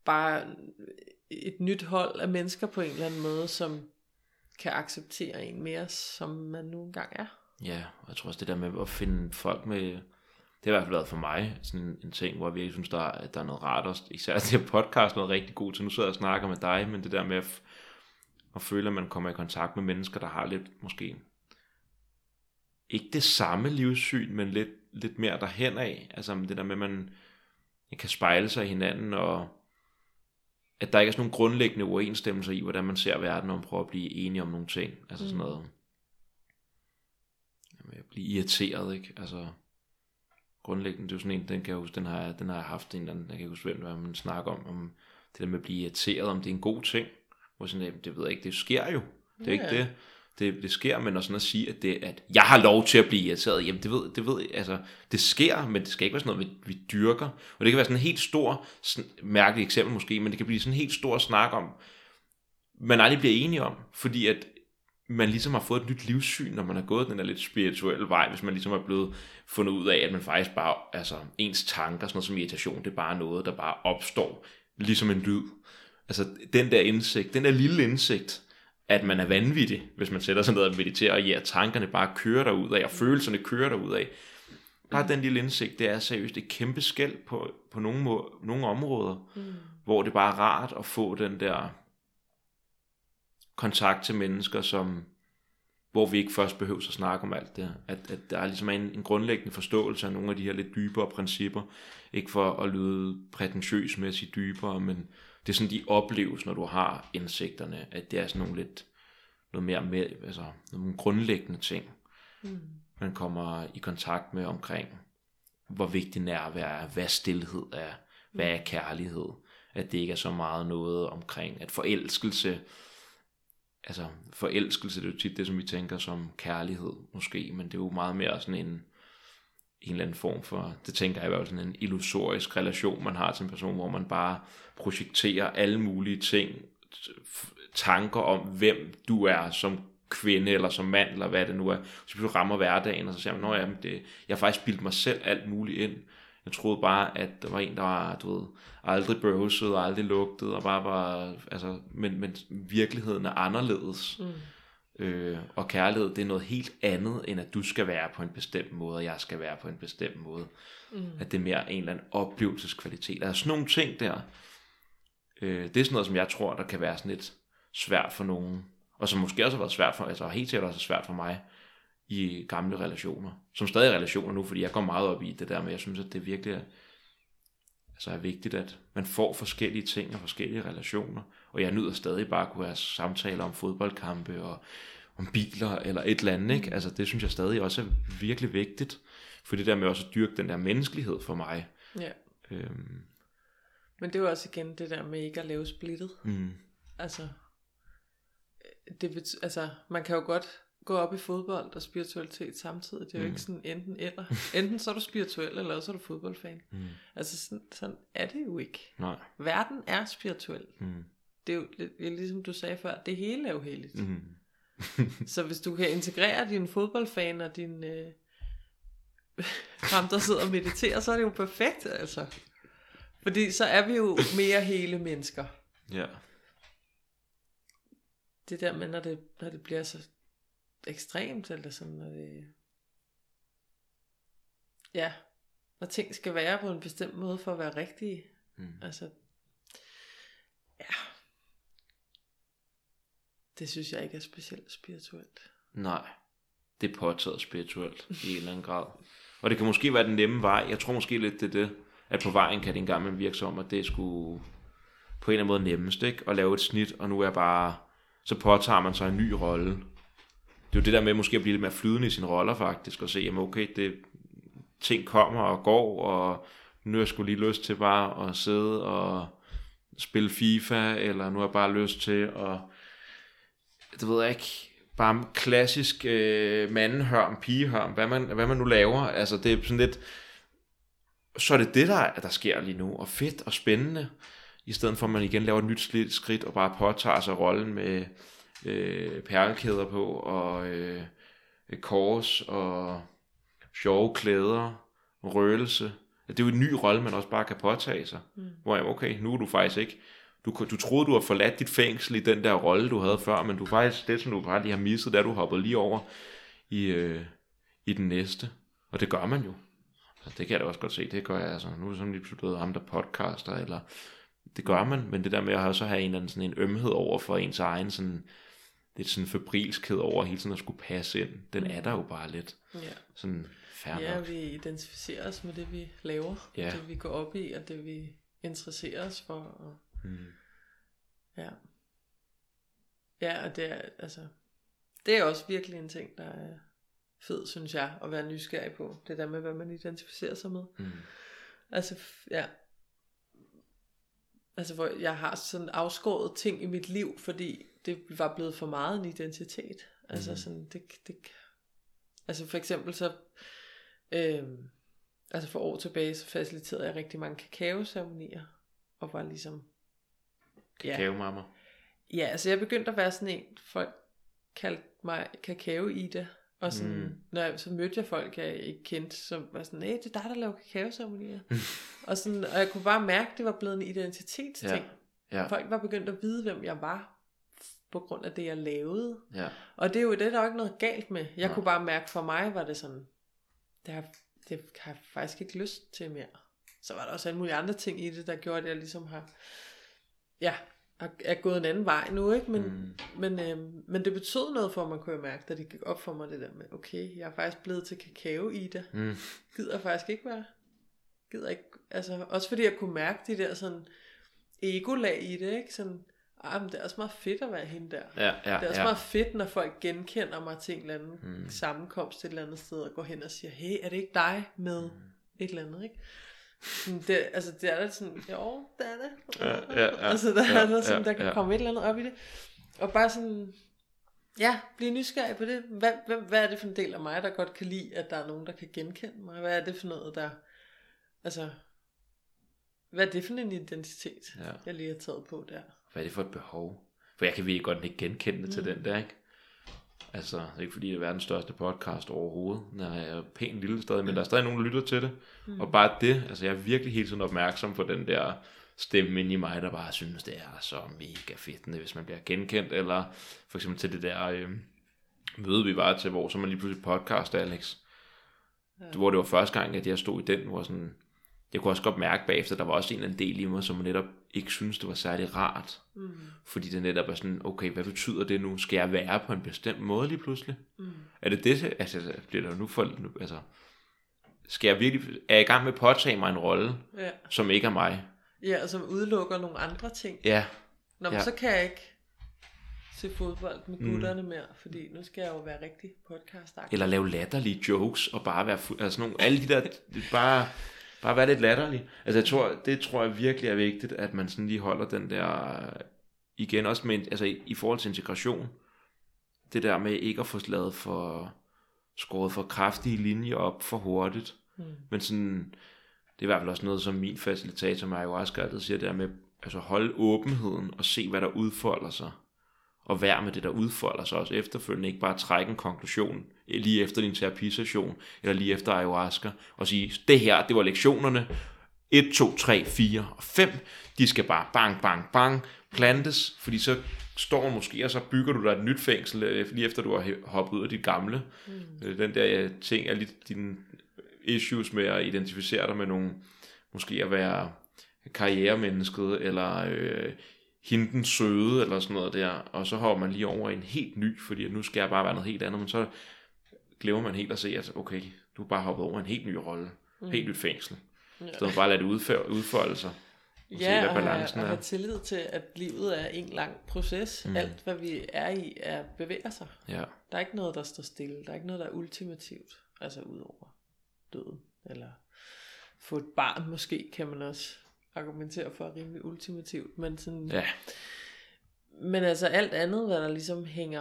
bare et nyt hold af mennesker på en eller anden måde, som kan acceptere en mere, som man nu engang er. Ja, og jeg tror også det der med at finde folk med, det har i hvert fald været for mig sådan en, en ting, hvor jeg virkelig synes, der er, der er noget rart også, især det her podcast noget rigtig god til. Nu sidder jeg og snakker med dig, men det der med at, at føle, at man kommer i kontakt med mennesker, der har lidt måske ikke det samme livssyn, men lidt, lidt mere derhen af. Altså det der med, at man kan spejle sig i hinanden, og at der ikke er sådan nogle grundlæggende uoverensstemmelser i, hvordan man ser verden, og man prøver at blive enige om nogle ting. Altså sådan noget, at blive irriteret, ikke? Altså grundlæggende, det er jo sådan en, den kan jeg huske, den har, den har jeg haft en eller anden, jeg kan huske, hvem man snakker om, om det der med at blive irriteret, om det er en god ting. Hvor sådan, det ved jeg ikke, det sker jo. Det er ja. ikke det. Det, det sker, men at sådan at sige, at, det, at jeg har lov til at blive irriteret, jamen det ved, det ved altså, det sker, men det skal ikke være sådan noget, vi, vi dyrker. Og det kan være sådan en helt stor, sådan, mærkeligt eksempel måske, men det kan blive sådan en helt stor snak om, man aldrig bliver enige om, fordi at man ligesom har fået et nyt livssyn, når man har gået den der lidt spirituelle vej, hvis man ligesom er blevet fundet ud af, at man faktisk bare, altså ens tanker, sådan noget som irritation, det er bare noget, der bare opstår, ligesom en lyd. Altså den der indsigt, den der lille indsigt, at man er vanvittig, hvis man sætter sig ned og mediterer, og ja, tankerne bare kører derud af, og følelserne kører derud af. Bare den lille indsigt, det er seriøst et kæmpe skel på, på nogle, må, nogle områder, mm. hvor det bare er rart at få den der kontakt til mennesker, som, hvor vi ikke først behøver at snakke om alt det. At, at der er ligesom en, en grundlæggende forståelse af nogle af de her lidt dybere principper. Ikke for at lyde prætentiøs med at sige dybere, men det er sådan, de opleves, når du har indsigterne, at det er sådan nogle lidt, noget mere med, altså nogle grundlæggende ting, mm. man kommer i kontakt med omkring, hvor vigtig nærvær er, hvad stilhed er, hvad er kærlighed, at det ikke er så meget noget omkring, at forelskelse, altså forelskelse, det er jo tit det, som vi tænker som kærlighed måske, men det er jo meget mere sådan en, en eller anden form for, det tænker jeg i hvert fald sådan en illusorisk relation, man har til en person, hvor man bare projekterer alle mulige ting, tanker om, hvem du er som kvinde, eller som mand, eller hvad det nu er. Så du rammer hverdagen, og så siger man, nå ja, det, jeg har faktisk bildet mig selv alt muligt ind. Jeg troede bare, at der var en, der var, du ved, aldrig browsede, og aldrig lugtede, og bare var, altså, men, men virkeligheden er anderledes. Mm. Øh, og kærlighed, det er noget helt andet, end at du skal være på en bestemt måde, og jeg skal være på en bestemt måde. Mm. At det er mere en eller anden oplevelseskvalitet. Der er sådan nogle ting der. Øh, det er sådan noget, som jeg tror, der kan være sådan lidt svært for nogen. Og som måske også har været svært for, altså helt sikkert også svært for mig, i gamle relationer. Som stadig er relationer nu, fordi jeg går meget op i det der med, jeg synes, at det virkelig er, altså er vigtigt, at man får forskellige ting og forskellige relationer. Og jeg nyder stadig bare at kunne have samtaler om fodboldkampe og om biler eller et eller andet, ikke? Altså det synes jeg stadig også er virkelig vigtigt. For det der med også at dyrke den der menneskelighed for mig. Ja. Øhm. Men det er jo også igen det der med ikke at lave splittet. Mm. Altså, det bet- altså, man kan jo godt gå op i fodbold og spiritualitet samtidig. Det er jo mm. ikke sådan enten eller. Enten så er du spirituel, eller så er du fodboldfan. Mm. Altså sådan, sådan er det jo ikke. Nej. Verden er spirituel. Mm. Det er jo ligesom du sagde før, det hele er jo helligt. Mm. Så hvis du kan integrere din fodboldfan og din øh, ham der sidder og mediterer, så er det jo perfekt altså. Fordi så er vi jo mere hele mennesker. Ja. Det der med når det, når det bliver så ekstremt, eller sådan når det, ja, når ting skal være på en bestemt måde for at være rigtige. Mm. Altså, ja, det synes jeg ikke er specielt spirituelt. Nej, det er påtaget spirituelt i en eller anden grad. Og det kan måske være den nemme vej. Jeg tror måske lidt det er det, at på vejen kan det engang man virke som, at det skulle på en eller anden måde nemmest, ikke? At lave et snit, og nu er bare, så påtager man sig en ny rolle. Det er jo det der med måske at blive lidt mere flydende i sine roller faktisk, og se, jamen okay, det, ting kommer og går, og nu har jeg sgu lige lyst til bare at sidde og spille FIFA, eller nu har jeg bare lyst til at, det ved jeg ikke, bare klassisk øh, mandehørm, pigehørm, hvad man, hvad man nu laver, altså det er sådan lidt, så er det det, der, der sker lige nu, og fedt og spændende, i stedet for at man igen laver et nyt skridt, og bare påtager sig rollen med øh, perlekæder på, og øh, kors, og sjove klæder, røgelse, Det er jo en ny rolle, man også bare kan påtage sig. Mm. Hvor okay, nu er du faktisk ikke... Du, du troede, du har forladt dit fængsel i den der rolle, du havde før, men du faktisk, det som du bare lige har misset, der du hoppet lige over i, øh, i den næste. Og det gør man jo. Altså, det kan jeg da også godt se, det gør jeg. Altså, nu er det sådan lige pludselig ham, der podcaster, eller... Det gør man, men det der med at så have en eller anden sådan en ømhed over for ens egen, sådan... lidt sådan febrilskhed over hele tiden at skulle passe ind. Den er der jo bare lidt. Ja. Sådan fair Ja, nok. vi identificerer os med det, vi laver. Ja. Det, vi går op i, og det, vi interesserer os for. Og... Mm. Ja. Ja, og det er, altså... Det er også virkelig en ting, der er fed, synes jeg, at være nysgerrig på. Det der med, hvad man identificerer sig med. Mm. Altså, ja... Altså, hvor jeg har sådan afskåret ting i mit liv, fordi det var blevet for meget en identitet. Altså, Mhm. sådan, det, det... Altså, for eksempel så... Øh, altså, for år tilbage, så faciliterede jeg rigtig mange kakaoceremonier. Og var ligesom... Kakaomamma. Ja, altså, jeg begyndte at være sådan en... Folk kaldte mig kakao-Ida. Og sådan, Mm. mm. når jeg, så mødte jeg folk, jeg ikke kendte, som var sådan, hey, det er dig, der laver kakaoceremonier. og, sådan, og jeg kunne bare mærke, at det var blevet en identitetsting. Ja. Ja. Folk var begyndt at vide, hvem jeg var, på grund af det, jeg lavede. Ja. Og det er jo det, der er jo ikke noget galt med. Jeg Nej. kunne bare mærke, for mig var det sådan, det har, det har jeg faktisk ikke lyst til mere. Så var der også alle mulige andre ting i det, der gjorde, at jeg ligesom har, ja, er gået en anden vej nu, ikke? Men, mm. men, øh, men det betød noget for mig, kunne jeg mærke, da det gik op for mig, det der med, okay, jeg er faktisk blevet til kakao i det. Mm. Gider jeg faktisk ikke være. Gider ikke, altså, også fordi jeg kunne mærke de der sådan ego-lag i det, ikke? Sådan, ah, men det er også meget fedt at være hende der. Ja, ja, det er også ja. meget fedt, når folk genkender mig til en eller anden Mm. sammenkomst et eller andet sted, og går hen og siger, hey, er det ikke dig med mm. et eller andet, ikke? Det, altså det er da sådan, jo, det er det. Ja, ja, ja, altså der ja, er noget sådan, ja, der kan ja. komme et eller andet op i det. Og bare sådan, ja, blive nysgerrig på det. Hvad, hvad, hvad er det for en del af mig, der godt kan lide, at der er nogen, der kan genkende mig? Hvad er det for noget, der, altså, hvad er det for en identitet, Ja. jeg lige har taget på der? Hvad er det for et behov? For jeg kan virkelig godt ikke genkende det til Mm. den der, ikke? Altså, det er ikke fordi det er verdens største podcast overhovedet. Nej, jeg er pænt lille stadig, men der er stadig nogen, der lytter til det. Mm. Og bare det, altså jeg er virkelig helt sådan opmærksom på den der stemme inde i mig, der bare synes, det er så mega fedt, hvis man bliver genkendt. Eller for eksempel til det der øh, møde, vi var til, hvor så man lige pludselig podcast, Alex. Ja. Hvor det var første gang, at jeg stod i den, hvor sådan... Jeg kunne også godt mærke bagefter, at der var også en eller anden del i mig, som netop ikke synes det var særlig rart. Mm. Fordi det netop er sådan, okay, hvad betyder det nu? Skal jeg være på en bestemt måde lige pludselig? Mm. Er det det? Altså, bliver der nu for... Altså, skal jeg virkelig... Er jeg i gang med at påtage mig en rolle, Ja, som ikke er mig? ja, og som udelukker nogle andre ting. Ja. Nå, men Ja. så kan jeg ikke se fodbold med gutterne mm. mere, fordi nu skal jeg jo være rigtig podcast. Eller lave latterlige jokes, og bare være... Fu- altså, nogle, alle de der... Bare... Bare være lidt latterlig. Altså jeg tror, det tror jeg virkelig er vigtigt, at man sådan lige holder den der, igen også med, altså i, i forhold til integration, det der med ikke at få lavet for, skåret for kraftige linjer op for hurtigt, mm. men sådan, det er i hvert fald også noget, som min facilitator Mario Asger altid siger, det der med, altså holde åbenheden og se, hvad der udfolder sig, og være med det, der udfolder sig også efterfølgende, ikke bare trække en konklusion lige efter din terapisession, eller lige efter ayahuasca, og sige, det her, det var lektionerne, et, to, tre, fire og fem, de skal bare bang, bang, bang, plantes, fordi så står man måske, og så bygger du dig et nyt fængsel, lige efter du har hoppet ud af dit gamle. Mm. Den der ting er lidt dine issues med at identificere dig med nogle, måske at være karrieremennesket, eller øh, hende den søde, eller sådan noget der, og så hopper man lige over i en helt ny, fordi nu skal jeg bare være noget helt andet, men så glemmer man helt at se, at okay, du er bare hoppet over en helt ny rolle, mm. helt nyt fængsel. Ja. Så bare lade det udføre, udfolde sig. Og ja, se, hvad og, balancen og er. have tillid til, at livet er en lang proces. Mm. Alt, hvad vi er i, er bevæger sig. Ja. Der er ikke noget, der står stille. Der er ikke noget, der er ultimativt. Altså udover døden. Eller få et barn, måske, kan man også argumentere for, rimelig ultimativt. Men, sådan, Ja. men altså alt andet, hvad der ligesom hænger...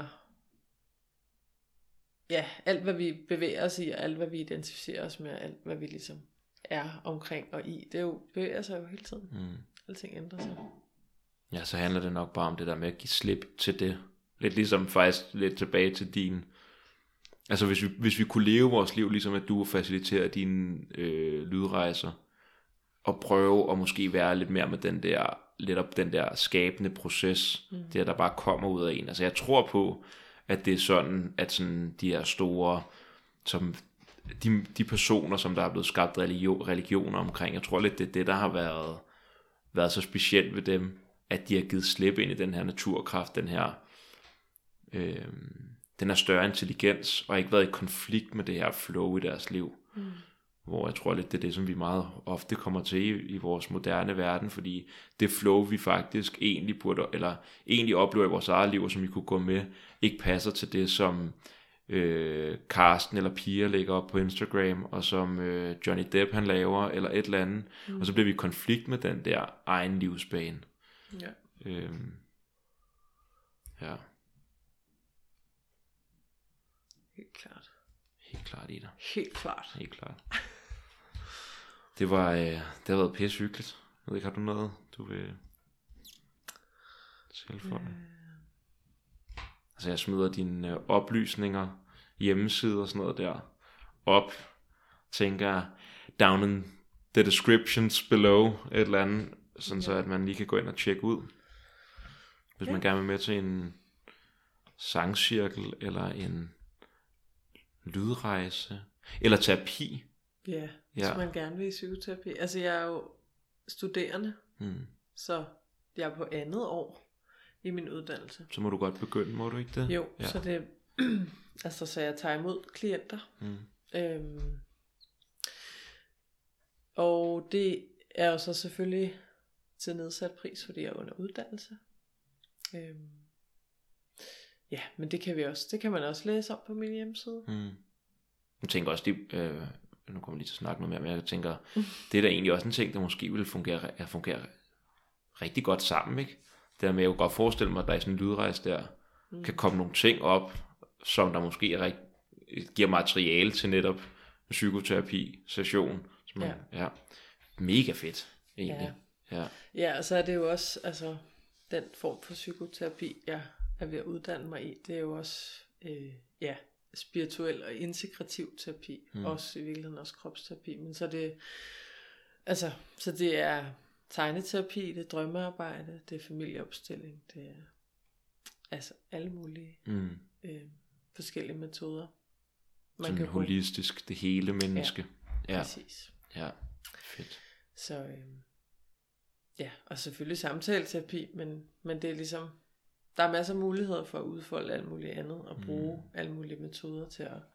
Ja, alt hvad vi bevæger os i, og alt hvad vi identificerer os med, og alt hvad vi ligesom er omkring og i, det er jo, bevæger sig jo hele tiden. Mm. Alting ændrer sig. Ja, så handler det nok bare om det der med at give slip til det. Lidt ligesom faktisk lidt tilbage til din... Altså hvis vi, hvis vi kunne leve vores liv, ligesom at du faciliterer dine øh, lydrejser, at prøve at måske være lidt mere med den der, lidt op den der skabende proces, mm. det der bare kommer ud af en. Altså jeg tror på, at det er sådan, at sådan de her store, som de, de personer, som der er blevet skabt religion, religioner omkring, jeg tror lidt, det er det, der har været, været så specielt ved dem, at de har givet slip ind i den her naturkraft, den her, øh, den her større intelligens, og ikke været i konflikt med det her flow i deres liv. Mm. Hvor jeg tror lidt, det er det, som vi meget ofte kommer til i, i vores moderne verden, fordi det flow, vi faktisk egentlig burde, eller egentlig oplever i vores eget liv, og som vi kunne gå med, ikke passer til det, som øh, Karsten eller Pia lægger op på Instagram, og som øh, Johnny Depp han laver, eller et eller andet. Mm. Og så bliver vi i konflikt med den der egen livsbane. Ja. Øhm, ja. Helt klart. Helt klart, Ida. Helt klart. Helt klart. Det var, øh, det har været pisse hyggeligt. Jeg ved ikke, har du noget, du vil tilføje? Øh. Altså jeg smider dine øh, oplysninger, hjemmeside og sådan noget der op. Tænker down in the descriptions below et eller andet, sådan ja. Så at man lige kan gå ind og tjekke ud. Hvis ja. Man gerne vil med til en sangcirkel eller en lydrejse eller terapi. Ja, hvis ja. Man gerne vil i psykoterapi. Altså jeg er jo studerende, hmm. så jeg er på andet år i min uddannelse. Så må du godt begynde, må du ikke det? Jo, ja. Så det altså så jeg tager imod klienter. Hmm. Øhm, og det er jo så selvfølgelig til nedsat pris, fordi jeg er under uddannelse. Øhm, ja, men det kan vi også, det kan man også læse om på min hjemmeside. Hmm. Jeg tænker også, det øh, nu kommer vi lige til at snakke noget mere, men jeg tænker, det er da egentlig også en ting, der måske vil fungere, fungere rigtig godt sammen, ikke? Det der med, jeg kunne godt forestille mig, at der i sådan en lydrejse der, mm. kan komme nogle ting op, som der måske er rigt, giver materiale til netop en psykoterapi-session. Som man, ja. Ja. Mega fedt, egentlig. Ja. Ja. Ja, og så er det jo også, altså, den form for psykoterapi, jeg er ved at uddanne mig i, det er jo også, øh, ja, spirituel og integrativ terapi, mm. også i virkeligheden også kropsterapi, men så det, altså, så det er tegneterapi, det er drømmearbejde, det er familieopstilling, det er altså alle mulige mm. øh, forskellige metoder. Man sådan kan holistisk, det hele menneske. Ja, ja. Præcis. Ja, fedt. Så øh, ja, og selvfølgelig samtaleterapi, men, men det er ligesom, der er masser af muligheder for at udfolde alt muligt andet, og bruge mm. alle mulige metoder til at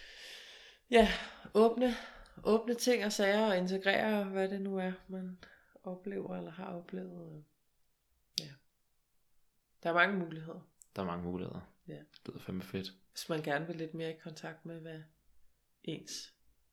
ja, åbne, åbne ting og sager, og integrere, hvad det nu er, man oplever eller har oplevet. Ja. Der er mange muligheder. Der er mange muligheder. Ja. Det lyder fandme fedt. Hvis man gerne vil lidt mere i kontakt med, hvad ens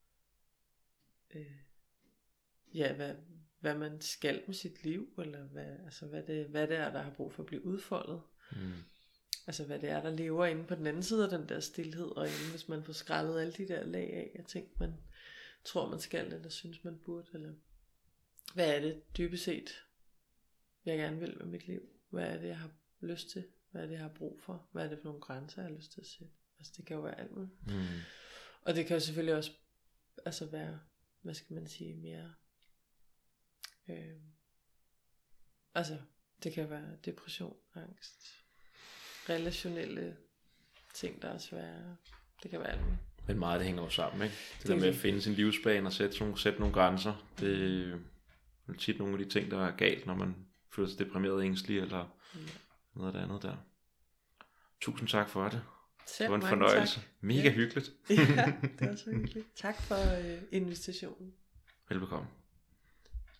øh, ja, hvad, hvad man skal med sit liv, eller hvad, altså hvad, det, hvad det er, der har brug for at blive udfoldet. Mm. Altså hvad det er, der lever inde på den anden side af den der stilhed, og inden, hvis man får skrællet alle de der lag af, af ting, man tror, man skal, eller synes, man burde, eller hvad er det dybest set, jeg gerne vil med mit liv? Hvad er det, jeg har lyst til? Hvad er det, jeg har brug for? Hvad er det for nogle grænser, jeg har lyst til at sætte? Altså det kan jo være alt muligt. Mm. Og det kan jo selvfølgelig også altså være, hvad skal man sige, mere øh, altså det kan være depression, angst, relationelle ting, der er svære. Det kan være alt muligt. Men meget det hænger jo sammen, ikke? Det, det der med at finde sin livsbane og sætte nogle, sætte nogle grænser, det er tit nogle af de ting, der er galt, når man føler sig deprimeret, ængstelig eller ja. Noget af det andet der. Tusind tak for det. Selv det var en fornøjelse. Tak. Mega ja. hyggeligt. Ja, det var så hyggeligt. Tak for øh, invitationen. Velbekomme.